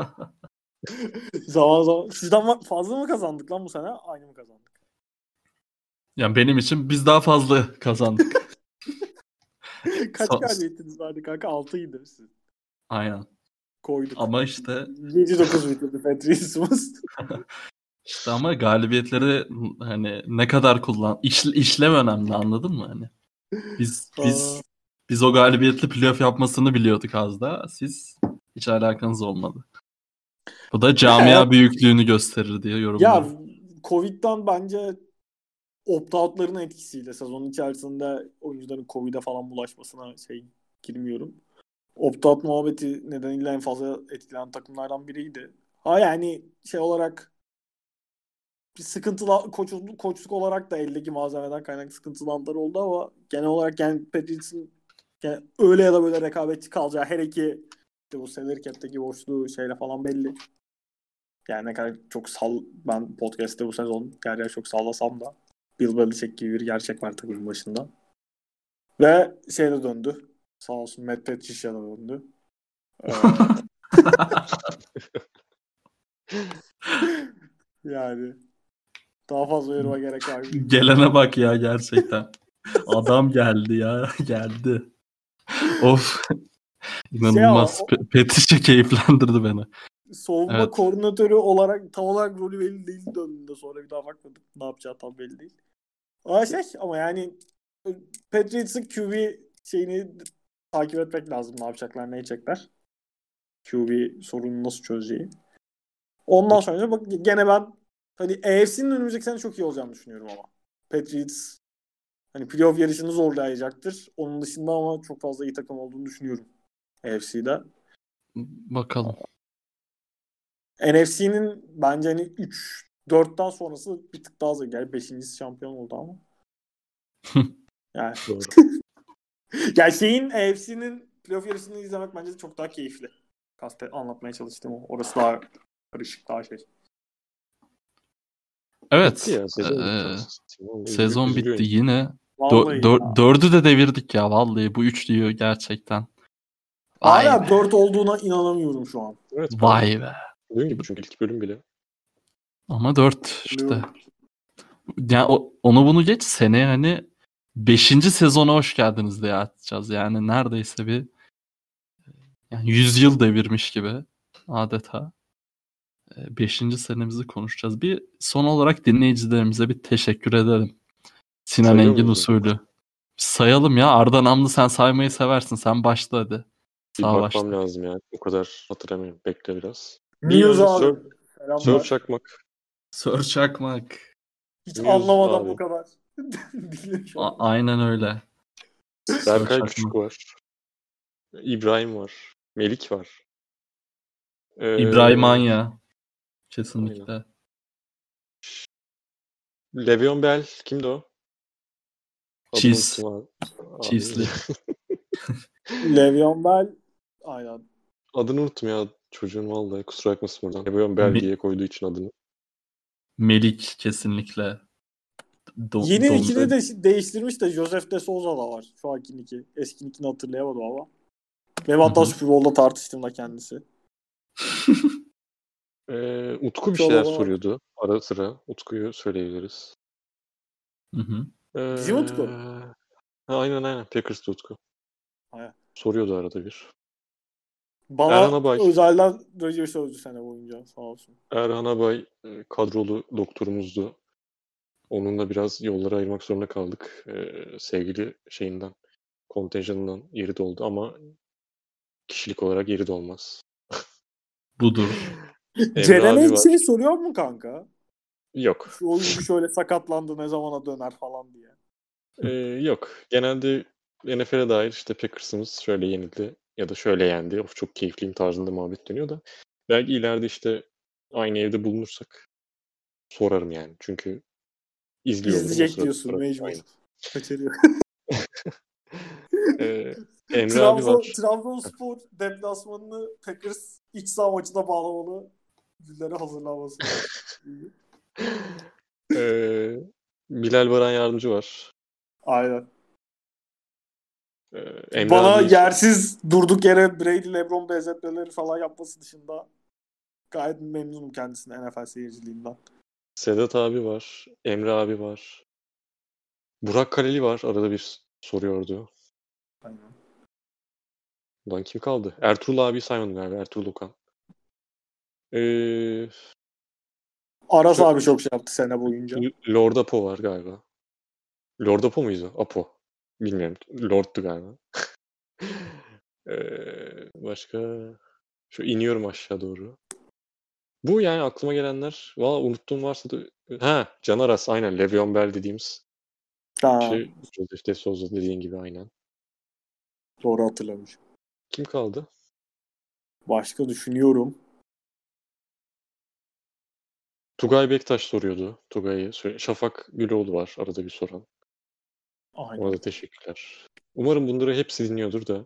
C: zaman sizden fazla mı kazandık lan bu sene? Aynı mı kazandık?
A: Yani benim için biz daha fazla kazandık.
C: Kaç galibiyetiniz vardı kanka? 6'ydı siz.
A: Aynen.
C: Koyduk.
A: Ama işte
C: 7-9 bitirdi Patriots'ımız.
A: İşte ama galibiyetleri hani ne kadar işlem önemli, anladın mı hani? Biz o galibiyetle playoff yapmasını biliyorduk az da. Siz hiç alakanız olmadı. Bu da camia büyüklüğünü gösterir diye yorumluyorum.
C: Ya Covid'den bence opt-out'ların etkisiyle sezonun içerisinde oyuncuların Covid'e falan bulaşmasına girmiyorum. Opt-out muhabbeti nedeniyle en fazla etkilenen takımlardan biriydi. Ha yani olarak bir sıkıntılı koçluk olarak da eldeki malzemeden kaynaklı sıkıntılı anlar oldu ama genel olarak yani Patriots'ın yani öyle ya da böyle rekabetçi kalacağı her iki işte bu salary cap'teki boşluğu şeyle falan belli. Yani ne kadar çok ben podcast'te bu sezon gerçekten çok sallasam da Bill Belichick gibi bir gerçek var takımın başında. Ve de döndü. Sağ olsun Matt Patricia da döndü. Yani daha fazla yoruma gerek var.
A: Gelene bak ya gerçekten. Adam geldi ya. Geldi. Of. İnanılmaz. Patricia keyiflendirdi beni.
C: Savunma koordinatörü olarak tam olarak rolü belli değil döndüğünde sonra bir daha bakmadık. Ne yapacağı tam belli değil. Ama yani Patriots'ın QB şeyini takip etmek lazım. Ne yapacaklar, ne edecekler. QB sorununu nasıl çözeceği. Ondan sonra bak gene ben hani AFC'nin önümüzdeki sene çok iyi olacağını düşünüyorum ama. Patriots hani playoff yarışını zorlayacaktır. Onun dışında ama çok fazla iyi takım olduğunu düşünüyorum AFC'de.
A: Bakalım.
C: NFC'nin bence hani 3-4'ten sonrası bir tık daha zor. Yani 5. şampiyon oldu ama. Yani. Yani AFC'nin playoff yarışını izlemek bence çok daha keyifli. Anlatmaya çalıştım o. Orası daha karışık, daha şey.
A: Evet.
B: Ya,
A: sezon bitti yine.
C: Vallahi
A: dördü de devirdik ya vallahi. Bu üçlüyü gerçekten.
C: Hala 4 olduğuna inanamıyorum şu an.
B: Evet,
A: vay be.
B: Dediğim gibi çünkü ilk bölüm bile.
A: Ama 4 işte. Yani onu bunu geç, seneye hani 5. sezona hoş geldiniz diye atacağız. Yani neredeyse bir 100 yıl devirmiş gibi adeta. 5. senemizi konuşacağız. Bir son olarak dinleyicilerimize bir teşekkür edelim. Sinan Engin usulü. Sayalım ya. Arda Namlı, sen saymayı seversin. Sen başla hadi.
B: Bir bakmam lazım ya. O kadar hatırlamıyorum. Bekle biraz.
C: Muse abi.
B: Sör Çakmak.
A: Sör Çakmak.
C: Hiç anlamadan bu kadar.
A: Aynen öyle.
B: Berkay Küçük var. İbrahim var. Melik var.
A: İbrahim Anya. Kesinlikle.
B: Aynen. Le'Veon Bell. Kimdi o?
A: Chiefs'li.
C: Le'Veon Bell. Aynen.
B: Adını unuttum ya. Çocuğun vallahi kusura bakmasın buradan. Le'Veon Bell diye koyduğu için adını.
A: Melik kesinlikle.
C: Yeni ikini de değiştirmiş de Joseph De Souza da var. Şu anki niki. Eski nikini hatırlayamadım ama. Benim hatta Super Bowl'da tartıştığımda kendisi.
B: Utku bir
C: Çok
B: şeyler
C: olamadı.
B: soruyordu. Ara sıra Utku'yu söyleyebiliriz.
A: Hı hı.
C: Bizim Utku.
B: Aynen. Packers'ta Utku.
C: Aynen.
B: Soruyordu arada bir.
C: Bana
B: Erhan Abay.
C: özelden Roger sözcü sene boyunca sağ olsun.
B: Erhan Abay kadrolu doktorumuzdu. Onunla biraz yolları ayırmak zorunda kaldık. Sevgili şeyinden, kontenjanından yeri doldu ama kişilik olarak yeri dolmaz.
A: Budur.
B: Emre
C: Ceren'e
B: abi
C: hiç
B: var.
C: şey soruyor mu kanka?
B: Yok.
C: Şu oyuncu şöyle sakatlandı ne zamana döner falan diye.
B: Yok. Genelde NFL'e dair işte Packers'ımız şöyle yenildi ya da şöyle yendi. Of çok keyifliyim tarzında muhabbet dönüyor da. Belki ileride işte aynı evde bulunursak sorarım yani. Çünkü izliyor olurum o
C: İzleyecek
B: sırada.
C: diyorsun mecbur.
B: Aynen.
C: Kaçırıyor.
B: Emre abi var.
C: Trabzonspor deplasmanını Packers iç saha maçına bağlamalı. Birileri hazırlanması lazım.
B: Bilal Baran Yardımcı var.
C: Aynen.
B: Emre
C: Bana
B: abi
C: yersiz durduk yere Brady LeBron benzetmeleri falan yapması dışında gayet memnunum kendisine NFL seyirciliğinden.
B: Sedat abi var. Emre abi var. Burak Kaleli var. Arada bir soruyordu.
C: Aynen.
B: Ulan kim kaldı? Ertuğrul abi saymadım galiba. Ertuğrul Okan.
C: Aras
B: Şu-
C: abi çok şey yaptı sene boyunca.
B: Lord Apo var galiba. Lord Apo muydu? Apo. Bilmiyorum. Lord'tu galiba. Başka? Şu iniyorum aşağı doğru. Bu yani aklıma gelenler. Valla unuttuğum varsa da... Can Aras aynen. Le'Veon Bell dediğimiz.
C: Ha,
B: Joseph de Souza dediğin gibi aynen.
C: doğru hatırlamış.
B: Kim kaldı?
C: Başka düşünüyorum.
B: Tugay Bektaş soruyordu. Şafak Güloğlu var arada bir soran.
C: Aynen.
B: Ona da teşekkürler. Umarım bunları hepsi dinliyordur da.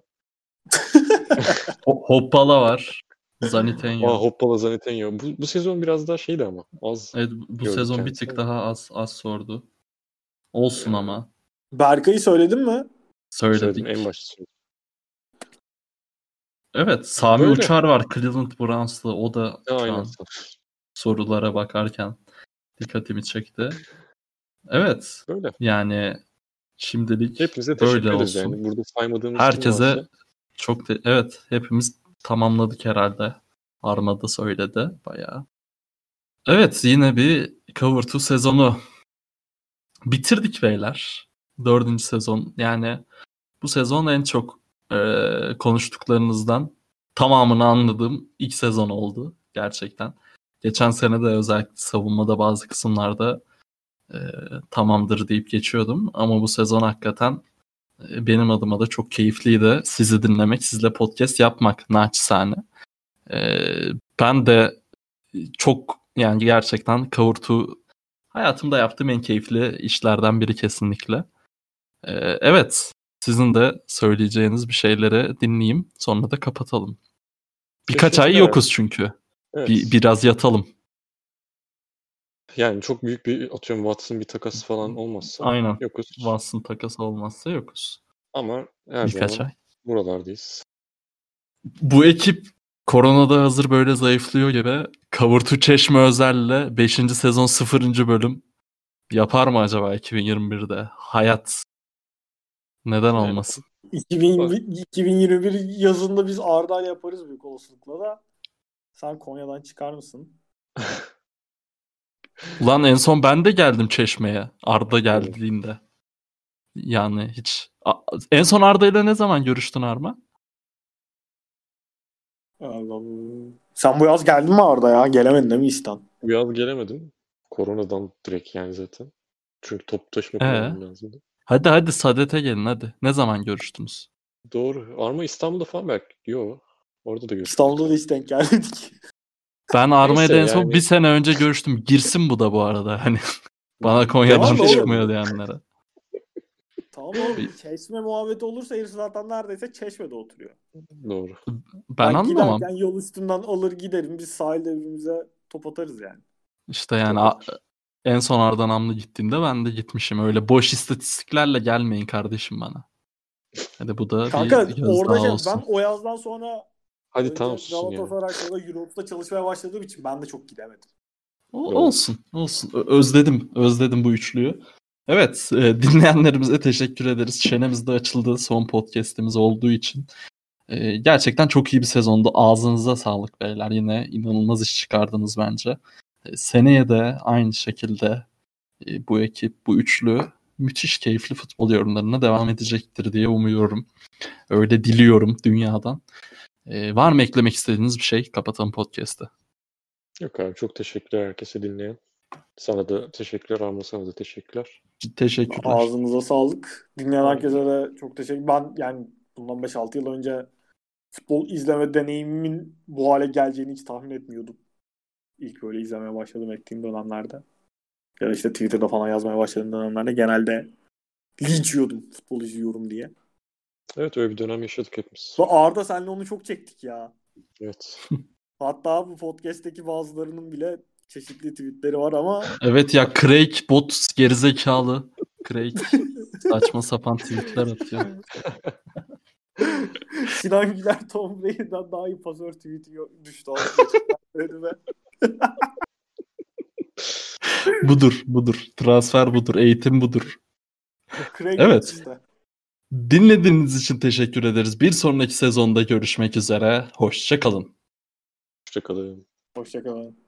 A: Hoppala var. Zanitenyo.
B: Hoppala Zanetenyo. Bu sezon biraz daha şeydi ama. Az
A: Evet, bu
B: gördük
A: sezon bir
B: kendisini.
A: tık daha az sordu. Olsun ama.
C: Berkay'ı söyledin mi?
B: Söyledim en
A: Söyledik.
B: başta söyledim.
A: Evet, Sami
B: Böyle.
A: Uçar var Cleveland Browns'lı. O da şu
B: Aynen.
A: an sorulara bakarken dikkatimi çekti. Evet.
B: Böyle.
A: Yani şimdilik
B: Hepinize
A: böyle
B: teşekkür ederiz
A: olsun.
B: yani. Burada saymadığımız kim
A: Herkese
B: varsa.
A: evet, hepimiz tamamladık herhalde. Armada söyledi bayağı. Evet, yine bir Cover 2 sezonu bitirdik beyler. 4. sezon. Yani bu sezon en çok konuştuklarınızdan tamamını anladığım ilk sezon oldu gerçekten. Geçen sene de özellikle savunmada bazı kısımlarda tamamdır deyip geçiyordum. Ama bu sezon hakikaten benim adıma da çok keyifliydi. Sizi dinlemek, sizle podcast yapmak naçizane. Ben de çok yani gerçekten Cover 2 hayatımda yaptığım en keyifli işlerden biri kesinlikle. Evet, sizin de söyleyeceğiniz bir şeyleri dinleyeyim. Sonra da kapatalım. Birkaç ay
B: Teşekkürler.
A: yokuz çünkü.
B: Evet.
A: Biraz yatalım.
B: Yani çok büyük bir atıyorum Watson bir takası falan olmazsa
A: Aynen.
B: yokuz.
A: Watson takası olmazsa yokuz.
B: Ama her
A: Birkaç
B: zaman
A: ay.
B: buralardayız.
A: Bu ekip koronada hazır böyle zayıflıyor gibi Kavurtu Çeşme Özel'le 5. sezon 0. bölüm yapar mı acaba 2021'de? Hayat. Neden
B: Yani
A: olmasın?
C: 2021 yazında biz Arda'yla yaparız büyük olasılıkla da. Sen Konya'dan çıkar mısın?
A: Ulan en son ben de geldim Çeşme'ye. Arda geldiğinde. Yani hiç. En son Arda'yla ne zaman görüştün Arma?
C: Sen bu yaz geldin mi Arda ya? Gelemedin değil mi İstan?
B: Bu yaz gelemedim. Koronadan direkt yani zaten. Çünkü toplu taşıma kullanmam lazımdı.
A: Hadi Sadet'e gelin hadi. Ne zaman görüştünüz?
B: Doğru. Arma İstanbul'da falan belki. Yok. Orada da görüştük.
C: İstanbul'da da hiç denk gelmedik.
A: Ben Arma'yla en son
B: yani.
A: bir sene önce görüştüm. Girsin bu da bu arada. Hani bana Konya'dan
C: Tamam oğlum.
A: çıkmıyor diyenlere.
C: Tamam oğlum. Çeşme muhabbeti olursa herif zaten neredeyse Çeşme'de oturuyor.
B: Doğru.
A: Ben anlamam.
C: Giderken yol üstünden alır giderim. Biz sahilde birbirimize top atarız yani.
A: İşte yani en son Arda Namlı gittiğinde ben de gitmişim. Öyle boş istatistiklerle gelmeyin kardeşim bana. Hadi bu da
C: Kanka
A: bir göz
C: orada
A: daha olsun.
C: ben o yazdan sonra
B: Hadi
C: Önce
B: tamam susun ya.
C: Galatasaray sonra Euroleague'da çalışmaya başladığım için ben de çok gidemedim.
A: Olsun. Özledim bu üçlüyü. Evet, dinleyenlerimize teşekkür ederiz. Çenemiz de açıldı son podcast'imiz olduğu için. Gerçekten çok iyi bir sezondu. Ağzınıza sağlık beyler. Yine inanılmaz iş çıkardınız bence. Seneye de aynı şekilde bu ekip, bu üçlü müthiş keyifli futbol yorumlarına devam edecektir diye umuyorum. Öyle diliyorum dünyadan. Var mı eklemek istediğiniz bir şey? Kapatalım podcast'ı.
B: Yok abi, çok teşekkürler herkese dinleyen. Sana da teşekkürler, Arma sana da teşekkürler.
A: Teşekkürler.
C: Ağzınıza sağlık. Dinleyen herkese de çok teşekkür. Ben yani bundan 5-6 yıl önce futbol izleme deneyimimin bu hale geleceğini hiç tahmin etmiyordum. İlk böyle izlemeye başladım ettiğim dönemlerde. Ya da işte Twitter'da falan yazmaya başladığım dönemlerde genelde linç yiyordum futbol izliyorum diye.
B: Evet, öyle bir dönem yaşadık hepimiz.
C: Ve Arda senle onu çok çektik ya.
B: Evet.
C: Hatta bu podcast'teki bazılarının bile çeşitli tweetleri var ama
A: Evet ya, Craig bot gerizekalı. Craig saçma sapan tweetler atıyor.
C: Sinan Güler Tom Brady'den daha iyi pasör tweet'i düştü önüme.
A: Budur. Transfer budur. Eğitim budur.
C: Craig
A: Evet.
C: işte.
A: Dinlediğiniz için teşekkür ederiz. Bir sonraki sezonda görüşmek üzere. Hoşça kalın.
B: Hoşçakalın.
C: Hoşçakalın.